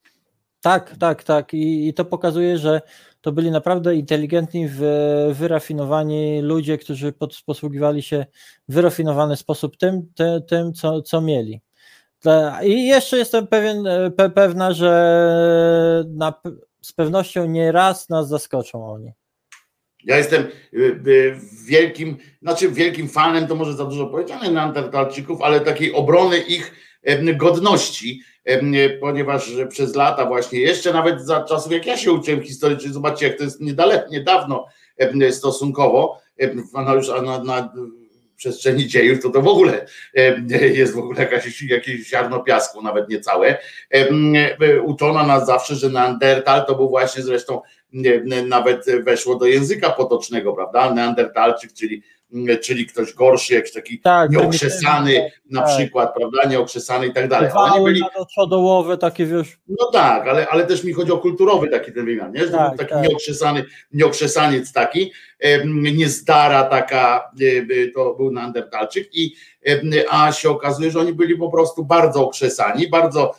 Tak, tak, tak. I, i to pokazuje, że to byli naprawdę inteligentni, wyrafinowani ludzie, którzy pod, posługiwali się w wyrafinowany sposób tym, tym, tym co, co mieli. I jeszcze jestem pewien, pe, pewna, że na, z pewnością nie raz nas zaskoczą oni. Ja jestem wielkim, znaczy wielkim fanem, to może za dużo powiedziane, Neandertalczyków, ale takiej obrony ich godności, ponieważ przez lata właśnie, jeszcze nawet za czasów, jak ja się uczyłem historii, zobaczcie, jak to jest niedaleko, niedawno stosunkowo, no już na, na przestrzeni dziejów, to to w ogóle jest w ogóle jakaś, jakieś ziarno piasku, nawet niecałe. Uczono nas zawsze, że Neandertal to był właśnie, zresztą nawet weszło do języka potocznego, prawda? Neandertalczyk, czyli, czyli ktoś gorszy, jakiś taki tak, nieokrzesany tak, na tak. przykład, prawda? Nieokrzesany i tak dalej. Oni byli czodołowe takie, wiesz. No tak, ale, ale też mi chodzi o kulturowy taki ten wymiar, nie? Że tak, taki tak. nieokrzesany, nieokrzesaniec taki, niezdara taka, to był Neandertalczyk, i, a się okazuje, że oni byli po prostu bardzo okrzesani, bardzo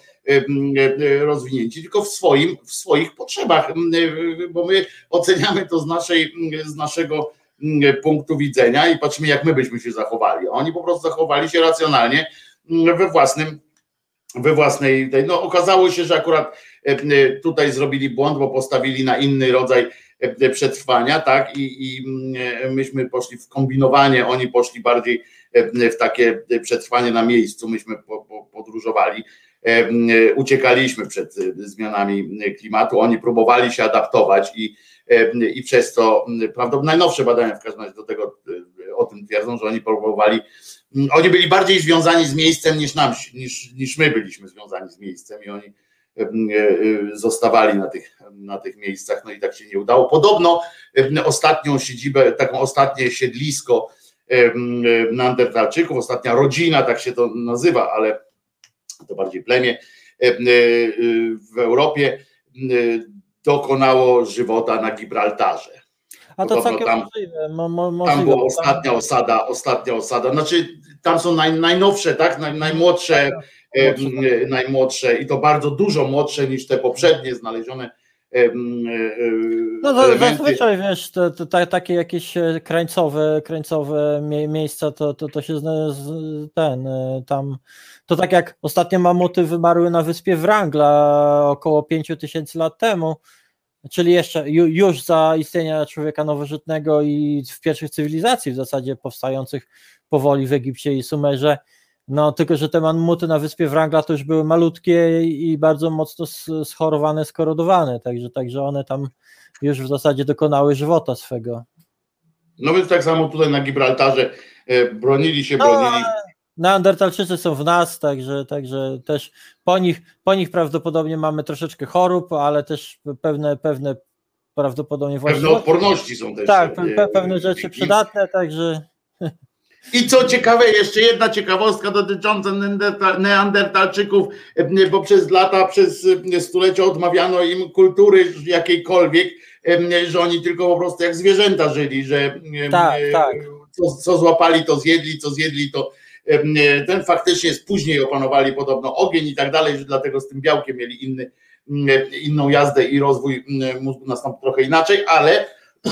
rozwinięci, tylko w swoim, w swoich potrzebach, bo my oceniamy to z naszej, z naszego punktu widzenia i patrzymy, jak my byśmy się zachowali. Oni po prostu zachowali się racjonalnie we własnym, we własnej, no okazało się, że akurat tutaj zrobili błąd, bo postawili na inny rodzaj przetrwania, tak, i, i myśmy poszli w kombinowanie, oni poszli bardziej w takie przetrwanie na miejscu, myśmy po, po, podróżowali, uciekaliśmy przed zmianami klimatu, oni próbowali się adaptować i, i przez to, prawdopodobnie najnowsze badania w każdym razie do tego o tym twierdzą, że oni próbowali, oni byli bardziej związani z miejscem niż nam, niż, niż my byliśmy związani z miejscem i oni zostawali na tych, na tych miejscach, no i tak się nie udało. Podobno ostatnią siedzibę, taką ostatnie siedlisko Neandertalczyków, ostatnia rodzina, tak się to nazywa, ale to bardziej plemię w Europie dokonało żywota na Gibraltarze. A to Podobno całkiem tam, możliwe. Mo, mo, możliwe. Tam była ostatnia osada, ostatnia osada. Znaczy tam są naj, najnowsze, tak? Naj, najmłodsze, e, najmłodsze i to bardzo dużo młodsze niż te poprzednie znalezione. E, e, no to zazwyczaj wiesz, te, te, te, takie jakieś krańcowe, krańcowe mie, miejsca, to, to, to się z, ten tam. To tak jak ostatnie mamuty wymarły na wyspie Wrangla około pięciu tysięcy lat temu. Czyli jeszcze już za istnienia człowieka nowożytnego i w pierwszych cywilizacji w zasadzie powstających powoli w Egipcie i Sumerze, no tylko, że te mamuty na wyspie Wrangla to już były malutkie i bardzo mocno schorowane, skorodowane, także, także one tam już w zasadzie dokonały żywota swego. No więc tak samo tutaj na Gibraltarze bronili się, bronili. No, Neandertalczycy są w nas, także, także też po nich, po nich prawdopodobnie mamy troszeczkę chorób, ale też pewne, pewne prawdopodobnie właśnie. Pewne odporności są też. Tak, pe, pewne rzeczy przydatne, także. I co ciekawe, jeszcze jedna ciekawostka dotycząca Neandertalczyków, bo przez lata, przez stulecia odmawiano im kultury jakiejkolwiek, że oni tylko po prostu jak zwierzęta żyli, że tak, tak. Co, co złapali, to zjedli, co zjedli, to ten faktycznie jest, później opanowali podobno ogień i tak dalej, że dlatego z tym białkiem mieli inny, inną jazdę i rozwój mózgu nastąpił trochę inaczej, ale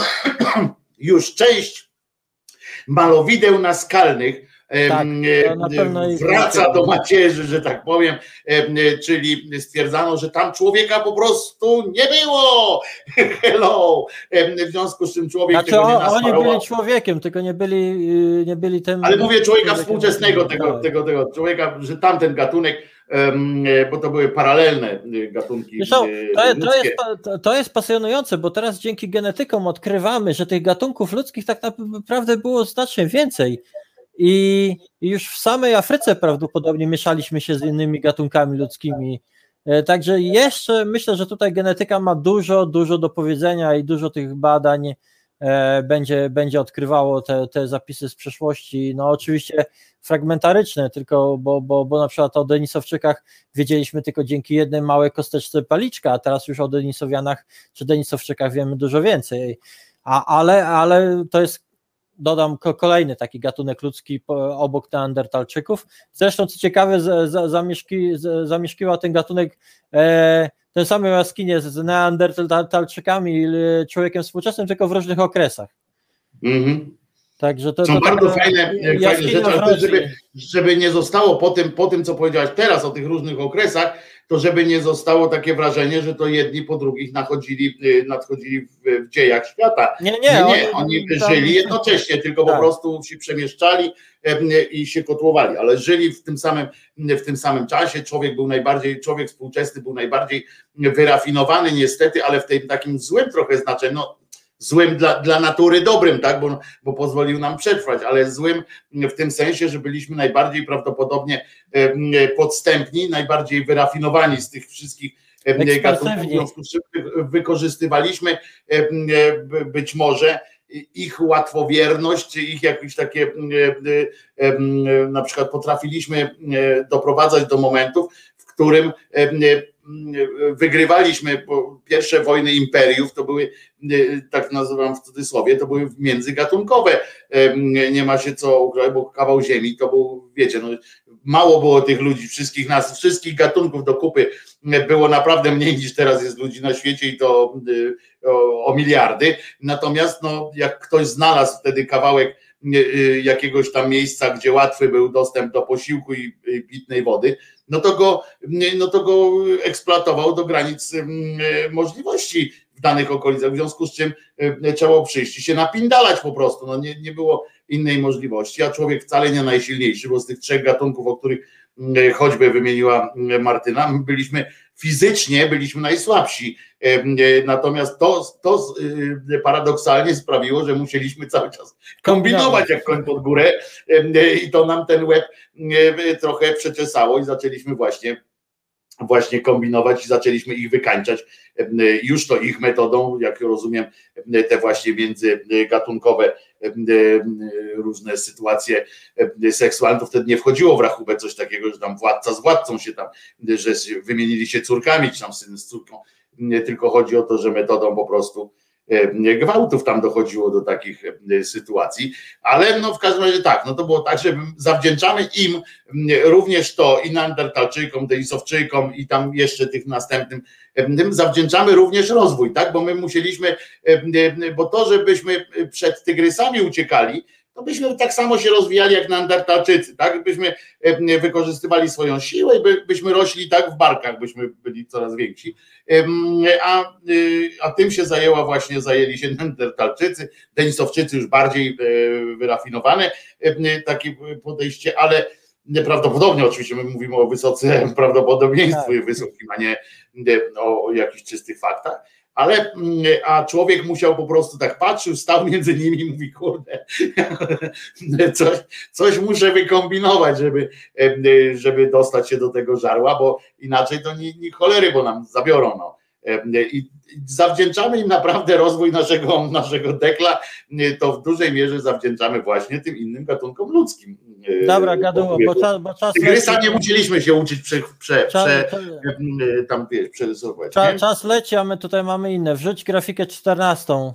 już część malowideł naskalnych tak, wraca do macierzy, że tak powiem, czyli stwierdzano, że tam człowieka po prostu nie było. Hello! W związku z czym człowiek znaczy, tego nie nasmarował. Oni byli człowiekiem, tylko nie byli, nie byli tym. Ale mówię człowieka współczesnego, tego, tak. tego, tego człowieka, że tamten gatunek, bo to były paralelne gatunki. Zresztą, to, to, jest, to jest pasjonujące, bo teraz dzięki genetykom odkrywamy, że tych gatunków ludzkich tak naprawdę było znacznie więcej. I już w samej Afryce prawdopodobnie mieszaliśmy się z innymi gatunkami ludzkimi. Także jeszcze myślę, że tutaj genetyka ma dużo, dużo do powiedzenia i dużo tych badań będzie, będzie odkrywało te, te zapisy z przeszłości. No oczywiście fragmentaryczne, tylko bo, bo, bo na przykład o Denisowczykach wiedzieliśmy tylko dzięki jednej małej kosteczce paliczka, a teraz już o Denisowianach czy Denisowczykach wiemy dużo więcej. A, ale, ale to jest, dodam, kolejny taki gatunek ludzki obok Neandertalczyków. Zresztą co ciekawe, zamieszki, zamieszkiwał ten gatunek e, ten sam jaskinie z Neandertalczykami i człowiekiem współczesnym, tylko w różnych okresach. Mm-hmm. Także to, są to bardzo fajne, fajne rzeczy, ale to, żeby, żeby nie zostało po tym, po tym, co powiedziałeś teraz o tych różnych okresach, to żeby nie zostało takie wrażenie, że to jedni po drugich nadchodzili, nadchodzili w, w dziejach świata. Nie, nie, nie, nie. Oni, oni tam, żyli jednocześnie, tylko tak. Po prostu się przemieszczali i się kotłowali, ale żyli w tym samym, w tym samym czasie. Człowiek był najbardziej, człowiek współczesny był najbardziej wyrafinowany niestety, ale w tym takim złym trochę znaczeniu, no, złym dla, dla natury dobrym, tak, bo, bo pozwolił nam przetrwać, ale złym w tym sensie, że byliśmy najbardziej prawdopodobnie podstępni, najbardziej wyrafinowani z tych wszystkich gatunków, w związku z czym wykorzystywaliśmy być może ich łatwowierność, ich jakieś takie, na przykład potrafiliśmy doprowadzać do momentów, w którym wygrywaliśmy pierwsze wojny imperiów, to były, tak nazywam w cudzysłowie, to były międzygatunkowe, nie ma się co ukrywać, bo kawał ziemi to był, wiecie, no, mało było tych ludzi, wszystkich nas, wszystkich gatunków do kupy było naprawdę mniej niż teraz jest ludzi na świecie i to o, o miliardy, natomiast no, jak ktoś znalazł wtedy kawałek jakiegoś tam miejsca, gdzie łatwy był dostęp do posiłku i pitnej wody, no to go, no to go eksploatował do granic możliwości w danych okolicach, w związku z czym trzeba było przyjść i się napindalać po prostu, no nie, nie było innej możliwości, a człowiek wcale nie najsilniejszy, bo z tych trzech gatunków, o których choćby wymieniła Martyna, my byliśmy fizycznie, byliśmy najsłabsi, natomiast to, to paradoksalnie sprawiło, że musieliśmy cały czas kombinować jak koń pod górę i to nam ten łeb trochę przeczesało i zaczęliśmy właśnie właśnie kombinować i zaczęliśmy ich wykańczać już to ich metodą, jak rozumiem, te właśnie międzygatunkowe różne sytuacje seksualne, to wtedy nie wchodziło w rachubę coś takiego, że tam władca z władcą się tam, że wymienili się córkami, czy tam syn z córką, tylko chodzi o to, że metodą po prostu gwałtów tam dochodziło do takich sytuacji, ale no w każdym razie tak, no to było tak, że zawdzięczamy im również to i Neandertalczykom, Denisowczykom i tam jeszcze tych następnym, tym zawdzięczamy również rozwój, tak, bo my musieliśmy, bo to, żebyśmy przed tygrysami uciekali, to byśmy tak samo się rozwijali jak Neandertalczycy, tak, byśmy wykorzystywali swoją siłę i by, byśmy rośli tak w barkach, byśmy byli coraz więksi, a, a tym się zajęła właśnie, zajęli się Neandertalczycy, Denisowczycy już bardziej wyrafinowane takie podejście, ale prawdopodobnie oczywiście my mówimy o wysoce prawdopodobieństwie wysokim, a nie o jakichś czystych faktach. Ale a człowiek musiał po prostu tak patrzył, stał między nimi i mówi, kurde, coś, coś muszę wykombinować, żeby, żeby dostać się do tego żarła, bo inaczej to nie, nie cholery, bo nam zabiorą. No. I zawdzięczamy im naprawdę rozwój naszego, naszego dekla, to w dużej mierze zawdzięczamy właśnie tym innym gatunkom ludzkim. Dobra, gaduło, bo, czas, bo czas Tygrysa leci. nie musieliśmy się uczyć prze, prze, Czas, prze, czas, tam wiesz, przerysować. czas, czas leci, a my tutaj mamy inne. Wrzuć grafikę czternastą.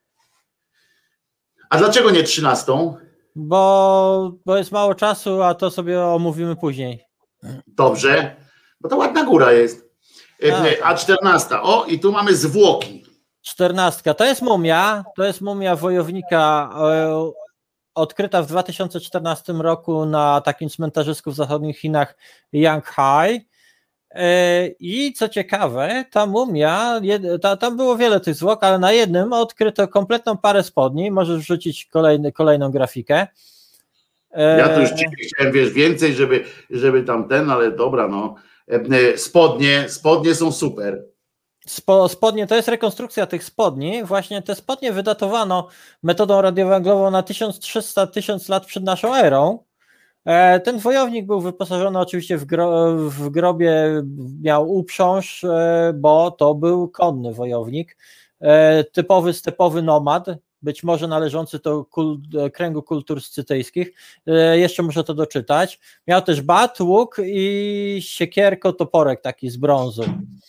A dlaczego nie trzynastą? Bo, bo jest mało czasu, a to sobie omówimy później. Dobrze, bo to ładna góra jest. A czternasta. O, i tu mamy zwłoki. Czternastka. To jest mumia. To jest mumia wojownika e, odkryta w dwa tysiące czternastym roku na takim cmentarzysku w zachodnich Chinach Yanghai. E, I co ciekawe, ta mumia, jed, ta, tam było wiele tych zwłok, ale na jednym odkryto kompletną parę spodni. Możesz wrzucić kolejny, kolejną grafikę. E, ja to już chciałem, wiesz, więcej, żeby, żeby tam ten, ale dobra, no. Spodnie, spodnie są super. Spo, spodnie, to jest rekonstrukcja tych spodni. Właśnie te spodnie wydatowano metodą radiowęglową na tysiąc trzysta do tysiąca lat przed naszą erą. E, ten wojownik był wyposażony oczywiście w, gro, w grobie, miał uprząż, e, bo to był konny wojownik. E, typowy stepowy nomad, być może należący do kul, kręgu kultur scytyjskich. E, jeszcze muszę to doczytać. Miał też bat, łuk i siekierko, toporek taki z brązu.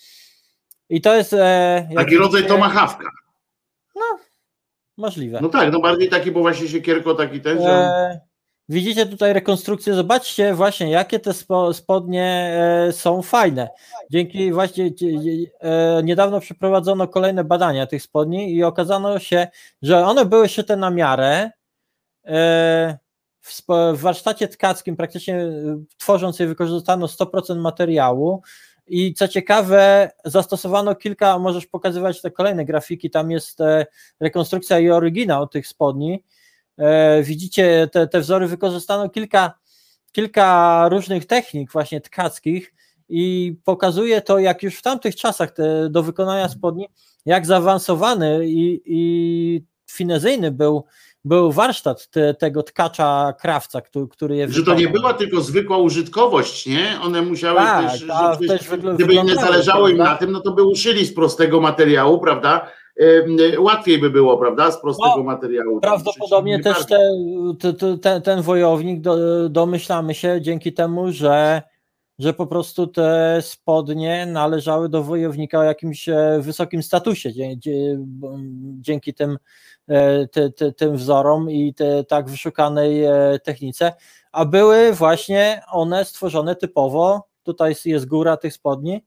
I to jest... E, taki rodzaj tomahawka. No, możliwe. No tak, no bardziej taki, bo właśnie siekierko taki ten, że... E, widzicie tutaj rekonstrukcję, zobaczcie właśnie, jakie te spo, spodnie e, są fajne. Dzięki właśnie e, niedawno przeprowadzono kolejne badania tych spodni i okazano się, że one były szyte na miarę. E, w, w warsztacie tkackim praktycznie tworząc je wykorzystano sto procent materiału. I co ciekawe, zastosowano kilka, możesz pokazywać te kolejne grafiki, tam jest rekonstrukcja i oryginał tych spodni. Widzicie, te, te wzory wykorzystano kilka, kilka różnych technik właśnie tkackich i pokazuje to, jak już w tamtych czasach te, do wykonania spodni, jak zaawansowany i, i finezyjny był Był warsztat te, tego tkacza, krawca, który, który je Że to nie była tylko zwykła użytkowość, nie? One musiały tak, też, a, też, też wygl- gdyby nie zależało im prawda? na tym, no to by uszyli z prostego materiału, prawda? E, łatwiej by było, prawda? Z prostego no, materiału. Prawdopodobnie też te, te, te, ten wojownik, do, domyślamy się dzięki temu, że, że po prostu te spodnie należały do wojownika o jakimś wysokim statusie, dzięki, dzięki tym Te, te, tym wzorom i te, tak wyszukanej technice, a były właśnie one stworzone typowo, tutaj jest góra tych spodni,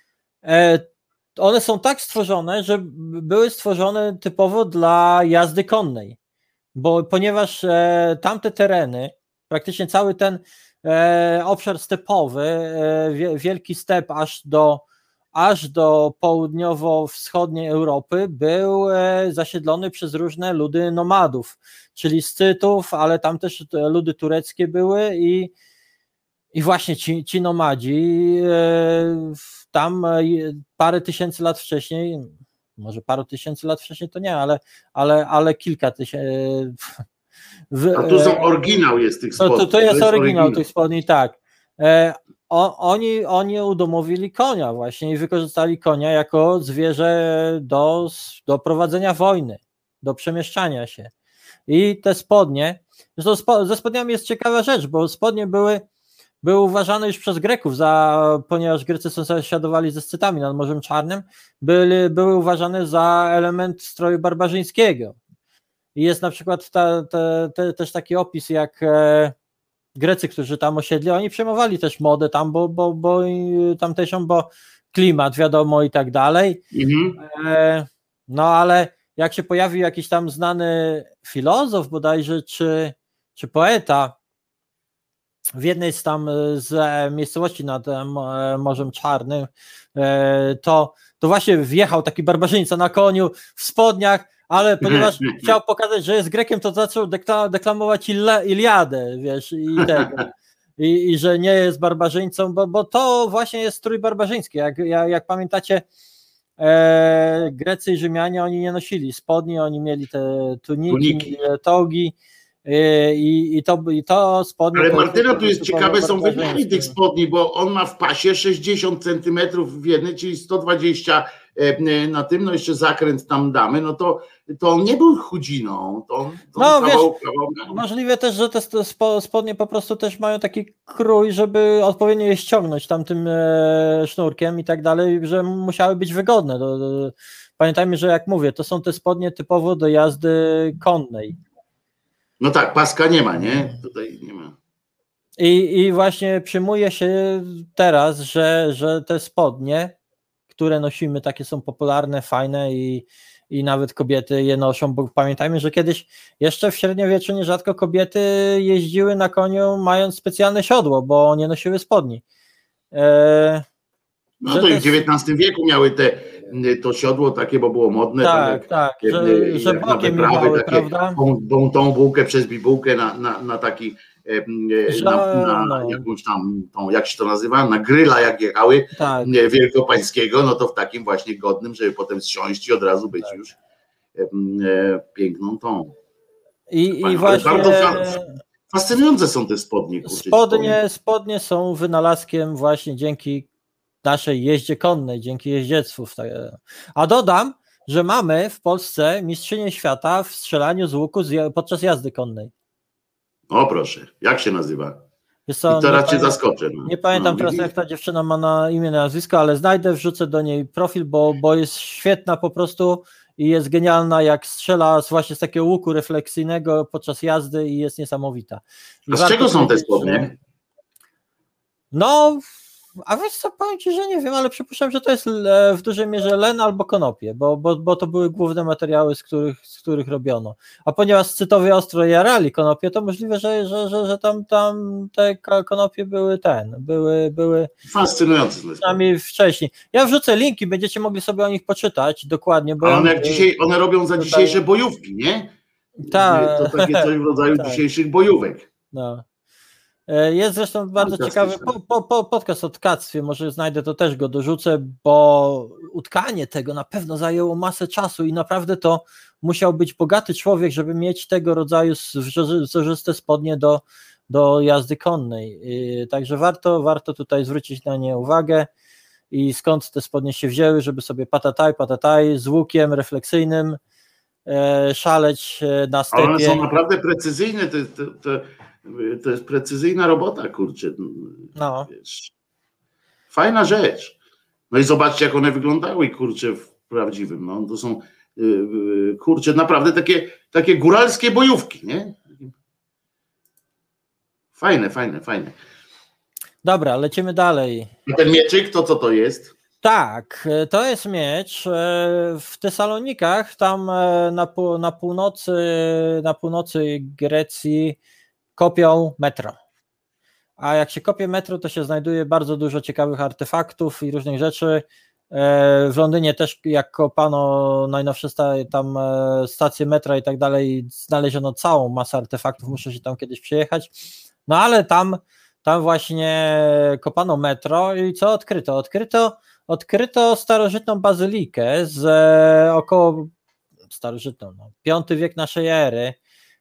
one są tak stworzone, że były stworzone typowo dla jazdy konnej, bo ponieważ tamte tereny, praktycznie cały ten obszar stepowy, wielki step aż do aż do południowo-wschodniej Europy był zasiedlony przez różne ludy nomadów, czyli Scytów, ale tam też ludy tureckie były i, i właśnie ci, ci nomadzi tam parę tysięcy lat wcześniej, może parę tysięcy lat wcześniej to nie, ale, ale, ale kilka tysięcy. A tu są oryginał jest tych spodni. To, to, to jest, jest oryginał, oryginał tych spodni, tak. o, oni, oni udomowili konia właśnie i wykorzystali konia jako zwierzę do, do prowadzenia wojny, do przemieszczania się. I te spodnie, zresztą spo, ze spodniami jest ciekawa rzecz, bo spodnie były, były uważane już przez Greków, za, ponieważ Grecy sąsiadowali ze Scytami nad Morzem Czarnym, były, były uważane za element stroju barbarzyńskiego. I jest na przykład ta, ta, ta, też taki opis, jak e, Grecy, którzy tam osiedli, oni przejmowali też modę tam, bo, bo, bo tamtejszą, bo klimat wiadomo i tak dalej. Mhm. E, no ale jak się pojawił jakiś tam znany filozof bodajże, czy, czy poeta w jednej z tam z miejscowości nad Morzem Czarnym, to, to właśnie wjechał taki barbarzyńca na koniu w spodniach, ale ponieważ chciał pokazać, że jest Grekiem, to zaczął dekla- deklamować Ila- Iliadę, wiesz, i tego. I, i że nie jest barbarzyńcą, bo, bo to właśnie jest strój barbarzyński. Jak, jak, jak pamiętacie, E, Grecy i Rzymianie, oni nie nosili spodni, oni mieli te tuniki, tuniki. togi e, i, i, to, i to spodnie. Ale to Martyna, jest, tu jest ciekawe są wymiary tych spodni, bo on ma w pasie sześćdziesiąt centymetrów w jednej, czyli sto dwadzieścia na tym, no jeszcze zakręt tam damy, no to, to on nie był chudziną. To, to no kawał, wiesz, kawał... możliwe też, że te spodnie po prostu też mają taki krój, żeby odpowiednio je ściągnąć tamtym e, sznurkiem i tak dalej, że musiały być wygodne. Do, do, pamiętajmy, że jak mówię, to są te spodnie typowo do jazdy konnej. No tak, paska nie ma, nie? Tutaj nie ma. I, i właśnie przyjmuje się teraz, że, że te spodnie, które nosimy, takie są popularne, fajne i, i nawet kobiety je noszą, bo pamiętajmy, że kiedyś jeszcze w średniowieczu nierzadko kobiety jeździły na koniu mając specjalne siodło, bo nie nosiły spodni. E, no to i w dziewiętnastym wieku miały te, to siodło takie, bo było modne. Tak, tak, tak że, że bokiem miały, prawda? Tą, tą bułkę przez bibułkę na, na, na taki Że, na, na no. jakąś tam, tą, jak się to nazywa, na gryla jak jechały, tak. wielkopańskiego, no to w takim właśnie godnym, żeby potem zsiąść i od razu być tak. już e, piękną tą. I, i właśnie bardzo fascynujące są te spodnie. Kurczę, spodnie, spodnie są wynalazkiem właśnie dzięki naszej jeździe konnej, dzięki jeździectwu. A dodam, że mamy w Polsce mistrzynię świata w strzelaniu z łuku podczas jazdy konnej. O proszę, jak się nazywa? Co, I teraz cię zaskoczę. No. Nie pamiętam no, teraz, jak ta dziewczyna ma na imię, na nazwisko, ale znajdę, wrzucę do niej profil, bo, bo jest świetna po prostu i jest genialna, jak strzela z, właśnie z takiego łuku refleksyjnego podczas jazdy i jest niesamowita. I a z czego są te spodnie? No, a wiesz co, powiem ci, że nie wiem, ale przypuszczam, że to jest w dużej mierze len albo konopie, bo, bo, bo to były główne materiały, z których, z których robiono. A ponieważ Scytowie ostro jarali konopie, to możliwe, że, że, że, że tam, tam te konopie były ten, były, były fascynujące. Przynajmniej wcześniej. Ja wrzucę linki, będziecie mogli sobie o nich poczytać dokładnie. Bo a one, ja, jak dzisiaj, one robią za tutaj... dzisiejsze bojówki, nie? Tak. To takie coś w rodzaju tak. dzisiejszych bojówek. No. Jest zresztą bardzo ciekawy po, po, po podcast o tkactwie, może znajdę, to też go dorzucę, bo utkanie tego na pewno zajęło masę czasu i naprawdę to musiał być bogaty człowiek, żeby mieć tego rodzaju wzorzyste spodnie do, do jazdy konnej. Także warto, warto tutaj zwrócić na nie uwagę i skąd te spodnie się wzięły, żeby sobie patataj, patataj z łukiem refleksyjnym szaleć na stepie. Ale one są naprawdę precyzyjne, te, te, te... To jest precyzyjna robota, kurczę. No. Wiesz. Fajna rzecz. No i zobaczcie, jak one wyglądały, kurczę, w prawdziwym. No, to są, kurczę, naprawdę takie, takie góralskie bojówki, nie? Fajne, fajne, fajne. Dobra, lecimy dalej. A ten mieczyk, to co to jest? Tak, to jest miecz w Tesalonikach, tam na, pół, na północy, na północy Grecji kopią metro. A jak się kopie metro, to się znajduje bardzo dużo ciekawych artefaktów i różnych rzeczy. W Londynie też, jak kopano najnowsze tam stacje metra i tak dalej, znaleziono całą masę artefaktów, muszę się tam kiedyś przejechać. No ale tam, tam właśnie kopano metro i co odkryto? Odkryto, odkryto starożytną bazylikę z około, starożytną, no, piąty wiek naszej ery,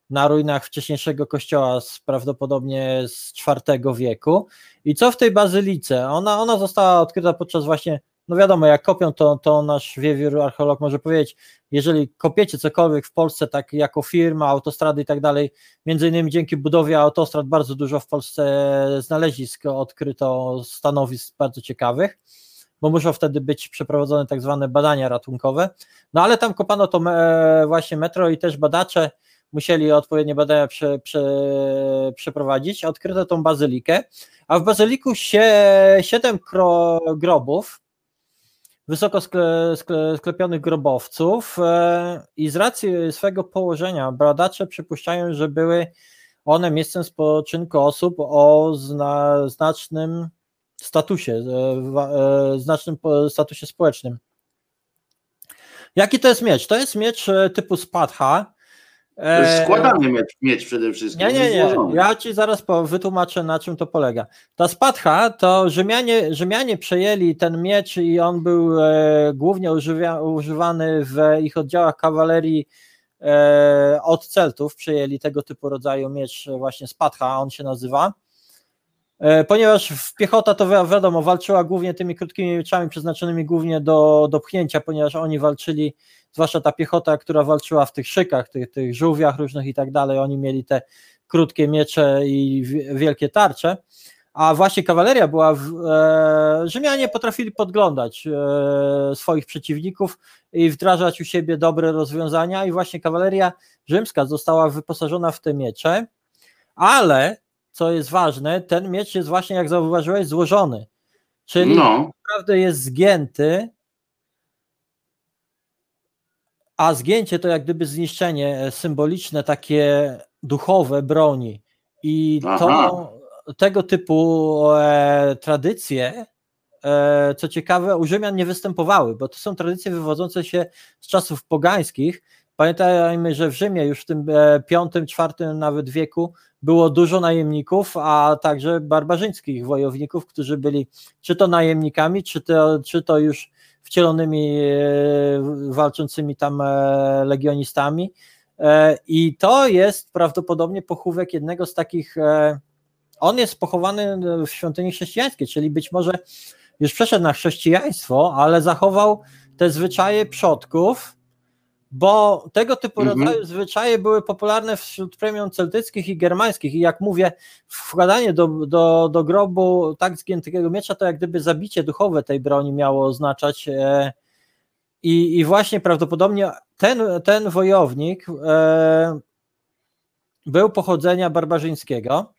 na ruinach wcześniejszego kościoła z, prawdopodobnie z czwartego wieku. I co w tej bazylice? Ona, ona została odkryta podczas właśnie, no wiadomo, jak kopią, to, to nasz wiewiór, archeolog może powiedzieć, jeżeli kopiecie cokolwiek w Polsce, tak jako firma, autostrady i tak dalej, między innymi dzięki budowie autostrad bardzo dużo w Polsce znalezisk odkryto, stanowisk bardzo ciekawych, bo muszą wtedy być przeprowadzone tak zwane badania ratunkowe, no ale tam kopano to me, właśnie metro i też badacze musieli odpowiednie badania prze, prze, przeprowadzić, odkryto tą bazylikę, a w bazyliku się, siedem kro, grobów, wysoko skle, skle, sklepionych grobowców e, i z racji swego położenia badacze przypuszczają, że były one miejscem spoczynku osób o zna, znacznym statusie, e, e, znacznym statusie społecznym. Jaki to jest miecz? To jest miecz typu Spatha. To jest składany miecz, miecz przede wszystkim. Nie, nie, nie. Ja ci zaraz wytłumaczę, na czym to polega. Ta Spatha to Rzymianie, Rzymianie przejęli ten miecz i on był e, głównie używia, używany w ich oddziałach kawalerii e, od Celtów. Przejęli tego typu rodzaju miecz, właśnie Spatha, on się nazywa. E, ponieważ w piechota to wi wiadomo, walczyła głównie tymi krótkimi mieczami przeznaczonymi głównie do, do pchnięcia, ponieważ oni walczyli, zwłaszcza ta piechota, która walczyła w tych szykach, tych, tych żółwiach różnych i tak dalej, oni mieli te krótkie miecze i wielkie tarcze, a właśnie kawaleria była, w, e, Rzymianie potrafili podglądać e, swoich przeciwników i wdrażać u siebie dobre rozwiązania i właśnie kawaleria rzymska została wyposażona w te miecze, ale co jest ważne, ten miecz jest właśnie, jak zauważyłeś, złożony, czyli no. naprawdę jest zgięty, a zgięcie to jak gdyby zniszczenie symboliczne, takie duchowe broni i to, tego typu e, tradycje, e, co ciekawe, u Rzymian nie występowały, bo to są tradycje wywodzące się z czasów pogańskich. Pamiętajmy, że w Rzymie już w tym piątym, czwartym nawet wieku było dużo najemników, a także barbarzyńskich wojowników, którzy byli czy to najemnikami, czy to, czy to już wcielonymi walczącymi tam legionistami. I to jest prawdopodobnie pochówek jednego z takich, on jest pochowany w świątyni chrześcijańskiej, czyli być może już przeszedł na chrześcijaństwo, ale zachował te zwyczaje przodków, bo tego typu mm-hmm. rodzaju zwyczaje były popularne wśród plemion celtyckich i germańskich i jak mówię, wkładanie do, do, do grobu tak zgiętego miecza to jak gdyby zabicie duchowe tej broni miało oznaczać e, i, i właśnie prawdopodobnie ten, ten wojownik e, był pochodzenia barbarzyńskiego.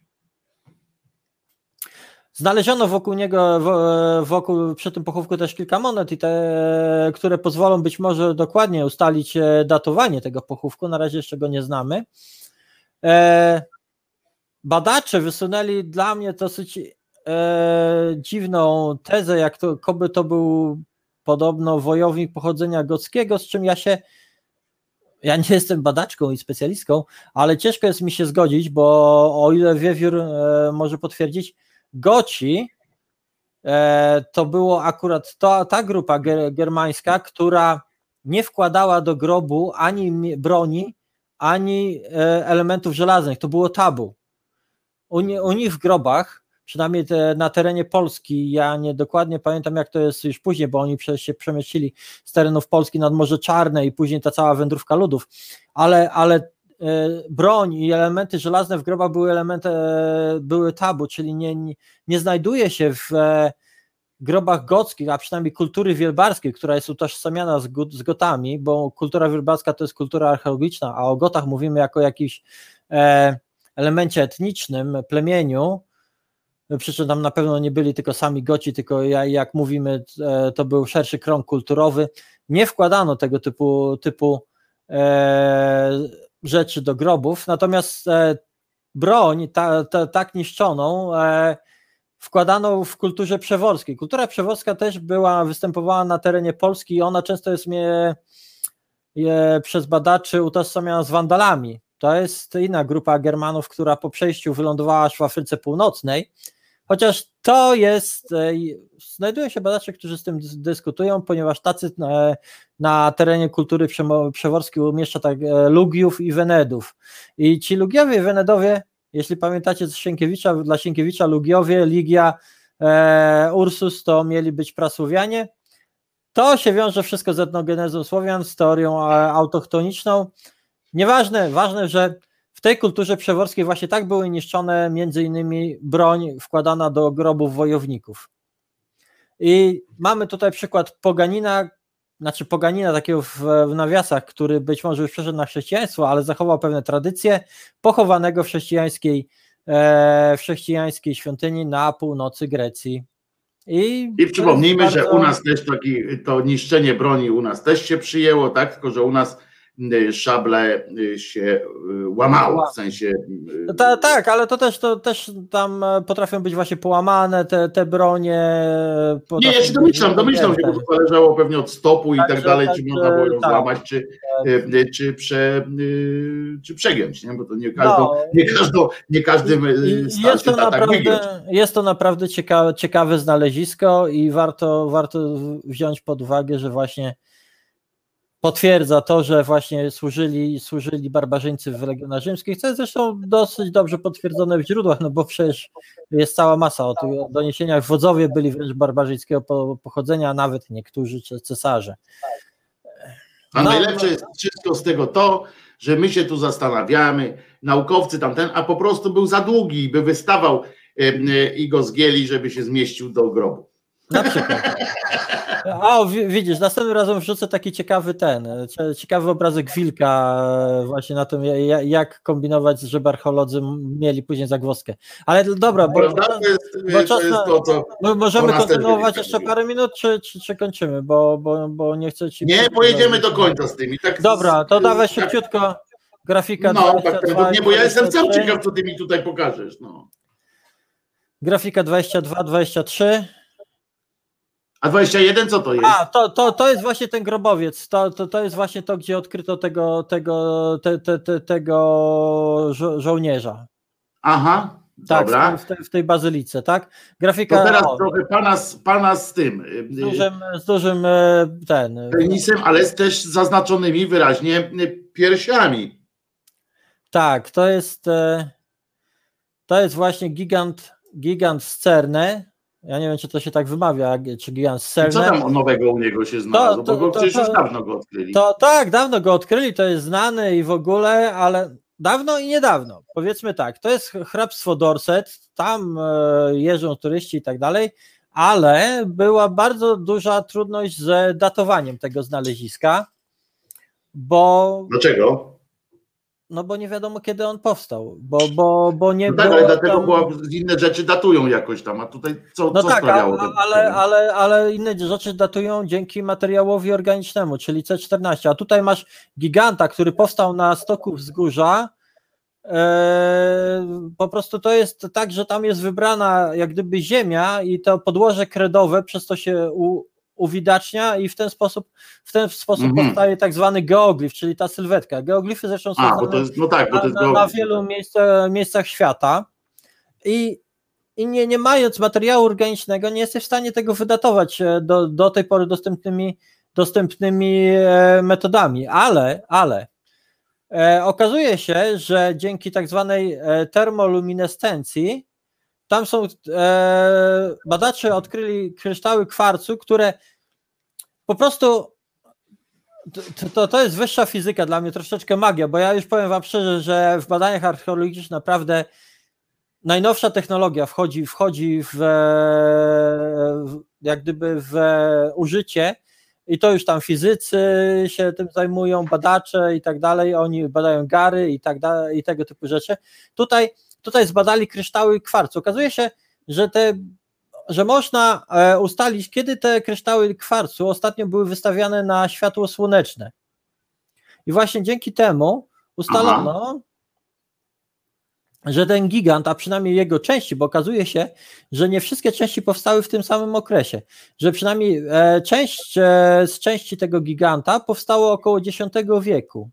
Znaleziono wokół niego, wokół, przy tym pochówku też kilka monet, i te, które pozwolą być może dokładnie ustalić datowanie tego pochówku, na razie jeszcze go nie znamy. E, badacze wysunęli dla mnie dosyć e, dziwną tezę, jak to, koby to był podobno wojownik pochodzenia gockiego, z czym ja się, ja nie jestem badaczką i specjalistką, ale ciężko jest mi się zgodzić, bo o ile wiewiór e, może potwierdzić, Goci e, to było akurat to, ta grupa ger, germańska, która nie wkładała do grobu ani broni, ani e, elementów żelaznych. To było tabu. U, u nich w grobach, przynajmniej te, na terenie Polski, ja nie dokładnie pamiętam jak to jest już później, bo oni przecież się przemieścili z terenów Polski nad Morze Czarne i później ta cała wędrówka ludów, ale, ale broń i elementy żelazne w grobach były elementy, były tabu, czyli nie, nie, nie znajduje się w grobach gockich, a przynajmniej kultury wielbarskiej, która jest utożsamiana z, z Gotami, bo kultura wielbarska to jest kultura archeologiczna, a o Gotach mówimy jako jakimś e, elemencie etnicznym, plemieniu, przy czym tam na pewno nie byli tylko sami Goci, tylko jak mówimy, e, to był szerszy krąg kulturowy. Nie wkładano tego typu, typu e, rzeczy do grobów, natomiast e, broń ta, ta, tak niszczoną e, wkładano w kulturze przeworskiej. Kultura przeworska też była, występowała na terenie Polski i ona często jest mnie, je, przez badaczy utożsamiana z Wandalami. To jest inna grupa Germanów, która po przejściu wylądowała w Afryce Północnej, chociaż To jest, znajdują się badacze, którzy z tym dyskutują, ponieważ tacy na, na terenie kultury przeworskiej umieszcza tak Lugiów i Wenedów. I ci Lugiowie i Wenedowie, jeśli pamiętacie z Sienkiewicza, dla Sienkiewicza Lugiowie, Ligia, e, Ursus to mieli być Prasłowianie. To się wiąże wszystko z etnogenezą Słowian, z teorią autochtoniczną. Nieważne, ważne, że w tej kulturze przeworskiej właśnie tak były niszczone między innymi broń wkładana do grobów wojowników. I mamy tutaj przykład poganina, znaczy poganina takiego w, w nawiasach, który być może już przeszedł na chrześcijaństwo, ale zachował pewne tradycje, pochowanego w chrześcijańskiej, e, w chrześcijańskiej świątyni na północy Grecji. I, I przypomnijmy, bardzo... że u nas też taki, to niszczenie broni u nas też się przyjęło, tak? Tylko że u nas szable się łamało, w sensie... No ta, tak, ale to też, to też tam potrafią być właśnie połamane te, te bronie. Nie, ja się domyślam, domyślam się, bo to zależało pewnie od stopu i tak, tak dalej, tak, czy można było ją tak, złamać, czy, tak. czy, prze, czy przegiąć, nie? Bo to nie, każdą, no, nie, każdą, nie każdym jest to, naprawdę, jest to naprawdę ciekawe, ciekawe znalezisko i warto, warto wziąć pod uwagę, że właśnie potwierdza to, że właśnie służyli, służyli barbarzyńcy w Legionach Rzymskich, co jest zresztą dosyć dobrze potwierdzone w źródłach, no bo przecież jest cała masa o tych doniesieniach. Wodzowie byli wręcz barbarzyńskiego pochodzenia, a nawet niektórzy cesarze. A no, najlepsze jest wszystko z tego to, że my się tu zastanawiamy, naukowcy tamten, a po prostu był za długi i by wystawał i go zgięli, żeby się zmieścił do grobu. Na przykład. O, widzisz, następnym razem wrzucę taki ciekawy ten, ciekawy obrazek wilka właśnie na tym, jak kombinować, żeby archeolodzy mieli później zagwozdkę. Ale dobra, bo, bo, to jest, bo czas to jest to, co my możemy kontynuować jeszcze parę minut, czy, czy, czy kończymy, bo, bo, bo nie chcę ci... Nie, pojedziemy do końca z tymi. Tak, dobra, to dawaj szybciutko grafika no, dwadzieścia dwa, tak, nie, bo ja jestem sam ciekaw, co ty mi tutaj pokażesz. No. Grafika dwadzieścia dwa dwadzieścia trzy. A dwadzieścia jeden co to jest? A, to, to, to jest właśnie ten grobowiec, to, to, to jest właśnie to, gdzie odkryto tego, tego, te, te, te, tego żo żołnierza. Aha, tak, dobra. w tej, w tej bazylice, tak? Grafika... To teraz o, trochę pana z, pana z tym... Z dużym, z dużym ten... penisem, ale z też zaznaczonymi wyraźnie piersiami. Tak, to jest to jest właśnie gigant, gigant z Cerne. Ja nie wiem, czy to się tak wymawia, czy gigant z Cerne. Co tam nowego u niego się znalazło? To, to, bo go przecież to, już dawno go odkryli. To, tak, dawno go odkryli, to jest znane i w ogóle, ale dawno i niedawno. Powiedzmy tak, to jest hrabstwo Dorset, tam jeżdżą turyści i tak dalej, ale była bardzo duża trudność z datowaniem tego znaleziska, bo... Dlaczego? No bo nie wiadomo, kiedy on powstał, bo, bo, bo nie no tak, było ale dlatego tam... było, inne rzeczy datują jakoś tam, a tutaj co, no co tak, sprawiało? a, ale, ale, ale inne rzeczy datują dzięki materiałowi organicznemu, czyli C czternaście, a tutaj masz giganta, który powstał na stoku wzgórza. Eee, po prostu to jest tak, że tam jest wybrana jak gdyby ziemia i to podłoże kredowe przez to się u, uwidacznia i w ten sposób w ten sposób mm-hmm. powstaje tak zwany geoglif, czyli ta sylwetka. Geoglify zresztą są A, bo to jest, no tak, bo to jest na, na wielu miejsc, miejscach świata i, i nie, nie mając materiału organicznego nie jesteś w stanie tego wydatować do, do tej pory dostępnymi, dostępnymi metodami, ale, ale e, okazuje się, że dzięki tak zwanej termoluminescencji tam są, e, badacze odkryli kryształy kwarcu, które po prostu, to, to, to jest wyższa fizyka, dla mnie troszeczkę magia, bo ja już powiem wam szczerze, że w badaniach archeologicznych naprawdę najnowsza technologia wchodzi, wchodzi w, w jak gdyby w użycie i to już tam fizycy się tym zajmują, badacze i tak dalej, oni badają gary i tak dalej i tego typu rzeczy. Tutaj Tutaj zbadali kryształy kwarcu. Okazuje się, że, te, że można ustalić, kiedy te kryształy kwarcu ostatnio były wystawiane na światło słoneczne. I właśnie dzięki temu ustalono, Aha. że ten gigant, a przynajmniej jego części, bo okazuje się, że nie wszystkie części powstały w tym samym okresie, że przynajmniej część z części tego giganta powstało około dziesiątego wieku.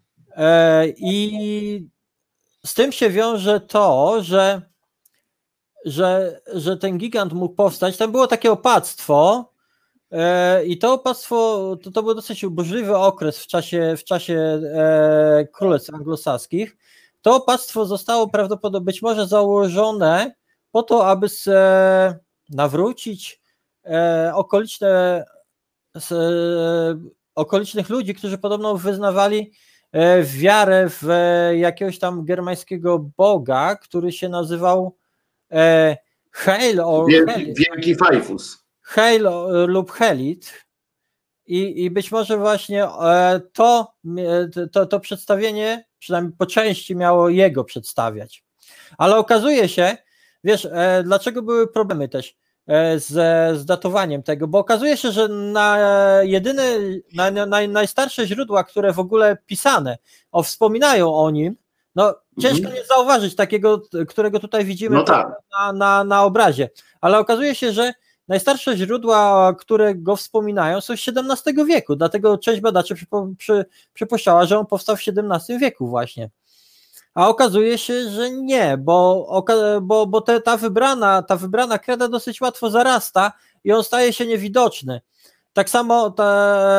I z tym się wiąże to, że że, że ten gigant mógł powstać, tam było takie opactwo e, i to opactwo, to, to był dosyć burzliwy okres w czasie, w czasie e, królestw anglosaskich. To opactwo zostało prawdopodobnie być może założone po to, aby se nawrócić e, okoliczne z, e, okolicznych ludzi, którzy podobno wyznawali e, wiarę w e, jakiegoś tam germańskiego boga, który się nazywał e, Heil or Wielki, wielki Fajfus. Heil lub Helit. I, I być może właśnie e, to, to, to przedstawienie, przynajmniej po części, miało jego przedstawiać. Ale okazuje się, wiesz, e, dlaczego były problemy też e, z, z datowaniem tego, bo okazuje się, że na jedyne, na, na, najstarsze źródła, które w ogóle pisane, o, wspominają o nim, no ciężko mhm. nie zauważyć takiego, którego tutaj widzimy no tak. na, na, na obrazie, ale okazuje się, że najstarsze źródła, które go wspominają, są z siedemnastego wieku, dlatego część badaczy przypo, przy, przypuszczała, że on powstał w siedemnastym wieku właśnie. A okazuje się, że nie, bo, bo, bo te, ta, wybrana, ta wybrana kreda dosyć łatwo zarasta i on staje się niewidoczny. Tak samo, te,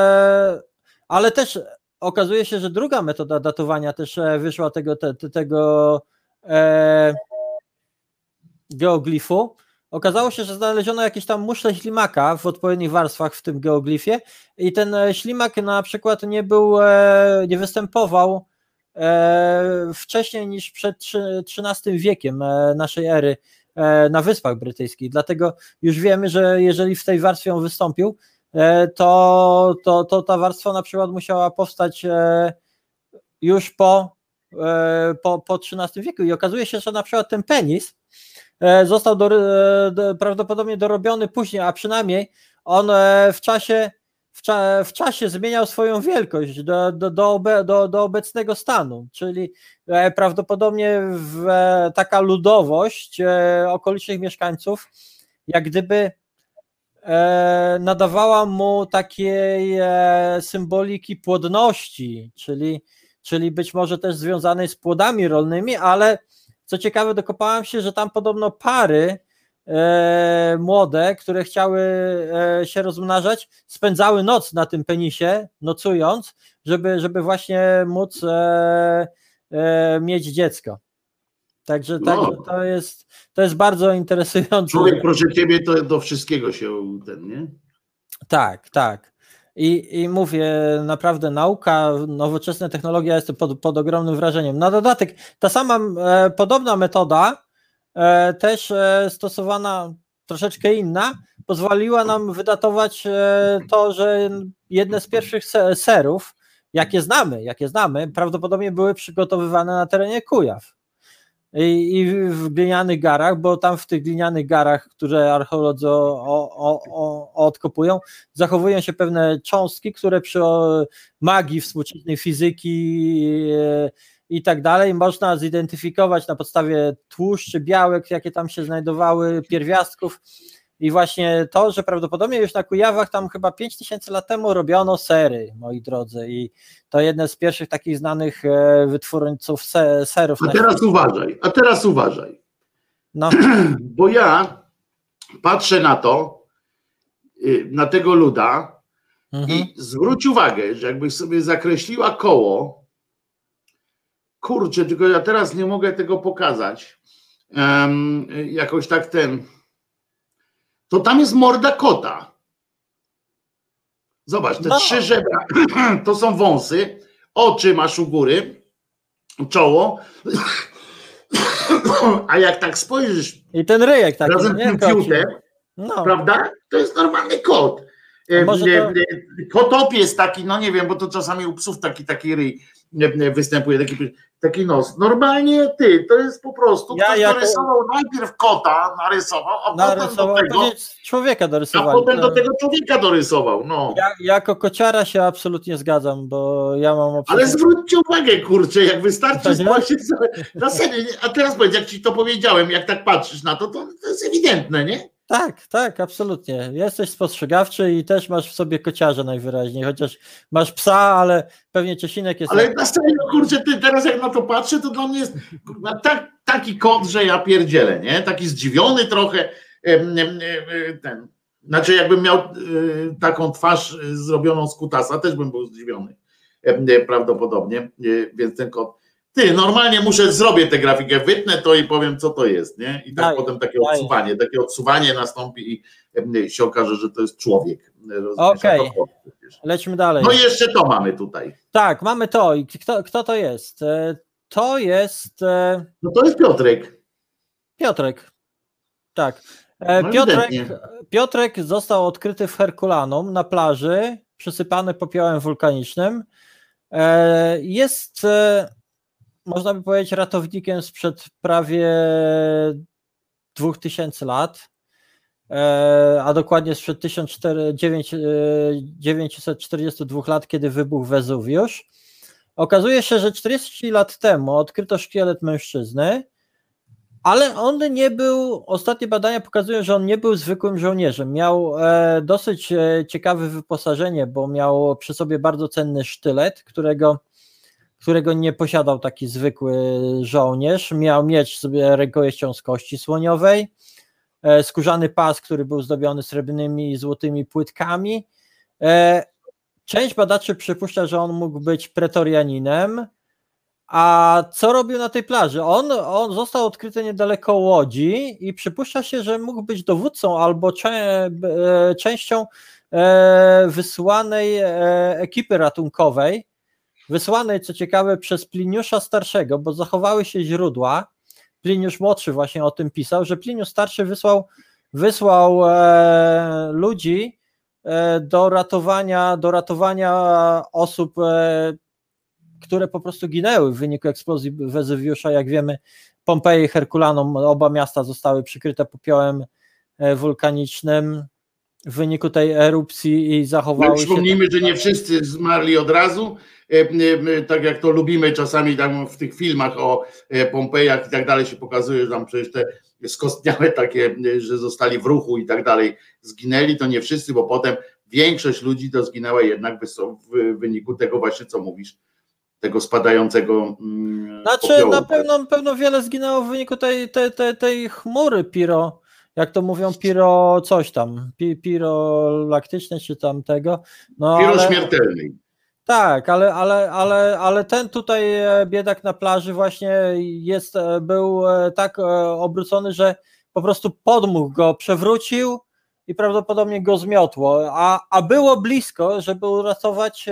ale też okazuje się, że druga metoda datowania też wyszła tego, te, tego e, geoglifu. Okazało się, że znaleziono jakieś tam muszle ślimaka w odpowiednich warstwach w tym geoglifie i ten ślimak na przykład nie był, nie występował wcześniej niż przed trzynastym wiekiem naszej ery na Wyspach Brytyjskich. Dlatego już wiemy, że jeżeli w tej warstwie on wystąpił, to, to, to ta warstwa na przykład musiała powstać już po, po, po trzynastym wieku i okazuje się, że na przykład ten penis został do, do, prawdopodobnie dorobiony później, a przynajmniej on w czasie, w, cza, w czasie zmieniał swoją wielkość do, do, do, obe, do, do obecnego stanu, czyli prawdopodobnie w, taka ludowość okolicznych mieszkańców jak gdyby nadawała mu takiej symboliki płodności, czyli, czyli być może też związanej z płodami rolnymi, ale co ciekawe, dokopałem się, że tam podobno pary e, młode, które chciały e, się rozmnażać, spędzały noc na tym penisie, nocując, żeby, żeby właśnie móc e, e, mieć dziecko. Także, no. także to jest to jest bardzo interesujące. Człowiek, proszę ciebie, to do wszystkiego się ten, nie? Tak, tak. I, I mówię, naprawdę nauka, nowoczesne technologie, ja jestem pod, pod ogromnym wrażeniem. Na dodatek, ta sama e, podobna metoda, e, też e, stosowana, troszeczkę inna, pozwoliła nam wydatować e, to, że jedne z pierwszych se, serów, jakie znamy, jakie znamy, prawdopodobnie były przygotowywane na terenie Kujaw. I, i w glinianych garach, bo tam w tych glinianych garach, które archeolodzy o, o, o, odkopują, zachowują się pewne cząstki, które przy magii współczesnej fizyki i tak dalej można zidentyfikować na podstawie tłuszczy, białek, jakie tam się znajdowały, pierwiastków. I właśnie to, że prawdopodobnie już na Kujawach tam chyba pięć tysięcy lat temu robiono sery, moi drodzy, i to jedne z pierwszych takich znanych wytwórców serów. A teraz uważaj, a teraz uważaj. No. Bo ja patrzę na to, na tego luda mhm. i zwróć uwagę, że jakbyś sobie zakreśliła koło, kurczę, tylko ja teraz nie mogę tego pokazać, um, jakoś tak ten... to tam jest morda kota. Zobacz, te no. trzy żebra to są wąsy, oczy masz u góry, czoło, a jak tak spojrzysz i ten ryjek taki, razem nie, piutem, no. prawda? To jest normalny kot. To... Kotopies taki, no nie wiem, bo to czasami u psów taki, taki ryj występuje, taki, taki nos. Normalnie ty, to jest po prostu, ja, ktoś ja narysował to... najpierw kota, narysował, a narysował, potem do tego człowieka dorysował. A potem do tego człowieka dorysował, no. Ja, jako kociara się absolutnie zgadzam, bo ja mam... Absolutnie... Ale zwróćcie uwagę, kurczę, jak wystarczy spojrzeć na serio, a teraz powiedz, jak ci to powiedziałem, jak tak patrzysz na to, to, to jest ewidentne, nie? Tak, tak, absolutnie. Jesteś spostrzegawczy i też masz w sobie kociarza najwyraźniej, chociaż masz psa, ale pewnie Czesinek jest... Ale na serio, kurczę, ty teraz jak na to patrzę, to dla mnie jest kurwa, tak, taki kot, że ja pierdzielę, nie? Taki zdziwiony trochę, ten, znaczy jakbym miał taką twarz zrobioną z kutasa, też bym był zdziwiony prawdopodobnie, więc ten kot, ty, normalnie muszę, zrobię tę grafikę, wytnę to i powiem, co to jest, nie? I tak Daj, potem takie daj. odsuwanie, takie odsuwanie nastąpi i się okaże, że to jest człowiek. Okej, okay. Lecimy dalej. No i jeszcze to mamy tutaj. Tak, mamy to. I kto, kto to jest? To jest... No to jest Piotrek. Piotrek, tak. No Piotrek, ewidentnie. Piotrek został odkryty w Herkulanum na plaży, przysypany popiołem wulkanicznym. Jest, można by powiedzieć, ratownikiem sprzed prawie dwóch tysięcy lat, a dokładnie sprzed tysiąc dziewięćset czterdziestu dwóch lat, kiedy wybuchł Wezuwiusz. Okazuje się, że czterdzieści lat temu odkryto szkielet mężczyzny, ale on nie był, ostatnie badania pokazują, że on nie był zwykłym żołnierzem. Miał e, dosyć e, ciekawe wyposażenie, bo miał przy sobie bardzo cenny sztylet, którego, którego nie posiadał taki zwykły żołnierz. Miał miecz sobie rękojeścią z kości słoniowej, e, skórzany pas, który był zdobiony srebrnymi i złotymi płytkami. E, część badaczy przypuszcza, że on mógł być pretorianinem. A co robił na tej plaży? On, on został odkryty niedaleko Łodzi i przypuszcza się, że mógł być dowódcą albo cze, e, częścią e, wysłanej e, ekipy ratunkowej, wysłanej, co ciekawe, przez Pliniusza Starszego, bo zachowały się źródła. Pliniusz Młodszy właśnie o tym pisał, że Pliniusz Starszy wysłał, wysłał e, ludzi e, do ratowania, do ratowania osób, e, które po prostu ginęły w wyniku eksplozji Wezuwiusza. Jak wiemy, Pompeje i Herkulanum, oba miasta zostały przykryte popiołem wulkanicznym w wyniku tej erupcji i zachowały się... Przypomnijmy, że nie wszyscy zmarli od razu, tak jak to lubimy czasami tam w tych filmach o Pompejach i tak dalej się pokazuje, że tam przecież te skostniałe takie, że zostali w ruchu i tak dalej, zginęli, to nie wszyscy, bo potem większość ludzi to zginęła jednak w wyniku tego właśnie, co mówisz, tego spadającego mm, Znaczy popiołu. na pewno, na pewno wiele zginęło w wyniku tej, tej, tej, tej chmury piro, jak to mówią, piro coś tam, pi, pirolaktyczne czy tam tego. No, piro ale, śmiertelnej. Tak, ale, ale, ale, ale ten tutaj biedak na plaży właśnie jest, był tak obrócony, że po prostu podmuch go przewrócił i prawdopodobnie go zmiotło, a, a było blisko, żeby uratować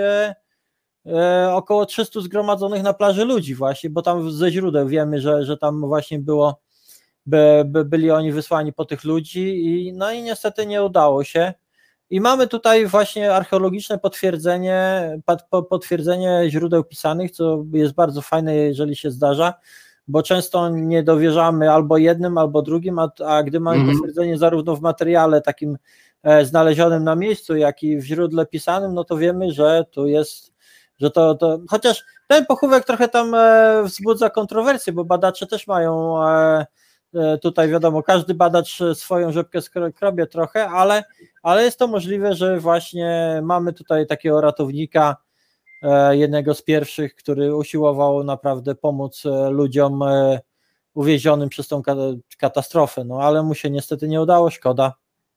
około trzystu zgromadzonych na plaży ludzi właśnie, bo tam ze źródeł wiemy, że, że tam właśnie było, by, by byli oni wysłani po tych ludzi i no i niestety nie udało się. I mamy tutaj właśnie archeologiczne potwierdzenie, potwierdzenie źródeł pisanych, co jest bardzo fajne, jeżeli się zdarza, bo często nie dowierzamy albo jednym, albo drugim, a, a gdy mamy mm-hmm. potwierdzenie zarówno w materiale takim e, znalezionym na miejscu, jak i w źródle pisanym, no to wiemy, że tu jest, że to, to chociaż ten pochówek trochę tam e, wzbudza kontrowersje, bo badacze też mają e, e, tutaj wiadomo, każdy badacz swoją rzepkę skrobie trochę, ale, ale jest to możliwe, że właśnie mamy tutaj takiego ratownika, e, jednego z pierwszych, który usiłował naprawdę pomóc e, ludziom e, uwięzionym przez tą katastrofę, no ale mu się niestety nie udało, szkoda.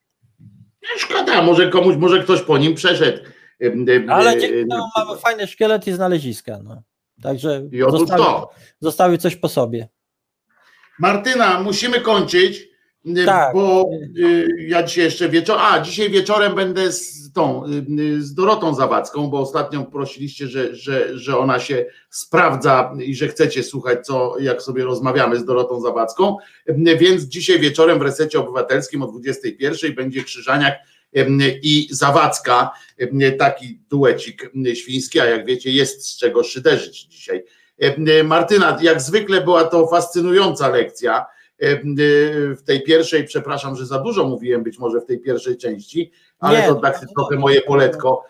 Szkoda, może komuś, może ktoś po nim przeszedł. Ale dzięki temu mamy fajny szkielet i znaleziska. No. Także zostawi, zostawił coś po sobie. Martyna, musimy kończyć, tak. bo ja dzisiaj jeszcze wieczorem, a dzisiaj wieczorem będę z tą, z Dorotą Zawadzką, bo ostatnio prosiliście, że, że, że ona się sprawdza i że chcecie słuchać, co, jak sobie rozmawiamy z Dorotą Zawadzką, więc dzisiaj wieczorem w Resecie Obywatelskim o dwudziestej pierwszej będzie Krzyżaniak i Zawadzka, taki duecik świński, a jak wiecie, jest z czego szyderzyć dzisiaj. Martyna, jak zwykle była to fascynująca lekcja w tej pierwszej, przepraszam, że za dużo mówiłem być może w tej pierwszej części, ale nie, to tak no, trochę moje poletko.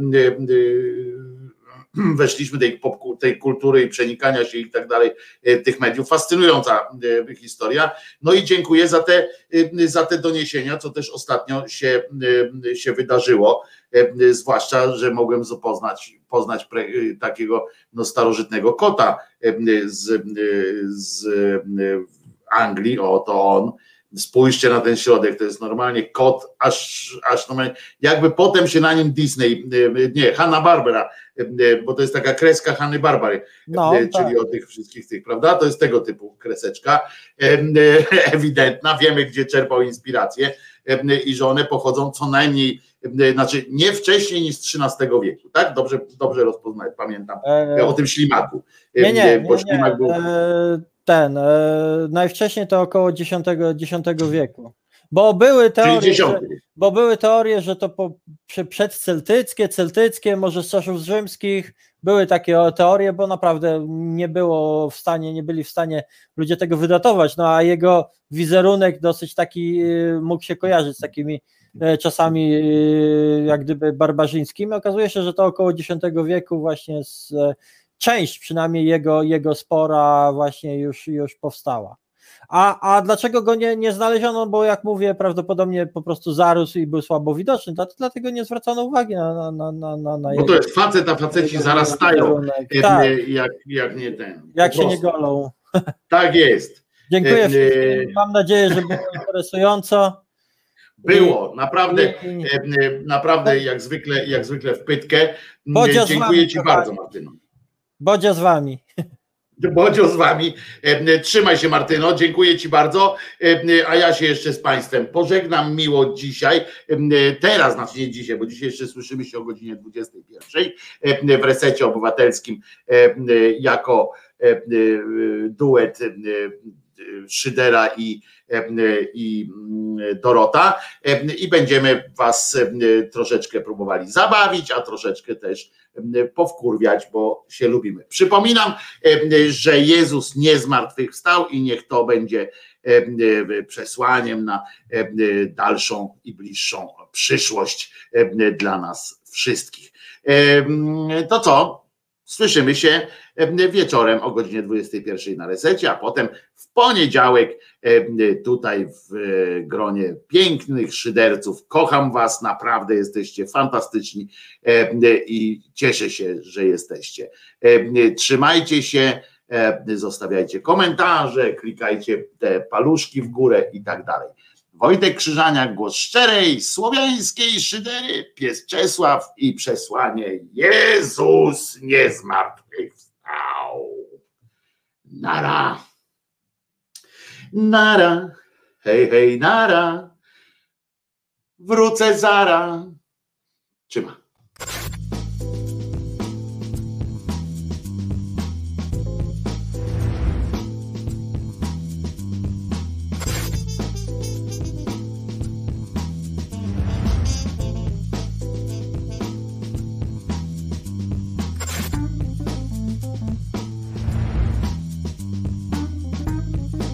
Weszliśmy tej, tej kultury i przenikania się i tak dalej tych mediów. Fascynująca historia. No i dziękuję za te, za te doniesienia, co też ostatnio się, się wydarzyło, zwłaszcza, że mogłem zapoznać poznać pre, takiego no, starożytnego kota z, z Anglii, o to on. Spójrzcie na ten środek, to jest normalnie kot, aż, aż normalnie, jakby potem się na nim Disney, nie, Hanna-Barbera, bo to jest taka kreska Hanny-Barbary, no, czyli tak. o tych wszystkich tych, prawda? To jest tego typu kreseczka, ewidentna, wiemy gdzie czerpał inspirację i że one pochodzą co najmniej, znaczy nie wcześniej niż z trzynastego wieku, tak? Dobrze, dobrze rozpoznać, pamiętam e... o tym ślimaku. Nie, nie, bo nie, ślimak nie. był... E... ten, e, najwcześniej to około dziesiątego wieku, bo były teorie, że, bo były teorie, że to po, przedceltyckie, celtyckie, może z czasów rzymskich, były takie teorie, bo naprawdę nie było w stanie, nie byli w stanie ludzie tego wydatować, no a jego wizerunek dosyć taki mógł się kojarzyć z takimi czasami jak gdyby barbarzyńskimi. Okazuje się, że to około dziesiątego wieku właśnie z część przynajmniej jego, jego spora właśnie już, już powstała. A, a dlaczego go nie, nie znaleziono? Bo jak mówię, prawdopodobnie po prostu zarósł i był słabo widoczny, dlatego nie zwracano uwagi na, na, na, na, na Bo jego, to jest facet, a faceci zarastają, tak. jak, jak nie ten. Jak się nie golą. Tak jest. Dziękuję wszystkim. Mam nadzieję, że było interesująco. Było, naprawdę, naprawdę jak zwykle, jak zwykle w pytkę. Bodzio Dziękuję Ci bardzo, Martyno. Bodzio z Wami. Bodzio z Wami. Trzymaj się, Martyno, dziękuję Ci bardzo, a ja się jeszcze z Państwem pożegnam miło dzisiaj, teraz, znaczy nie dzisiaj, bo dzisiaj jeszcze słyszymy się o godzinie dwudziestej pierwszej w Resecie Obywatelskim jako duet Szydera i, i Dorota i będziemy Was troszeczkę próbowali zabawić, a troszeczkę też powkurwiać, bo się lubimy. Przypominam, że Jezus nie zmartwychwstał i niech to będzie przesłaniem na dalszą i bliższą przyszłość dla nas wszystkich. To co? Słyszymy się wieczorem o godzinie dwudziestej pierwszej na Resecie, a potem w poniedziałek tutaj w gronie pięknych szyderców. Kocham Was, naprawdę jesteście fantastyczni i cieszę się, że jesteście. Trzymajcie się, zostawiajcie komentarze, klikajcie te paluszki w górę i tak dalej. Wojtek Krzyżaniak, głos szczerej, słowiańskiej szydery, pies Czesław i przesłanie Jezus nie zmartwychwstał. Nara. Nara. Hej, hej, nara. Wrócę zara. Trzyma.